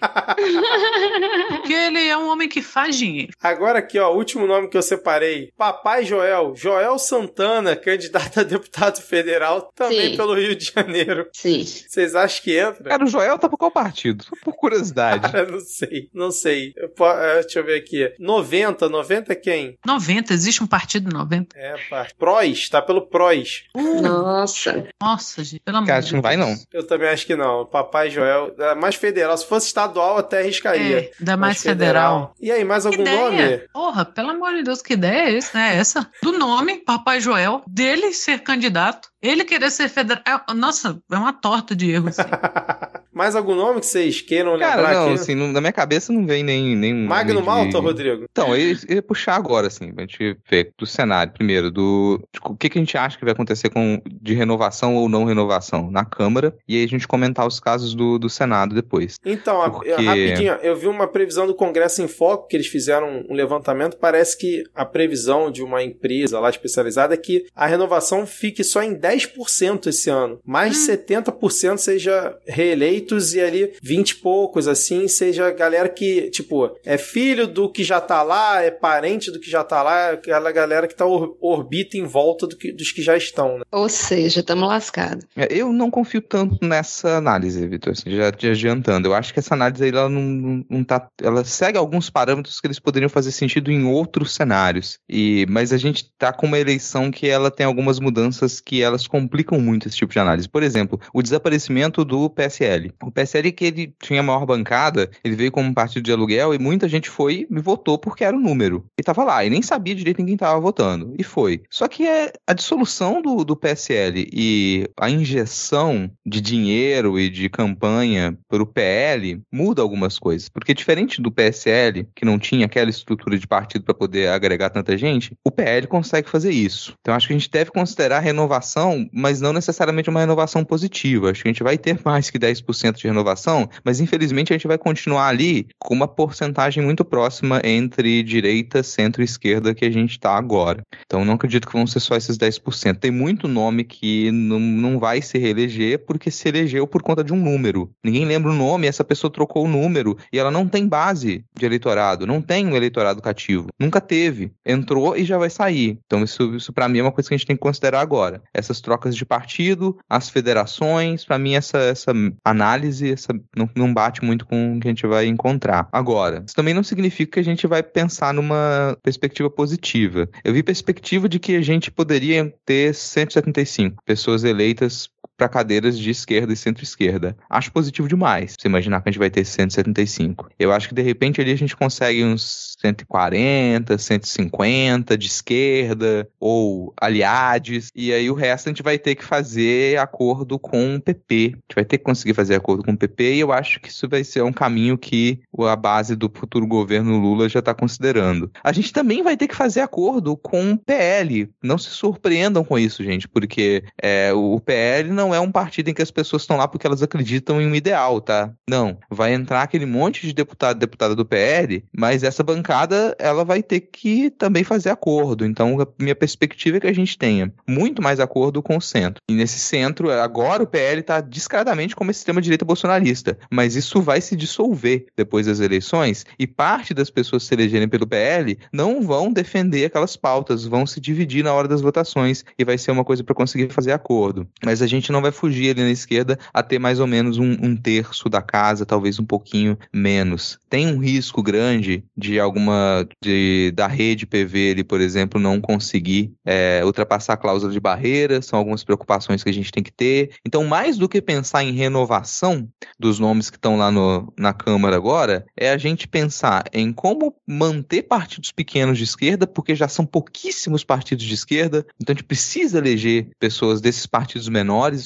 Porque ele é um homem que faz dinheiro. Agora aqui, ó, o último nome que eu separei. Papai Joel. Joel Santana, candidato a deputado federal, também Sim. pelo Rio de Janeiro. Sim. Vocês acham que entra? Cara, o Joel tá por qual partido? Só por curiosidade. Cara, não sei, não sei. Eu po- eh, deixa eu ver aqui. noventa, noventa é quem? noventa, existe um partido noventa. É, pá. Prós, tá pelo Prós. Nossa. Nossa, gente, pelo amor Cara, de acho que não vai, não. Eu também acho que não. Papai Joel, é mais federal. Se fosse estadual, até arriscaria. É, ainda mais federal. E aí, mais Que algum ideia? nome? Porra, pelo amor de Deus, que ideia é essa? É essa? Do nome, Papai Joel, dele ser candidato, ele querer ser federal. É, nossa, é uma torta de erro, assim. Mais algum nome que vocês queiram lembrar Cara, não, aqui? assim, não- na minha cabeça não vem nem... nem um Magno nome de- Malta, Rodrigo? Então, eu ia- eu ia puxar agora, assim, pra gente ver do cenário. Primeiro, do de o que, que a gente acha que vai acontecer com de renovação ou não renovação na Câmara, e aí a gente comentar os casos do, do Senado depois. Então, a- Porque- rapidinho, eu vi uma previsão do Congresso em Foco, que eles fizeram um levantamento, parece que a previsão de uma empresa lá especializada é que a renovação fique só em dez por cento esse ano. Mais de setenta por cento seja reeleitos e ali vinte e poucos, assim, seja galera que, tipo, é filho do que já tá lá, é parente do que já tá lá, aquela galera que tá or- orbita em volta do que- dos que já estão, né? Ou seja, estamos lascados. É, eu não confio tanto nessa análise, Vitor, assim, já te adiantando. Eu acho que essa análise aí, ela não, não, não tá... Ela segue alguns parâmetros que eles poderiam fazer sentido em outros cenários. E, mas a gente tá com uma eleição que ela tem algumas mudanças que elas complicam muito esse tipo de análise. Por exemplo, o desaparecimento do P S L. O P S L, que ele tinha a maior bancada, ele veio como um partido de aluguel e muita gente foi e votou porque era o número. E tava lá, e nem sabia direito ninguém tava votando. E foi. Só que é a dissolução do, do P S L e a injeção de dinheiro e de campanha para o P L muda algumas coisas. Porque diferente do P S L, que não tinha aquela estrutura de partido para poder agregar tanta gente, o P L consegue fazer isso. Então acho que a gente deve considerar renovação, mas não necessariamente uma renovação positiva. Acho que a gente vai ter mais que dez por cento de renovação, mas infelizmente a gente vai continuar ali com uma porcentagem muito próxima entre direita, centro e esquerda que a gente está agora. Então não acredito que vão ser só esses dez por cento. Tem muito nome que não, não vai se reeleger porque se elegeu por conta de um número. Ninguém lembra o nome, essa pessoa trocou o número e ela não tem base de eleitorado, não tem um eleitorado cativo. Nunca teve. Entrou e já vai sair. Então isso, isso para mim é uma coisa que a gente tem que considerar agora. Essas trocas de partido, as federações, para mim essa, essa análise essa, não, não bate muito com o que a gente vai encontrar. Agora, isso também não significa que a gente vai pensar numa perspectiva positiva. Eu vi perspectiva de que a gente poderia ter cento e setenta e cinco pessoas eleitas para cadeiras de esquerda e centro-esquerda. Acho positivo demais você imaginar que a gente vai ter cento e setenta e cinco. Eu acho que de repente ali a gente consegue uns cento e quarenta, cento e cinquenta de esquerda ou aliados, e aí o resto a gente vai ter que fazer acordo com o P P. A gente vai ter que conseguir fazer acordo com o P P e eu acho que isso vai ser um caminho que a base do futuro governo Lula já está considerando. A gente também vai ter que fazer acordo com o P L. Não se surpreendam com isso, gente, porque é, o P L não é um partido em que as pessoas estão lá porque elas acreditam em um ideal, tá? Não. Vai entrar aquele monte de deputado e deputada do P L, mas essa bancada, ela vai ter que também fazer acordo. Então, a minha perspectiva é que a gente tenha muito mais acordo com o centro. E nesse centro, agora o P L está descaradamente como esse extrema-direita bolsonarista, mas isso vai se dissolver depois das eleições e parte das pessoas se elegerem pelo P L não vão defender aquelas pautas, vão se dividir na hora das votações e vai ser uma coisa para conseguir fazer acordo. Mas a gente não vai fugir ali na esquerda a ter mais ou menos um, um terço da casa, talvez um pouquinho menos. Tem um risco grande de alguma, de, da rede P V ali, por exemplo, não conseguir é, ultrapassar a cláusula de barreira, são algumas preocupações que a gente tem que ter. Então, mais do que pensar em renovação dos nomes que estão lá no, na Câmara agora, é a gente pensar em como manter partidos pequenos de esquerda, porque já são pouquíssimos partidos de esquerda, então a gente precisa eleger pessoas desses partidos menores,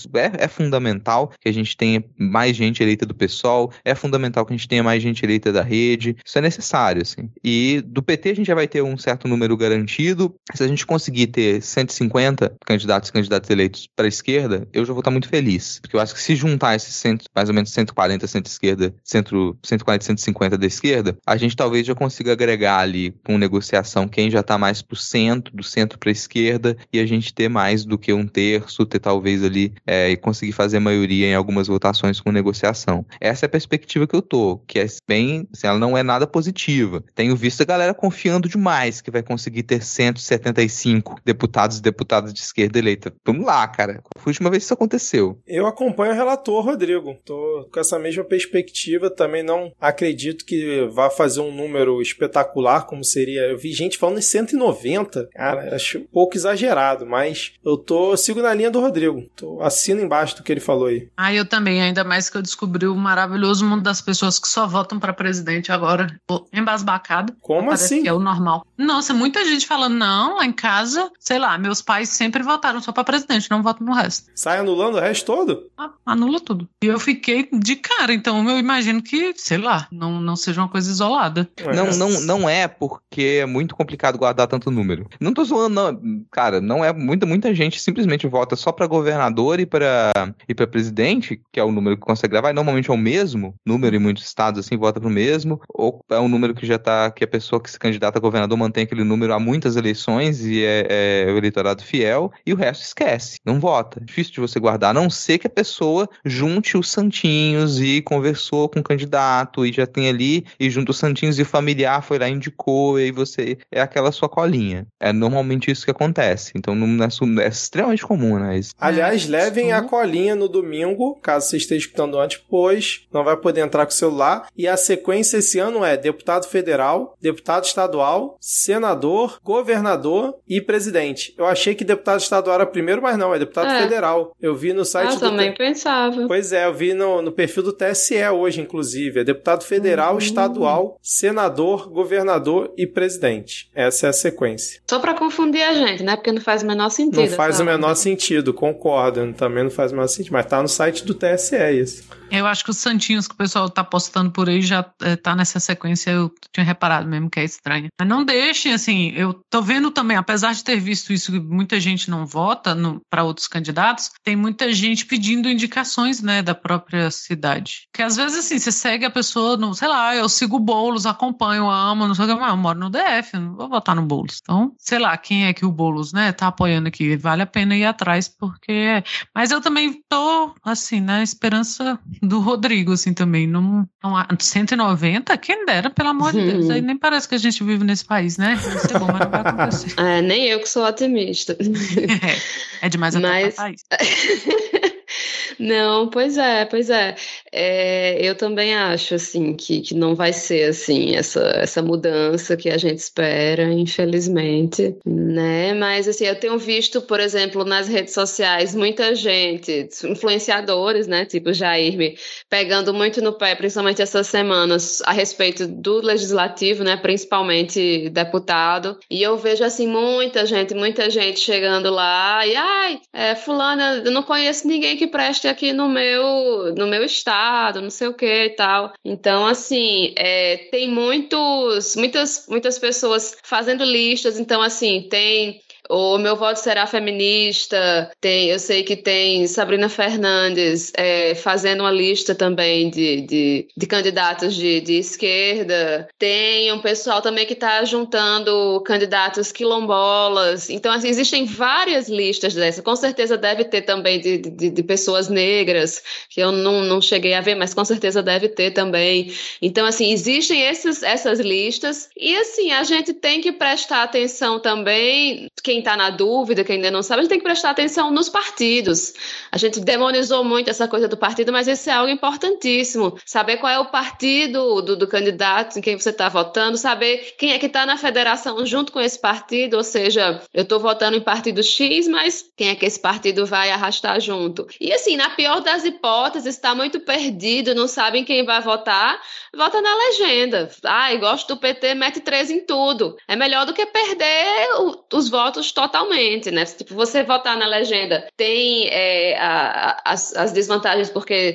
isso é, é fundamental que a gente tenha mais gente eleita do PSOL, é fundamental que a gente tenha mais gente eleita da rede, isso é necessário, assim. E do P T a gente já vai ter um certo número garantido. Se a gente conseguir ter cento e cinquenta candidatos e candidatos eleitos para a esquerda, eu já vou estar muito feliz, porque eu acho que se juntar esses cento, mais ou menos cento e quarenta centro-esquerda, centro, cento e quarenta, cento e cinquenta da esquerda, a gente talvez já consiga agregar ali com negociação quem já está mais pro centro, do centro para a esquerda, e a gente ter mais do que um terço, ter talvez ali é, e conseguir fazer maioria em algumas votações com negociação. Essa é a perspectiva que eu tô, que é bem, assim, ela não é nada positiva. Tenho visto a galera confiando demais que vai conseguir ter cento e setenta e cinco deputados e deputadas de esquerda eleita. Vamos lá, cara. Foi a última vez que isso aconteceu. Eu acompanho o relator, Rodrigo. Tô com essa mesma perspectiva. Também não acredito que vá fazer um número espetacular, como seria. Eu vi gente falando em cento e noventa. Cara, acho um pouco exagerado, mas eu tô sigo na linha do Rodrigo. Tô assino embaixo do que ele falou aí. Ah, eu também. Ainda mais que eu descobri o maravilhoso mundo das pessoas que só votam pra presidente agora. Tô embasbacado. Como Parece assim? Que é o normal. Nossa, muita gente falando, não, lá em casa, sei lá, meus pais sempre votaram só pra presidente, não votam no resto. Sai anulando o resto todo? Ah, anula tudo. E eu fiquei de cara, então eu imagino que, sei lá, não, não seja uma coisa isolada. É. Não, não, não é porque é muito complicado guardar tanto número. Não tô zoando, não. Cara, não é muita, muita gente simplesmente vota só pra governador e pra, e pra presidente, que é o número que consegue gravar, e normalmente é o mesmo número em muitos estados, assim, vota pro mesmo, ou é um número que já tá, que a pessoa que se candidata a governador mantém aquele número há muitas eleições e é, é o eleitorado fiel, e o resto esquece, não vota. É difícil de você guardar, a não ser que a pessoa junte os santinhos e conversou com o candidato e já tem ali, e junta os santinhos e o familiar foi lá e indicou, e aí você, é aquela sua colinha. É normalmente isso que acontece, então não é, é extremamente comum, né? Isso. Aliás, levem a colinha no domingo, caso você esteja escutando antes, pois não vai poder entrar com o celular, e a sequência esse ano é deputado federal, deputado estadual, senador, governador e presidente. Eu achei que deputado estadual era primeiro, mas não, é deputado É. federal. Eu vi no site Ah, do... também pensava. Pois é, eu vi no, no perfil do T S E hoje, inclusive. É deputado federal, Uhum. estadual, senador, governador e presidente. Essa é a sequência. Só pra confundir a gente, né? Porque não faz o menor sentido. Não faz essa o menor ordem. sentido, concordo. Também não faz o menor sentido, mas tá no site do T S E isso. Eu acho que os santinhos que o pessoal tá postando por aí já é, tá nessa sequência, eu tinha reparado mesmo que é estranha. Mas não deixem, assim, eu tô vendo também, apesar de ter visto isso, que muita gente não vota para outros candidatos, tem muita gente pedindo indicações, né, da própria cidade. Porque às vezes, assim, você segue a pessoa, no, sei lá, eu sigo o Boulos, acompanho, amo, não sei o que, mas eu moro no D F, não vou votar no Boulos. Então, sei lá, quem é que o Boulos, né, tá apoiando aqui, vale a pena ir atrás, porque... Mas eu também tô, assim, na esperança do Rodrigo, assim, também. Não, não há, cento e noventa? Quem dera, pelo amor de Deus. Aí nem parece que a gente vive nesse país, né? Vai ser bom, mas não vai acontecer. É, nem eu que sou otimista. É, é demais até Mas... pra país. Não, pois é, pois é. É, eu também acho, assim, que, que não vai ser, assim, essa, essa mudança que a gente espera, infelizmente, né? Mas, assim, eu tenho visto, por exemplo, nas redes sociais, muita gente, influenciadores, né, tipo Jair, me pegando muito no pé, principalmente essas semanas, a respeito do legislativo, né, principalmente deputado, e eu vejo, assim, muita gente, muita gente chegando lá e, ai, é, fulana, eu não conheço ninguém que preste aqui no meu, no meu estado, não sei o que e tal. Então, assim, é, tem muitos, muitas, muitas pessoas fazendo listas, então, assim, tem... O Meu Voto Será Feminista, tem, eu sei que tem Sabrina Fernandes é, fazendo uma lista também de, de, de candidatos de, de esquerda, tem um pessoal também que está juntando candidatos quilombolas, então assim, existem várias listas dessas, com certeza deve ter também de, de, de pessoas negras, que eu não, não cheguei a ver, mas com certeza deve ter também, então assim, existem esses, essas listas, e assim, a gente tem que prestar atenção também, quem está na dúvida, quem ainda não sabe, a gente tem que prestar atenção nos partidos. A gente demonizou muito essa coisa do partido, mas isso é algo importantíssimo. Saber qual é o partido do, do candidato em quem você está votando, saber quem é que está na federação junto com esse partido, ou seja, eu estou votando em partido X, mas quem é que esse partido vai arrastar junto. E assim, na pior das hipóteses, está muito perdido, não sabe em quem vai votar, vota na legenda. Ai, gosto do P T, mete três em tudo. É melhor do que perder o, os votos votos totalmente, né? Tipo, você votar na legenda tem é, a, a, as, as desvantagens porque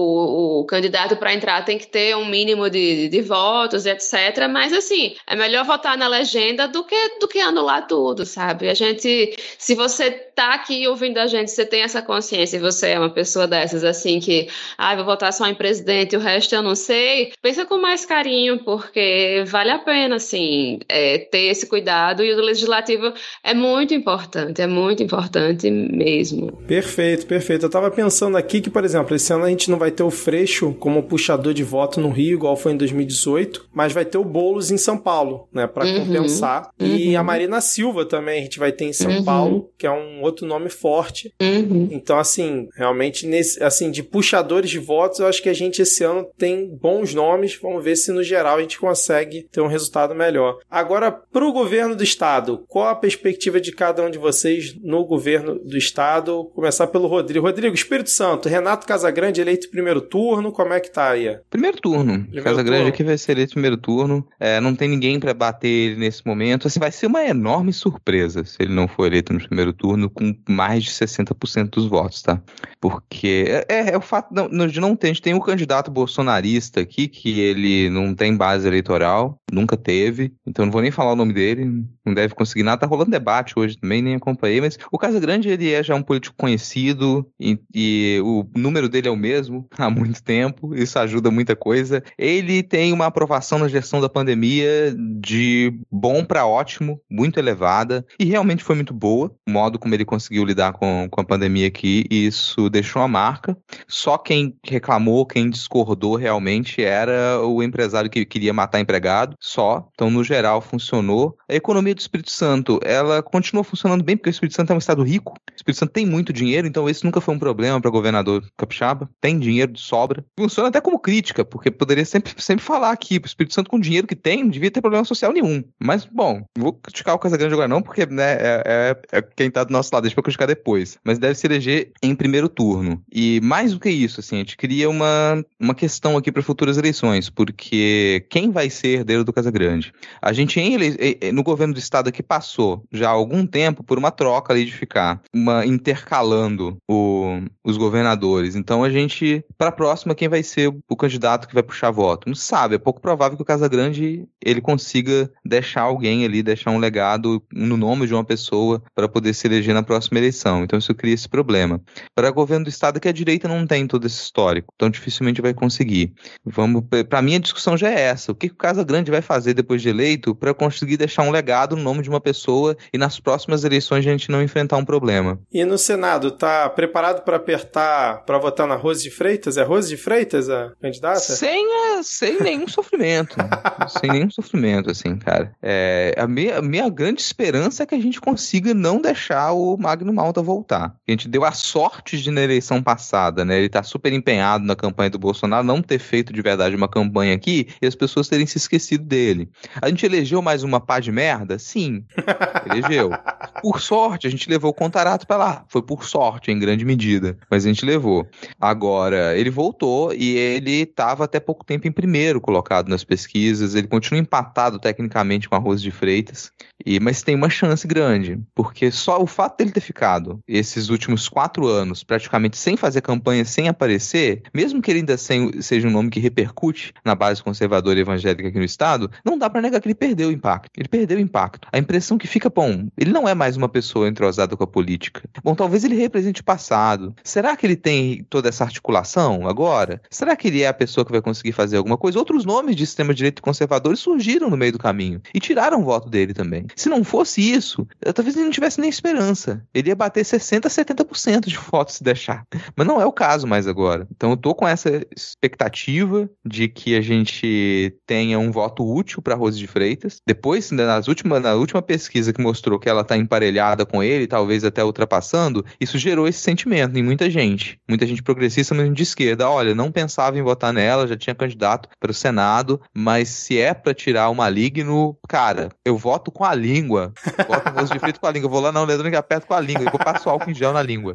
o, o candidato para entrar tem que ter um mínimo de, de votos, etcétera. Mas, assim, é melhor votar na legenda do que, do que anular tudo, sabe? A gente, se você tá aqui ouvindo a gente, você tem essa consciência e você é uma pessoa dessas, assim, que, ah, vou votar só em presidente e o resto eu não sei, pensa com mais carinho, porque vale a pena, assim, é, ter esse cuidado, e o legislativo é muito importante, é muito importante mesmo. Perfeito, perfeito. Eu tava pensando aqui que, por exemplo, esse ano a gente não vai ter o Freixo como puxador de voto no Rio, igual foi em dois mil e dezoito, mas vai ter o Boulos em São Paulo, né, pra uhum, compensar. Uhum. E a Marina Silva também a gente vai ter em São uhum. Paulo, que é um outro nome forte. Uhum. Então, assim, realmente, nesse, assim, de puxadores de votos, eu acho que a gente esse ano tem bons nomes. Vamos ver se no geral a gente consegue ter um resultado melhor. Agora, pro governo do estado, qual a perspectiva de cada um de vocês no governo do estado? Começar pelo Rodrigo. Rodrigo, Espírito Santo, Renato Casagrande eleito primeiro turno, como é que tá aí? Primeiro turno. Primeiro Casagrande turno. Aqui vai ser eleito primeiro turno. É, não tem ninguém pra bater ele nesse momento. Assim, vai ser uma enorme surpresa se ele não for eleito no primeiro turno com mais de sessenta por cento dos votos, tá? Porque é, é o fato não, de não ter, a gente tem um candidato bolsonarista aqui que ele não tem base eleitoral, nunca teve, então não vou nem falar o nome dele, não deve conseguir nada, tá rolando debate hoje também, nem acompanhei, mas o Casagrande, ele é já um político conhecido e, e o número dele é o mesmo há muito tempo, isso ajuda muita coisa. Ele tem uma aprovação na gestão da pandemia de bom para ótimo, muito elevada, e realmente foi muito boa, o modo como ele conseguiu lidar com, com a pandemia aqui, e isso deixou a marca. Só quem reclamou, quem discordou realmente era o empresário que queria matar empregado, só. Então, no geral, funcionou. A economia do Espírito Santo, ela continua funcionando bem, porque o Espírito Santo é um estado rico. O Espírito Santo tem muito dinheiro, então esse nunca foi um problema para governador capixaba. Tem dinheiro de sobra. Funciona até como crítica, porque poderia sempre, sempre falar aqui, o Espírito Santo com o dinheiro que tem, não devia ter problema social nenhum. Mas, bom, vou criticar o Casagrande agora não, porque né, é, é, é quem tá do nosso lado, deixa eu criticar depois. Mas deve se eleger em primeiro turno. E mais do que isso, assim, a gente cria uma, uma questão aqui para futuras eleições, porque quem vai ser herdeiro do Casagrande? A gente, em ele... no governo do estado aqui, passou já há algum tempo por uma troca ali de ficar uma, intercalando o, os governadores. Então a gente, para a próxima, quem vai ser o, o candidato que vai puxar voto? Não sabe, é pouco provável que o Casagrande ele consiga deixar alguém ali, deixar um legado no nome de uma pessoa para poder se eleger na próxima eleição. Então isso cria esse problema. Para o governo do estado, que a direita não tem todo esse histórico, então dificilmente vai conseguir. Vamos, para mim a discussão já é essa. O que o Casagrande vai fazer depois de eleito para conseguir deixar um legado no nome de uma pessoa e nas próximas eleições a gente não enfrentar um problema? E no Senado, tá preparado para apertar, para votar na Rose de Freitas? É Rose de Freitas a candidata? Sem, sem nenhum sofrimento. Sem nenhum sofrimento, assim, cara. É, a, minha, a minha grande esperança é que a gente consiga não deixar o Magno Malta voltar. A gente deu a sorte de, na eleição passada, né? Ele tá super empenhado na campanha do Bolsonaro, não ter feito de verdade uma campanha aqui e as pessoas terem se esquecido dele. A gente elegeu mais uma pá de merda? Sim, elegeu. Por sorte, a gente levou o Contarato pra lá. Foi por sorte, em grande medida. Mas a gente levou. Agora, ele voltou e ele tava até pouco tempo em primeiro colocado nas pesquisas. Ele continua empatado tecnicamente com a Rose de Freitas. E, mas tem uma chance grande. Porque só o fato dele ter ficado esses últimos quatro anos praticamente sem fazer campanha, sem aparecer, mesmo que ele ainda sem, seja um nome que repercute na base conservadora e evangélica aqui no estado, não dá pra negar que ele perdeu o impacto. Ele perdeu o impacto. A impressão que fica, bom, ele não é mais uma pessoa entrosada com a política. Bom, talvez ele represente o passado. Será que ele tem toda essa articulação agora? Será que ele é a pessoa que vai conseguir fazer alguma coisa? Outros nomes de extrema-direita e conservadores surgiram no meio do caminho e tiraram o voto dele também. Se não fosse isso, talvez ele não tivesse nem esperança. Ele ia bater sessenta, setenta por cento de votos se deixar. Mas não é o caso mais agora. Então eu tô com essa expectativa de que a gente tenha um voto útil para Rose de Freitas. Depois, nas última, na última pesquisa que mostrou que ela tá emparelhada com ele, talvez até ultrapassando, isso gerou esse sentimento em muita gente. Muita gente progressista, mesmo de esquerda. Olha, não pensava em votar nela, já tinha candidato para o Senado, mas se é para tirar o maligno, cara, eu voto com a língua. Voto Rose de Freitas com a língua. Eu vou lá, não, Leandro, que aperto com a língua. Eu vou passar o álcool em gel na língua.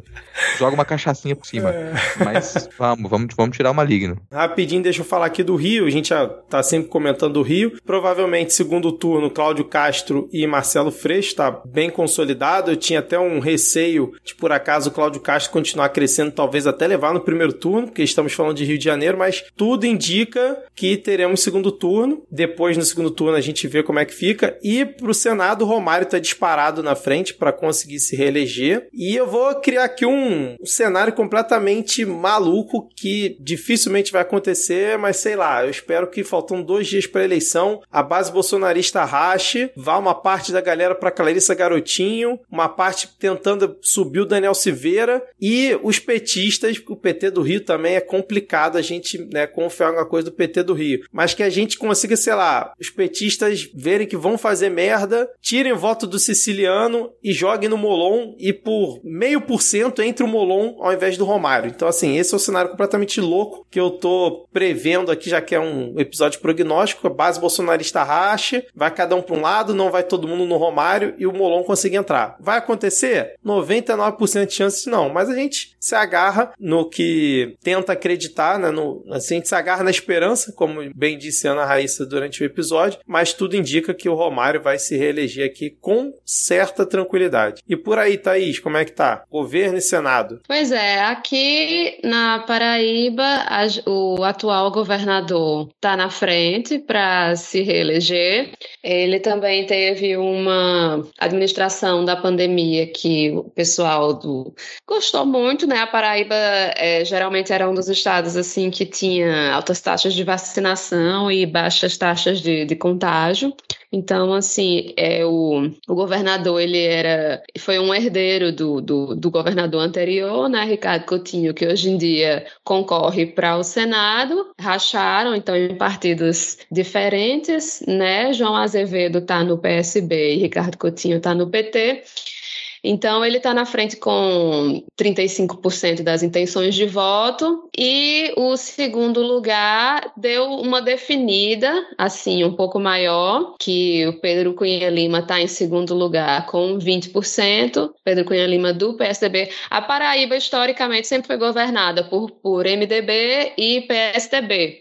joga uma cachaçinha por cima. É. Mas vamos, vamos, vamos tirar o maligno. Rapidinho, deixa eu falar aqui do Rio. A gente já tá sempre comentando do Rio. Provavelmente, segundo turno, Cláudio Castro e Marcelo Freixo tá bem consolidado. Eu tinha até um receio de, por acaso, o Cláudio Castro continuar crescendo, talvez até levar no primeiro turno, porque estamos falando de Rio de Janeiro, mas tudo indica que teremos segundo turno. Depois, no segundo turno, a gente vê como é que fica. E pro Senado, o Romário tá disparado na frente para conseguir se reeleger. E eu vou criar aqui um, um cenário completamente maluco que dificilmente vai acontecer, mas sei lá, eu espero que faltam dois dias para a eleição, a base bolsonarista rache, vá uma parte da galera para Clarissa Garotinho, uma parte tentando subir o Daniel Silveira e os petistas, o P T do Rio também é complicado a gente, né, confiar em alguma coisa do P T do Rio, mas que a gente consiga, sei lá, os petistas verem que vão fazer merda, tirem o voto do Siciliano e joguem no Molon e por meio por cento entre o Molon ao invés do Romário. Então, assim, esse é um cenário completamente louco que eu tô prevendo aqui, já que é um episódio prognóstico, a base bolsonarista racha, vai cada um para um lado, não vai todo mundo no Romário e o Molon conseguir entrar. Vai acontecer? noventa e nove por cento de chances não, mas a gente se agarra no que tenta acreditar, né? No, assim, a gente se agarra na esperança, como bem disse Ana Raíssa durante o episódio, mas tudo indica que o Romário vai se reeleger aqui com certa tranquilidade. E por aí, Thaís, como é que tá? Governo e Senado. Pois é, aqui na Paraíba, a, o atual governador está na frente para se reeleger. Ele também teve uma administração da pandemia que o pessoal do, gostou muito, né? A Paraíba é, geralmente era um dos estados assim que tinha altas taxas de vacinação e baixas taxas de, de contágio. Então, assim, é, o, o governador, ele era, foi um herdeiro do, do, do governador anterior, né, Ricardo Coutinho, que hoje em dia concorre para o Senado, racharam, então, em partidos diferentes, né, João Azevedo está no P S B e Ricardo Coutinho está no P T. Então, ele está na frente com trinta e cinco por cento das intenções de voto e o segundo lugar deu uma definida, assim, um pouco maior, que o Pedro Cunha Lima está em segundo lugar com vinte por cento, Pedro Cunha Lima do P S D B. A Paraíba, historicamente, sempre foi governada por, por M D B e P S D B.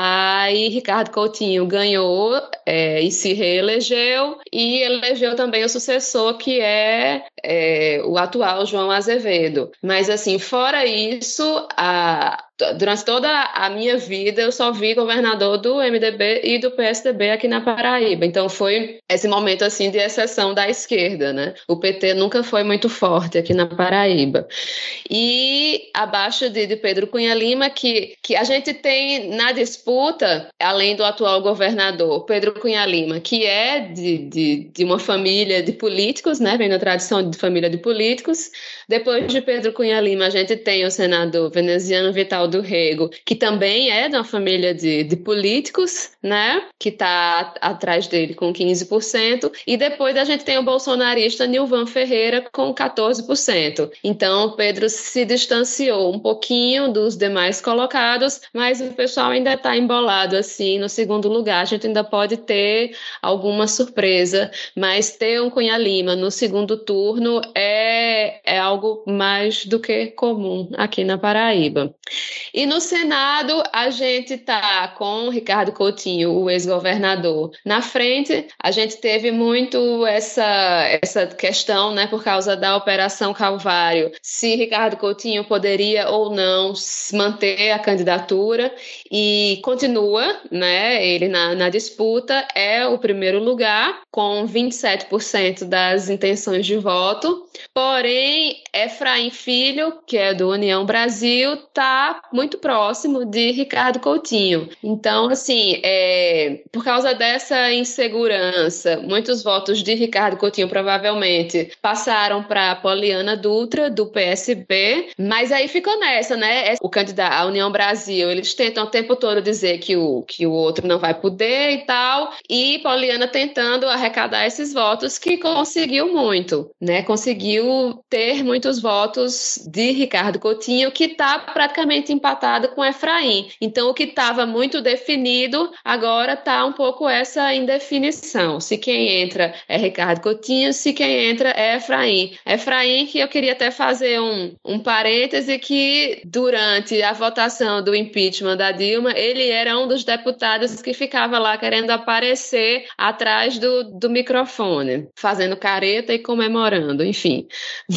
Aí Ricardo Coutinho ganhou é, e se reelegeu e elegeu também o sucessor, que é, é o atual João Azevedo. Mas assim, fora isso, a... durante toda a minha vida, eu só vi governador do M D B e do P S D B aqui na Paraíba. Então, foi esse momento, assim, de exceção da esquerda, né? O P T nunca foi muito forte aqui na Paraíba. E abaixo de, de Pedro Cunha Lima, que, que a gente tem na disputa, além do atual governador, Pedro Cunha Lima, que é de, de, de uma família de políticos, né? Vem da tradição de família de políticos. Depois de Pedro Cunha Lima, a gente tem o senador veneziano Vital do Rego, que também é de uma família de, de políticos, né? Que está atrás dele com quinze por cento. E depois a gente tem o bolsonarista Nilvan Ferreira com catorze por cento. Então, Pedro se distanciou um pouquinho dos demais colocados, mas o pessoal ainda está embolado assim no segundo lugar. A gente ainda pode ter alguma surpresa, mas ter um Cunha Lima no segundo turno é, é algo mais do que comum aqui na Paraíba. E no Senado, a gente está com o Ricardo Coutinho, o ex-governador, na frente. A gente teve muito essa, essa questão, né, por causa da Operação Calvário, se Ricardo Coutinho poderia ou não manter a candidatura, e continua, né, ele na, na disputa é o primeiro lugar, com vinte e sete por cento das intenções de voto. Porém, Efraim Filho, que é do União Brasil, está muito próximo de Ricardo Coutinho. Então, assim, é, por causa dessa insegurança, muitos votos de Ricardo Coutinho provavelmente passaram para Poliana Dutra, do P S B, mas aí ficou nessa, né? O candidato, a União Brasil, eles tentam o tempo todo dizer que o, que o outro não vai poder e tal, e Poliana tentando arrecadar esses votos, que conseguiu muito, né? Conseguiu ter muitos votos de Ricardo Coutinho, que está praticamente empatado com Efraim. Então, o que estava muito definido, agora está um pouco essa indefinição. Se quem entra é Ricardo Coutinho, se quem entra é Efraim. Efraim, que eu queria até fazer um, um parêntese, que durante a votação do impeachment da Dilma, ele era um dos deputados que ficava lá querendo aparecer atrás do, do microfone, fazendo careta e comemorando, enfim.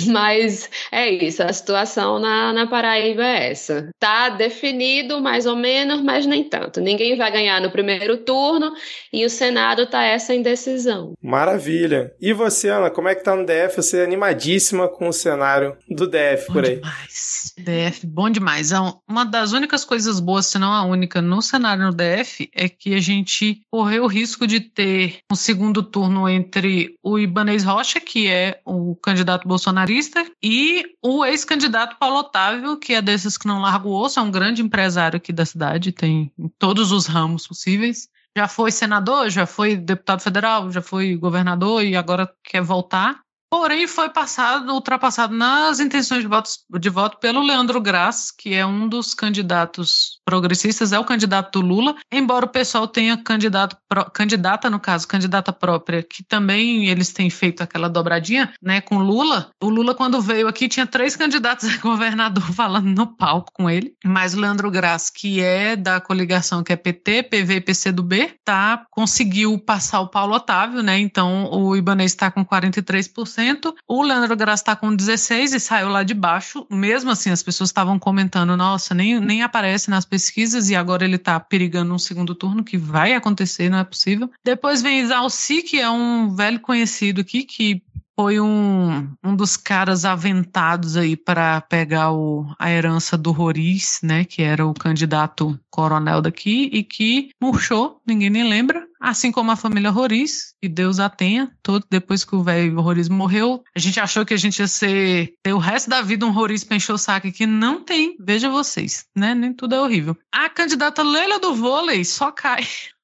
Mas é isso, a situação na, na Paraíba é essa. Tá definido mais ou menos, mas nem tanto. Ninguém vai ganhar no primeiro turno e o Senado tá essa indecisão. Maravilha. E você, Ana, como é que tá no D F? Você é animadíssima com o cenário do D F Bom por aí. Demais. D F, bom demais. Uma das únicas coisas boas, se não a única, no cenário no D F é que a gente correu o risco de ter um segundo turno entre o Ibanez Rocha, que é o candidato bolsonarista, e o ex-candidato Paulo Otávio, que é desses que não larga o osso, é um grande empresário aqui da cidade, tem em todos os ramos possíveis. Já foi senador, já foi deputado federal, já foi governador e agora quer voltar. Porém, foi passado, ultrapassado nas intenções de voto, de voto pelo Leandro Graz, que é um dos candidatos progressistas, é o candidato do Lula, embora o pessoal tenha candidato, candidata, no caso, candidata própria, que também eles têm feito aquela dobradinha, né, com o Lula. O Lula, quando veio aqui, tinha três candidatos a governador falando no palco com ele, mas o Leandro Graz, que é da coligação que é P T, P V e P C do B, tá, conseguiu passar o Paulo Otávio, né, então o Ibanez está com quarenta e três por cento, o Leandro Graz está com dezesseis por cento e saiu lá de baixo. Mesmo assim, as pessoas estavam comentando, nossa, nem, nem aparece nas pesquisas e agora ele está perigando um segundo turno, que vai acontecer, não é possível. Depois vem Isalci, que é um velho conhecido aqui, que foi um, um dos caras aventados aí para pegar o, a herança do Roriz, né, que era o candidato coronel daqui e que murchou, ninguém nem lembra. Assim como a família Roriz, que Deus a tenha, todo, depois que o velho Roriz morreu, a gente achou que a gente ia ser, ter o resto da vida um Roriz pra encher o saco, que não tem, veja vocês, né, nem tudo é horrível. A candidata Leila do vôlei só cai.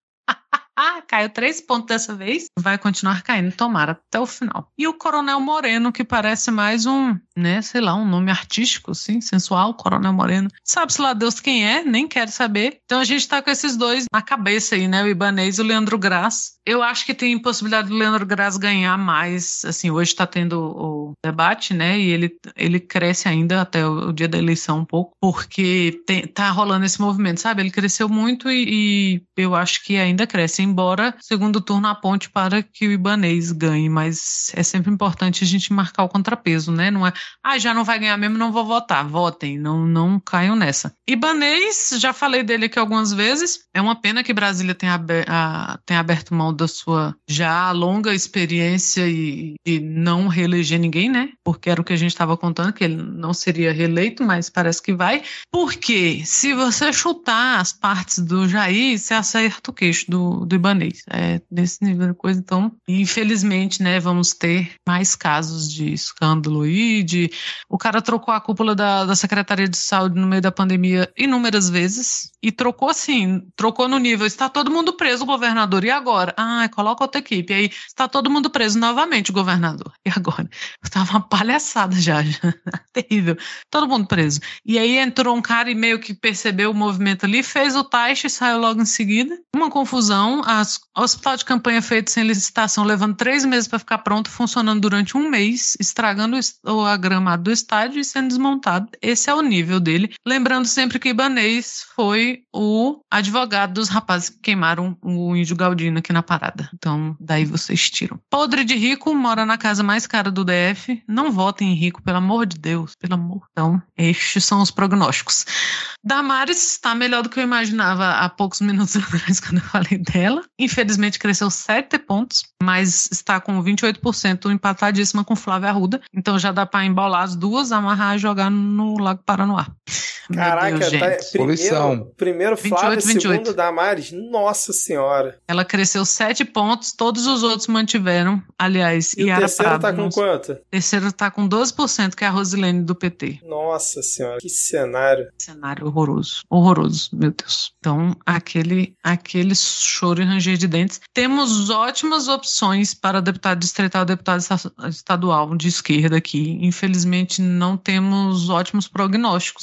Ah, caiu três pontos dessa vez, vai continuar caindo, tomara, até o final. E o Coronel Moreno, que parece mais um, né, sei lá, um nome artístico, assim, sensual, Coronel Moreno. Sabe-se lá Deus quem é, nem quero saber. Então a gente tá com esses dois na cabeça aí, né, o Ibanez e o Leandro Graz. Eu acho que tem possibilidade do Leandro Graz ganhar mais, assim, hoje tá tendo o debate, né, e ele, ele cresce ainda até o, o dia da eleição um pouco, porque tem, tá rolando esse movimento, sabe? Ele cresceu muito e, e eu acho que ainda cresce, embora segundo turno aponte para que o Ibanez ganhe, mas é sempre importante a gente marcar o contrapeso, né? Não é, ah, já não vai ganhar mesmo, não vou votar. Votem, não, não caiam nessa. Ibanez, já falei dele aqui algumas vezes, é uma pena que Brasília tenha, aber, a, tenha aberto mão da sua já longa experiência e, e não reeleger ninguém, né? Porque era o que a gente estava contando, que ele não seria reeleito, mas parece que vai. Porque se você chutar as partes do Jair, você acerta o queixo do, do Ibanez. É nesse nível de coisa, então, infelizmente, né, vamos ter mais casos de escândalo e de... O cara trocou a cúpula da, da Secretaria de Saúde no meio da pandemia inúmeras vezes e trocou assim, trocou no nível, está todo mundo preso, governador, e agora? Ah, coloca outra equipe, aí está todo mundo preso novamente, governador, e agora? Estava uma palhaçada já, já, terrível, todo mundo preso. E aí entrou um cara e meio que percebeu o movimento ali, fez o teste e saiu logo em seguida. Uma confusão, as hospital de campanha feito sem licitação, levando três meses para ficar pronto, funcionando durante um mês, estragando o agramado do estádio e sendo desmontado. Esse é o nível dele. Lembrando sempre que Ibanez foi o advogado dos rapazes que queimaram o Índio Galdino aqui na parada. Então, daí vocês tiram. Podre de rico, mora na casa mais cara do D F. Não votem em rico, pelo amor de Deus. Pelo amor. Então, estes são os prognósticos. Damares está melhor do que eu imaginava há poucos minutos atrás, quando eu falei dela. Infelizmente cresceu sete pontos, mas está com vinte e oito por cento empatadíssima com Flávia Arruda. Então já dá para embolar as duas, amarrar e jogar no Lago Paranoá. Caraca, Deus, tá, primeiro, primeiro Flávia, vinte e oito, segundo Damares. Nossa senhora. Ela cresceu sete pontos, todos os outros mantiveram. Aliás, e Yara o terceiro Prado, tá com nosso... quanto? O terceiro tá com doze por cento, que é a Rosilene do P T. Nossa senhora, que cenário. Cenário horroroso. Horroroso, meu Deus. Então, aquele, aquele choro e ranger de dentes. Temos ótimas opções para deputado distrital e deputado estadual de esquerda aqui. Infelizmente, não temos ótimos prognósticos, porque Brasil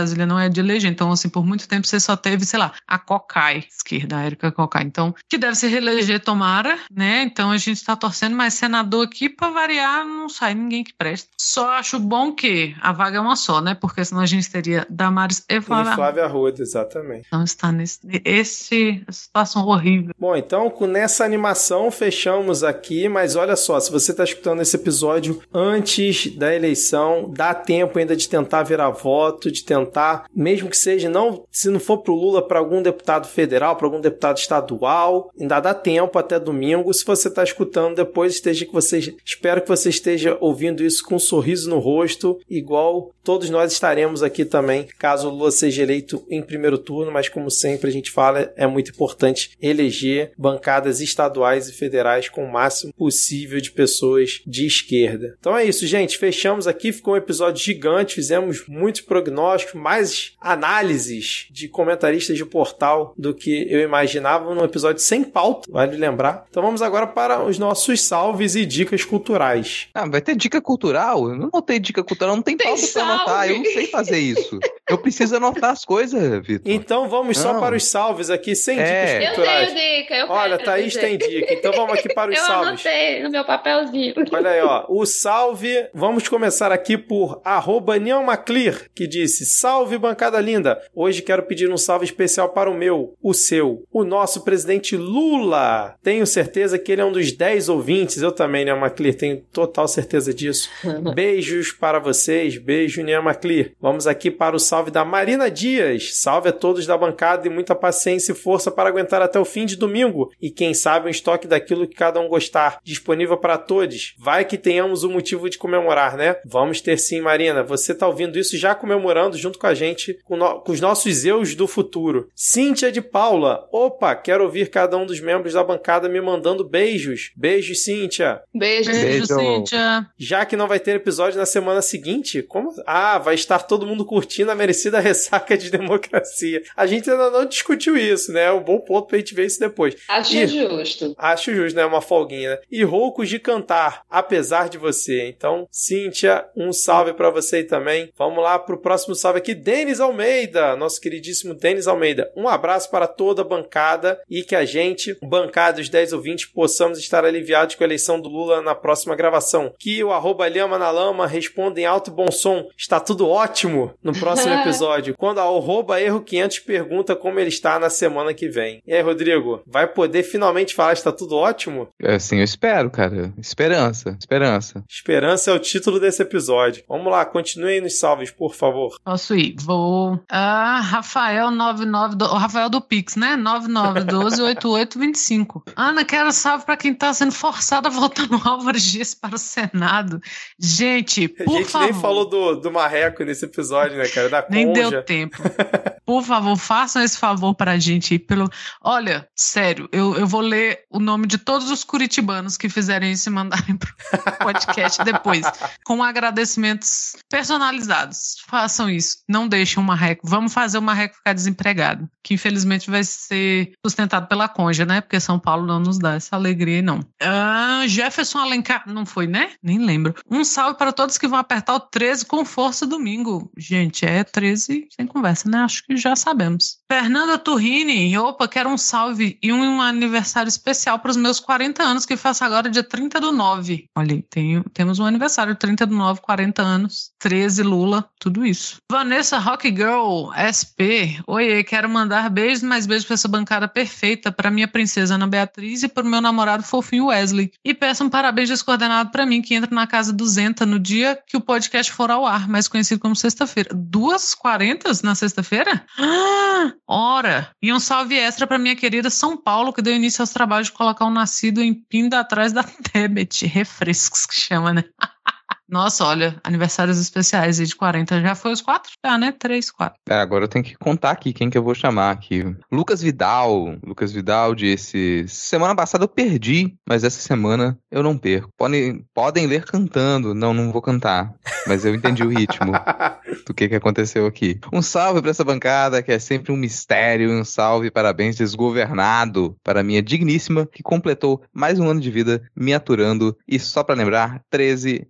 Brasília não é de eleger. Então, assim, por muito tempo você só teve, sei lá, a Cocai, esquerda, a Érica Cocai. Então, que deve se reeleger, tomara, né? Então, a gente tá torcendo, mas senador aqui, pra variar, não sai ninguém que presta. Só acho bom que a vaga é uma só, né? Porque senão a gente teria Damares e Flávia, e Flávia Arruda, exatamente. Então, está nesse esse, essa situação horrível. Bom, então, com nessa animação, fechamos aqui, mas olha só, se você tá escutando esse episódio antes da eleição, dá tempo ainda de tentar virar voto, de tentar, mesmo que seja, não, se não for pro Lula, para algum deputado federal, para algum deputado estadual, ainda dá tempo até domingo. Se você tá escutando depois, esteja que você, espero que você esteja ouvindo isso com um sorriso no rosto, igual todos nós estaremos aqui também, caso o Lula seja eleito em primeiro turno, mas como sempre a gente fala, é muito importante eleger bancadas estaduais e federais com o máximo possível de pessoas de esquerda. Então é isso, gente. Fechamos aqui. Ficou um episódio gigante. Fizemos muitos prognósticos, mais análises de comentaristas de portal do que eu imaginava, num episódio sem pauta, vale lembrar. Então vamos agora para os nossos salves e dicas culturais. Ah, vai ter dica cultural? Eu não botei dica cultural, não tem, tem pauta pra anotar. Eu não sei fazer isso. Eu preciso anotar as coisas, Vitor. Então vamos não. só para os salves aqui, sem é. dicas culturais. Eu tenho dica, eu Olha, quero Thaís dizer. tem dica. Então vamos aqui para os eu salves. Eu anotei no meu papelzinho. Olha aí, ó. O salve, vamos começar aqui por arroba Neomaclear, que disse: salve, bancada linda. Hoje quero pedir um salve especial para o meu, o seu, o nosso presidente Lula. Tenho certeza que ele é um dos dez ouvintes. Eu também, Neomaclear, tenho total certeza disso. Beijos para vocês. Beijo, Neomaclear. Vamos aqui para o salve da Marina Dias. Salve a todos da bancada e muita paciência e força para aguentar até o fim de domingo. E quem sabe um estoque daquilo que cada um gostar. Disponível para todos. Vai que tenhamos um motivo de comemorar, né? Vamos ter sim, Marina. Você tá ouvindo isso já comemorando junto com a gente, com, no... com os nossos eus do futuro. Cíntia de Paula. Opa, quero ouvir cada um dos membros da bancada me mandando beijos. Beijos, Cíntia. Beijo, Beijo, Cíntia. Já que não vai ter episódio na semana seguinte, como? Ah, vai estar todo mundo curtindo a merecida ressaca de democracia. A gente ainda não discutiu isso, né? É um bom ponto pra gente ver isso depois. Acho e... justo. Acho justo, né? Uma folguinha, né? E roucos de cantar, apesar de você. Então, Cíntia, um salve pra você também. Vamos lá pro próximo salve aqui. Denis Almeida, nosso queridíssimo Denis Almeida. Um abraço para toda a bancada e que a gente, bancada dos dez ouvintes, possamos estar aliviados com a eleição do Lula na próxima gravação. Que o arroba Lhama na Lama responda em alto e bom som. Está tudo ótimo no próximo episódio. Quando a arroba Erro quinhentos pergunta como ele está na semana que vem. E aí, Rodrigo, vai poder finalmente falar está tudo ótimo? É, sim, eu espero, cara. Esperança, esperança. Esperança é o título desse episódio. Vamos lá, continue nos salves, por favor. Posso ir? Vou. Ah, Rafael noventa e nove, do... o Rafael do Pix, né? nove nove um dois oito oito dois cinco. Ana, quero salve pra quem tá sendo forçado a votar no Álvaro Dias para o Senado. Gente, por favor. A gente favor. nem falou do, do marreco nesse episódio, né, cara? Da conja. Nem deu tempo. Por favor, façam esse favor pra gente aí. Pelo... Olha, sério, eu, eu vou ler o nome de todos os curitibanos que fizerem isso e mandarem pro podcast depois, com agradecimentos personalizados. Façam isso. Não deixem o marreco. Vamos fazer o marreco ficar desempregado, que infelizmente vai ser sustentado pela conja, né? Porque São Paulo não nos dá essa alegria, não. Ah, Jefferson Alencar, não foi, né? Nem lembro. Um salve para todos que vão apertar o treze com força domingo. Gente, é treze sem conversa, né? Acho que já sabemos. Fernanda Turrini, opa, quero um salve e um aniversário especial para os meus quarenta anos, que faço agora dia trinta do nove. Olha aí, tenho, temos um aniversário, trinta do nove, quarenta anos, treze, Lula, tudo isso. Vanessa Rock Girl, S P, oiê, quero mandar beijos, mais beijos para essa bancada perfeita, para minha princesa Ana Beatriz e para o meu namorado fofinho Wesley. E peço um parabéns descoordenado para mim, que entra na casa duzenta no dia que o podcast for ao ar, mais conhecido como sexta-feira. Duas quarentas na sexta-feira? Ah, ora! E um salve extra para minha querida São Paulo, que deu início aos trabalhos de colocar um nascido em Pinda atrás da Tebet. Refrescos que chama, né? Nossa, olha, aniversários especiais aí de quarenta, já foi os quatro? Já, né? Três, quatro. É, agora eu tenho que contar aqui quem que eu vou chamar aqui. Lucas Vidal. Lucas Vidal disse: semana passada eu perdi, mas essa semana eu não perco. Podem, podem ler cantando. Não, não vou cantar, mas eu entendi o ritmo do que que aconteceu aqui. Um salve pra essa bancada, que é sempre um mistério. Um salve, parabéns desgovernado para minha digníssima, que completou mais um ano de vida me aturando. E só pra lembrar, treze e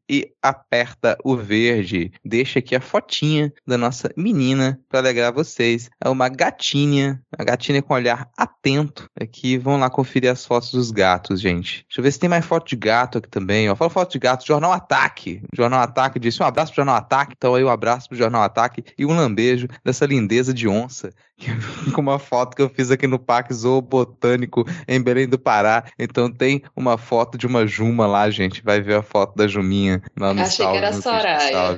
aperta o verde. Deixa aqui a fotinha da nossa menina para alegrar vocês. É uma gatinha, uma gatinha com olhar atento. Aqui, vão lá conferir as fotos dos gatos, gente. Deixa eu ver se tem mais foto de gato aqui também. Ó, fala foto de gato. Jornal Ataque. Jornal Ataque disse um abraço pro Jornal Ataque. Então aí um abraço pro Jornal Ataque e um lambejo dessa lindeza de onça. Com uma foto que eu fiz aqui no Parque Zoobotânico em Belém do Pará. Então tem uma foto de uma juma lá, gente. Vai ver a foto da juminha lá no Achei salve, que era no Soraya.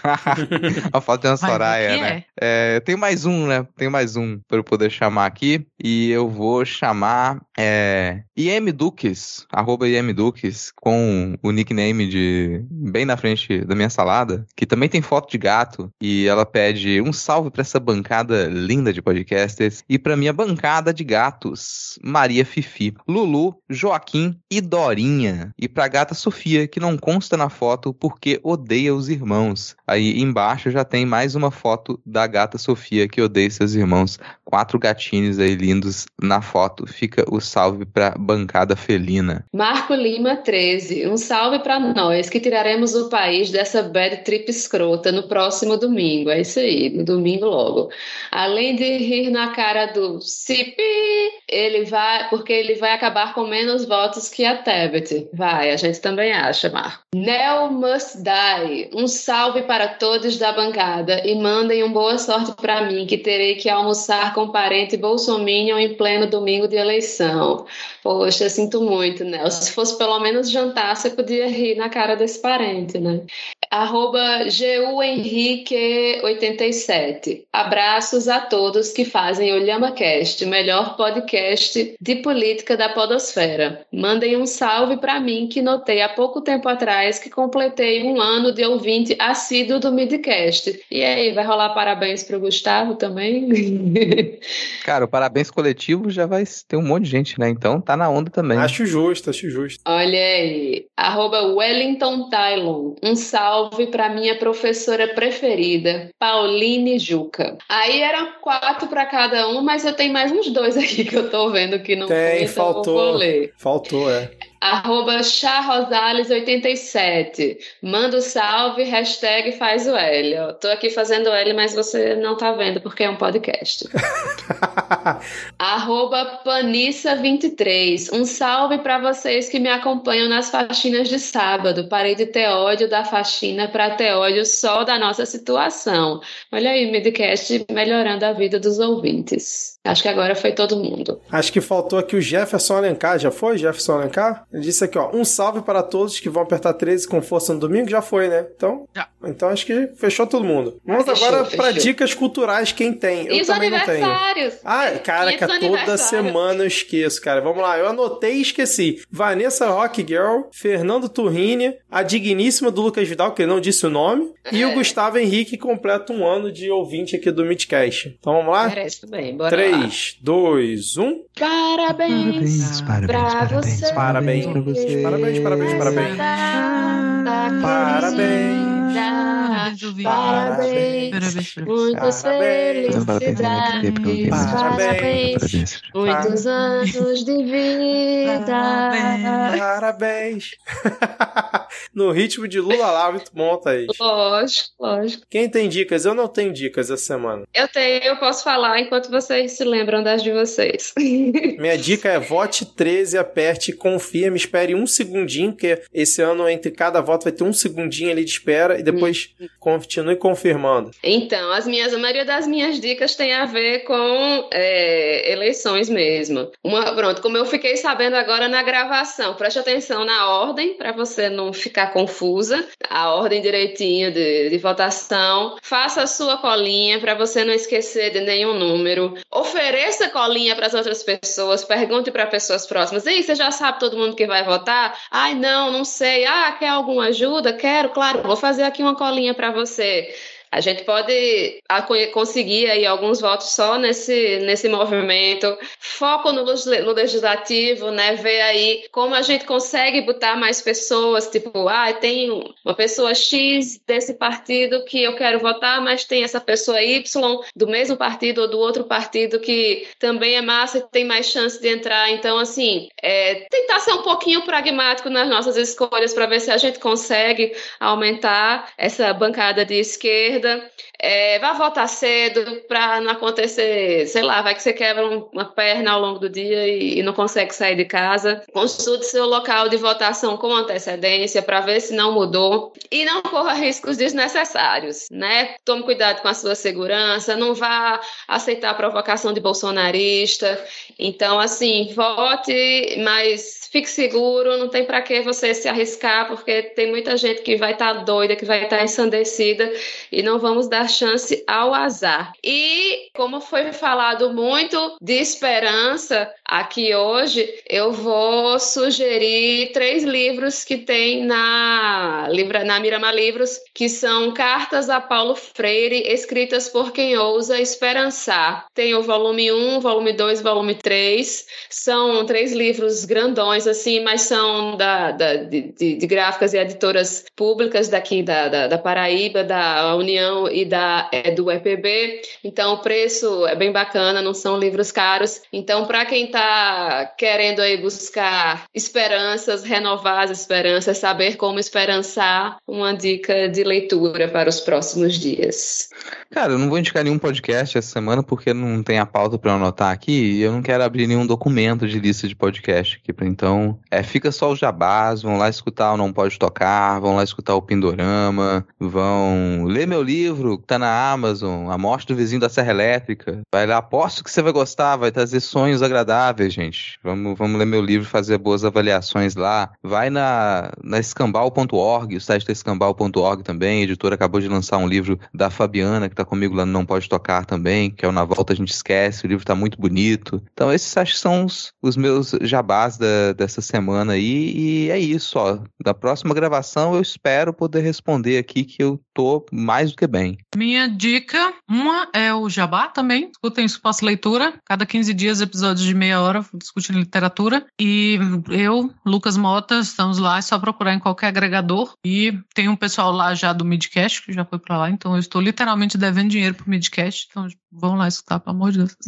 A foto de uma Vai ver Soraya, que né? É, tem mais um, né? Tem mais um para eu poder chamar aqui. E eu vou chamar é, I M Duques, arroba I M Duques, com o nickname de bem na frente da minha salada, que também tem foto de gato. E ela pede um salve para essa bancada linda de podcasters e para minha bancada de gatos, Maria Fifi, Lulu, Joaquim e Dorinha. E pra gata Sofia, que não consta na foto porque odeia os irmãos. Aí embaixo já tem mais uma foto da gata Sofia que odeia seus irmãos. Quatro gatinhos aí lindos na foto. Fica o salve pra bancada felina. Marco Lima treze, um salve pra nós que tiraremos o país dessa bad trip escrota no próximo domingo. É isso aí, no domingo logo. Além de rir na cara do Cipi, ele vai, porque ele vai acabar com menos votos que a Tebet. Vai, a gente também acha, Marco. Nel Must Die, um salve para todos da bancada e mandem um boa sorte para mim, que terei que almoçar com parente bolsominion em pleno domingo de eleição. Poxa, sinto muito, Nel. Se fosse pelo menos jantar, você podia rir na cara desse parente, né? Arroba G U Henrique oitenta e sete. Abraços a todos que fazem o LhamaCast, melhor podcast de política da podosfera. Mandem um salve para mim, que notei há pouco tempo atrás que completei um ano de ouvinte assíduo do Midcast. E aí, vai rolar parabéns pro Gustavo também? Cara, o parabéns coletivo já vai ter um monte de gente, né? Então tá na onda também. Acho justo, acho justo. Olha aí. Arroba Wellington Tylon. Um salve pra minha professora preferida, Pauline Juca. Aí eram quatro pra cada um, mas eu tenho mais uns dois aqui que eu tô vendo que não tem, foi, então faltou, eu vou ler. Faltou, é. Arroba Charrosales oitenta e sete. Manda o salve, hashtag faz o L. Ó, tô aqui fazendo L, mas você não tá vendo porque é um podcast. Arroba Panissa vinte e três. Um salve pra vocês que me acompanham nas faxinas de sábado. Parei de ter ódio da faxina pra ter ódio só da nossa situação. Olha aí, Midcast melhorando a vida dos ouvintes. Acho que agora foi todo mundo. Acho que faltou aqui o Jefferson Alencar. Já foi, Jefferson Alencar? Ele disse aqui, ó, um salve para todos que vão apertar treze com força no domingo. Já foi, né? Então, Já. então acho que fechou todo mundo. Vamos Fechou, agora para fechou. dicas culturais, quem tem. Eu E os também não tenho. aniversários? Ah, cara, E os que toda aniversários? semana eu esqueço, cara. Vamos lá, eu anotei e esqueci. Vanessa Rock Girl, Fernando Turrini, a digníssima do Lucas Vidal, que ele não disse o nome, e É. o Gustavo Henrique, que completa um ano de ouvinte aqui do Midcast. Então vamos lá? Merece bem, bora lá. três, dois, um. Parabéns, pra você. Parabéns pra você. Parabéns, parabéns, parabéns. Parabéns. Parabéns, ouvinte. Parabéns. Parabéns, parabéns. Muitas Parabéns. felicidades. Parabéns. Muitos anos de vida. Parabéns. No ritmo de Lula lá, muito bom, Thaís. Lógico, lógico. Quem tem dicas? Eu não tenho dicas essa semana. Eu tenho, eu posso falar enquanto vocês se lembram das de vocês. Minha dica é vote treze, aperte, confirme, espere um segundinho, porque esse ano entre cada voto vai ter um segundinho ali de espera e depois continue confirmando. Então, as minhas, a maioria das minhas dicas tem a ver com é, eleições mesmo. Uma, pronto, como eu fiquei sabendo agora na gravação, preste atenção na ordem para você não ficar confusa, a ordem direitinho de, de votação. Faça a sua colinha para você não esquecer de nenhum número. Ofereça colinha para as outras pessoas, pergunte para pessoas próximas. Ei, você já sabe todo mundo que vai votar? Ai, não, não sei. Ah, quer alguma ajuda? Quero, claro, vou fazer aqui uma colinha para você. A gente pode conseguir aí alguns votos só nesse, nesse movimento. Foco no, no legislativo, né? Ver aí como a gente consegue botar mais pessoas, tipo, ah, tem uma pessoa X desse partido que eu quero votar, mas tem essa pessoa Y do mesmo partido ou do outro partido que também é massa e tem mais chance de entrar. Então, assim, é, tentar ser um pouquinho pragmático nas nossas escolhas para ver se a gente consegue aumentar essa bancada de esquerda. É, vá votar cedo para não acontecer, sei lá, vai que você quebra uma perna ao longo do dia e, e não consegue sair de casa. Consulte seu local de votação com antecedência para ver se não mudou e não corra riscos desnecessários, né? Tome cuidado com a sua segurança, não vá aceitar a provocação de bolsonarista. Então, assim, vote, mas fique seguro, não tem para que você se arriscar, porque tem muita gente que vai estar tá doida, que vai estar tá ensandecida e não vamos dar chance ao azar. E, como foi falado muito de esperança aqui hoje, eu vou sugerir três livros que tem na, na Miramar Livros, que são Cartas a Paulo Freire, escritas por quem ousa esperançar. Tem o volume um, volume dois, volume três. São três livros grandões, assim, mas são da, da, de, de, de gráficas e editoras públicas daqui da, da, da Paraíba, da União e da É do E P B, então o preço é bem bacana, não são livros caros. Então, para quem está querendo aí buscar esperanças, renovar as esperanças, saber como esperançar, uma dica de leitura para os próximos dias. Cara, eu não vou indicar nenhum podcast essa semana porque não tem a pauta para anotar aqui e eu não quero abrir nenhum documento de lista de podcast aqui. Então, é, fica só os jabás, vão lá escutar o Não Pode Tocar, vão lá escutar o Pindorama, vão ler meu livro, tá na Amazon, A Morte do Vizinho da Serra Elétrica. Vai lá, aposto que você vai gostar, vai trazer sonhos agradáveis, gente. Vamos, vamos ler meu livro, fazer boas avaliações lá. Vai na, na escambau ponto org, o site da escambau ponto org também. A editora acabou de lançar um livro da Fabiana, que tá comigo lá no Não Pode Tocar também, que é o Na Volta a Gente Esquece. O livro tá muito bonito. Então esses acho que são os, os meus jabás da, dessa semana aí. E é isso, ó. Da próxima gravação eu espero poder responder aqui que eu tô mais do que bem. Minha dica, uma é o Jabá também, escutem isso pós-leitura, cada quinze dias episódios de meia hora discutindo literatura, e eu, Lucas Mota, estamos lá, é só procurar em qualquer agregador, e tem um pessoal lá já do Midcast, que já foi pra lá, então eu estou literalmente devendo dinheiro pro Midcast, então vão lá escutar, pelo amor de Deus.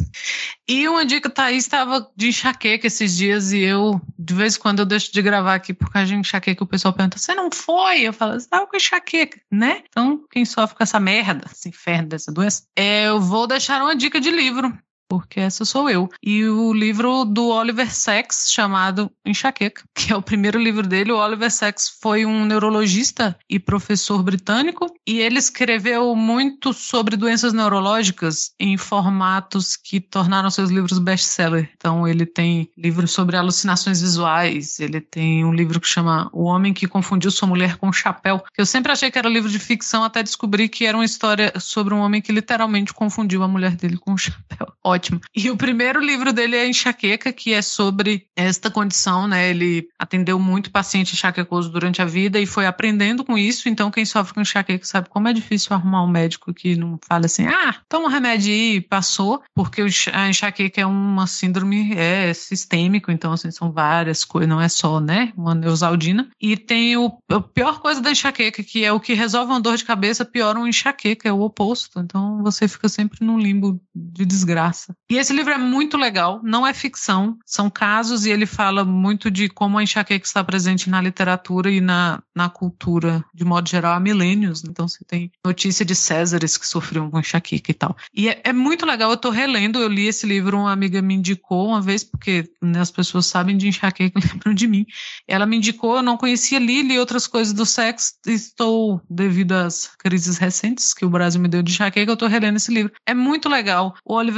E uma dica, Thaís estava de enxaqueca esses dias, e eu, de vez em quando eu deixo de gravar aqui por causa de enxaqueca, o pessoal pergunta, você não foi? Eu falo, você estava com enxaqueca, né? Então, quem sofre com essa merda, esse inferno dessa doença, é, eu vou deixar uma dica de livro, porque essa sou eu. E o livro do Oliver Sacks, chamado Enxaqueca, que é o primeiro livro dele. O Oliver Sacks foi um neurologista e professor britânico, e ele escreveu muito sobre doenças neurológicas em formatos que tornaram seus livros best-seller. Então, ele tem livros sobre alucinações visuais, ele tem um livro que chama O Homem que Confundiu Sua Mulher com um Chapéu, que eu sempre achei que era livro de ficção, até descobri que era uma história sobre um homem que literalmente confundiu a mulher dele com um chapéu. Ótimo. E o primeiro livro dele é Enxaqueca, que é sobre esta condição, né? Ele atendeu muito paciente enxaquecoso durante a vida e foi aprendendo com isso. Então, quem sofre com enxaqueca sabe como é difícil arrumar um médico que não fala assim, ah, toma um remédio e passou, porque a enxaqueca é uma síndrome é, sistêmico, então, assim, são várias coisas, não é só, né, uma neosaldina. E tem o, a pior coisa da enxaqueca, que é o que resolve uma dor de cabeça, piora uma enxaqueca, é o oposto. Então, você fica sempre num limbo de desgraça. E esse livro é muito legal, não é ficção, são casos e ele fala muito de como a enxaqueca está presente na literatura e na, na cultura, de modo geral, há milênios. Então você tem notícia de Césares que sofriam com enxaqueca e tal. E é, é muito legal, eu tô relendo, eu li esse livro, uma amiga me indicou uma vez, porque né, as pessoas sabem de enxaqueca e lembram de mim. Ela me indicou, eu não conhecia, li, li outras coisas do sexo, estou, devido às crises recentes que o Brasil me deu de enxaqueca, eu tô relendo esse livro. É muito legal. O Oliver Sacks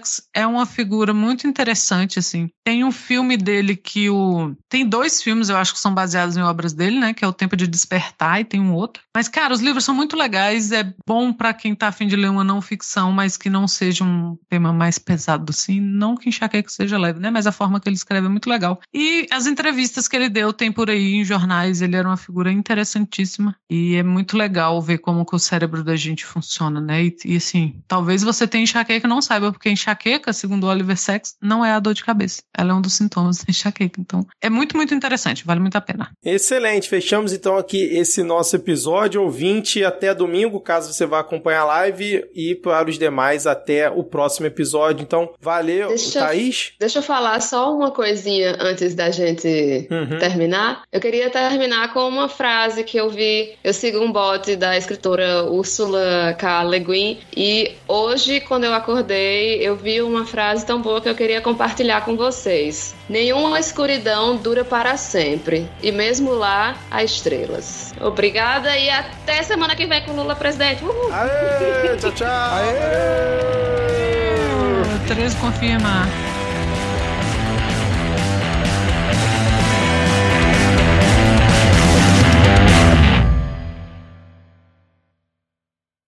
Sachs é uma figura muito interessante, assim. Tem um filme dele que o... Tem dois filmes, eu acho que são baseados em obras dele, né? Que é O Tempo de Despertar e tem um outro. Mas, cara, os livros são muito legais. É bom pra quem tá a fim de ler uma não ficção, mas que não seja um tema mais pesado, assim. Não que enxaqueca seja leve, né? Mas a forma que ele escreve é muito legal. E as entrevistas que ele deu tem por aí em jornais. Ele era uma figura interessantíssima. E é muito legal ver como que o cérebro da gente funciona, né? E, e assim, talvez você tenha enxaqueca e não saiba, porque enxaqueca, segundo o Oliver Sacks, não é a dor de cabeça. Ela é um dos sintomas da enxaqueca. Então, é muito, muito interessante. Vale muito a pena. Excelente. Fechamos, então, aqui esse nosso episódio. Ouvinte, até domingo, caso você vá acompanhar a live. E para os demais, até o próximo episódio. Então, valeu, deixa, Thaís. Deixa eu falar só uma coisinha antes da gente uhum. terminar. Eu queria terminar com uma frase que eu vi. Eu sigo um bot da escritora Ursula K. Le Guin. E hoje, quando eu acordei, eu vi uma frase tão boa que eu queria compartilhar com vocês. Nenhuma escuridão dura para sempre. E mesmo lá, há estrelas. Obrigada e até semana que vem com o Lula presidente. Uhul. Aê, tchau, tchau. Aê. Aê. Três confirma.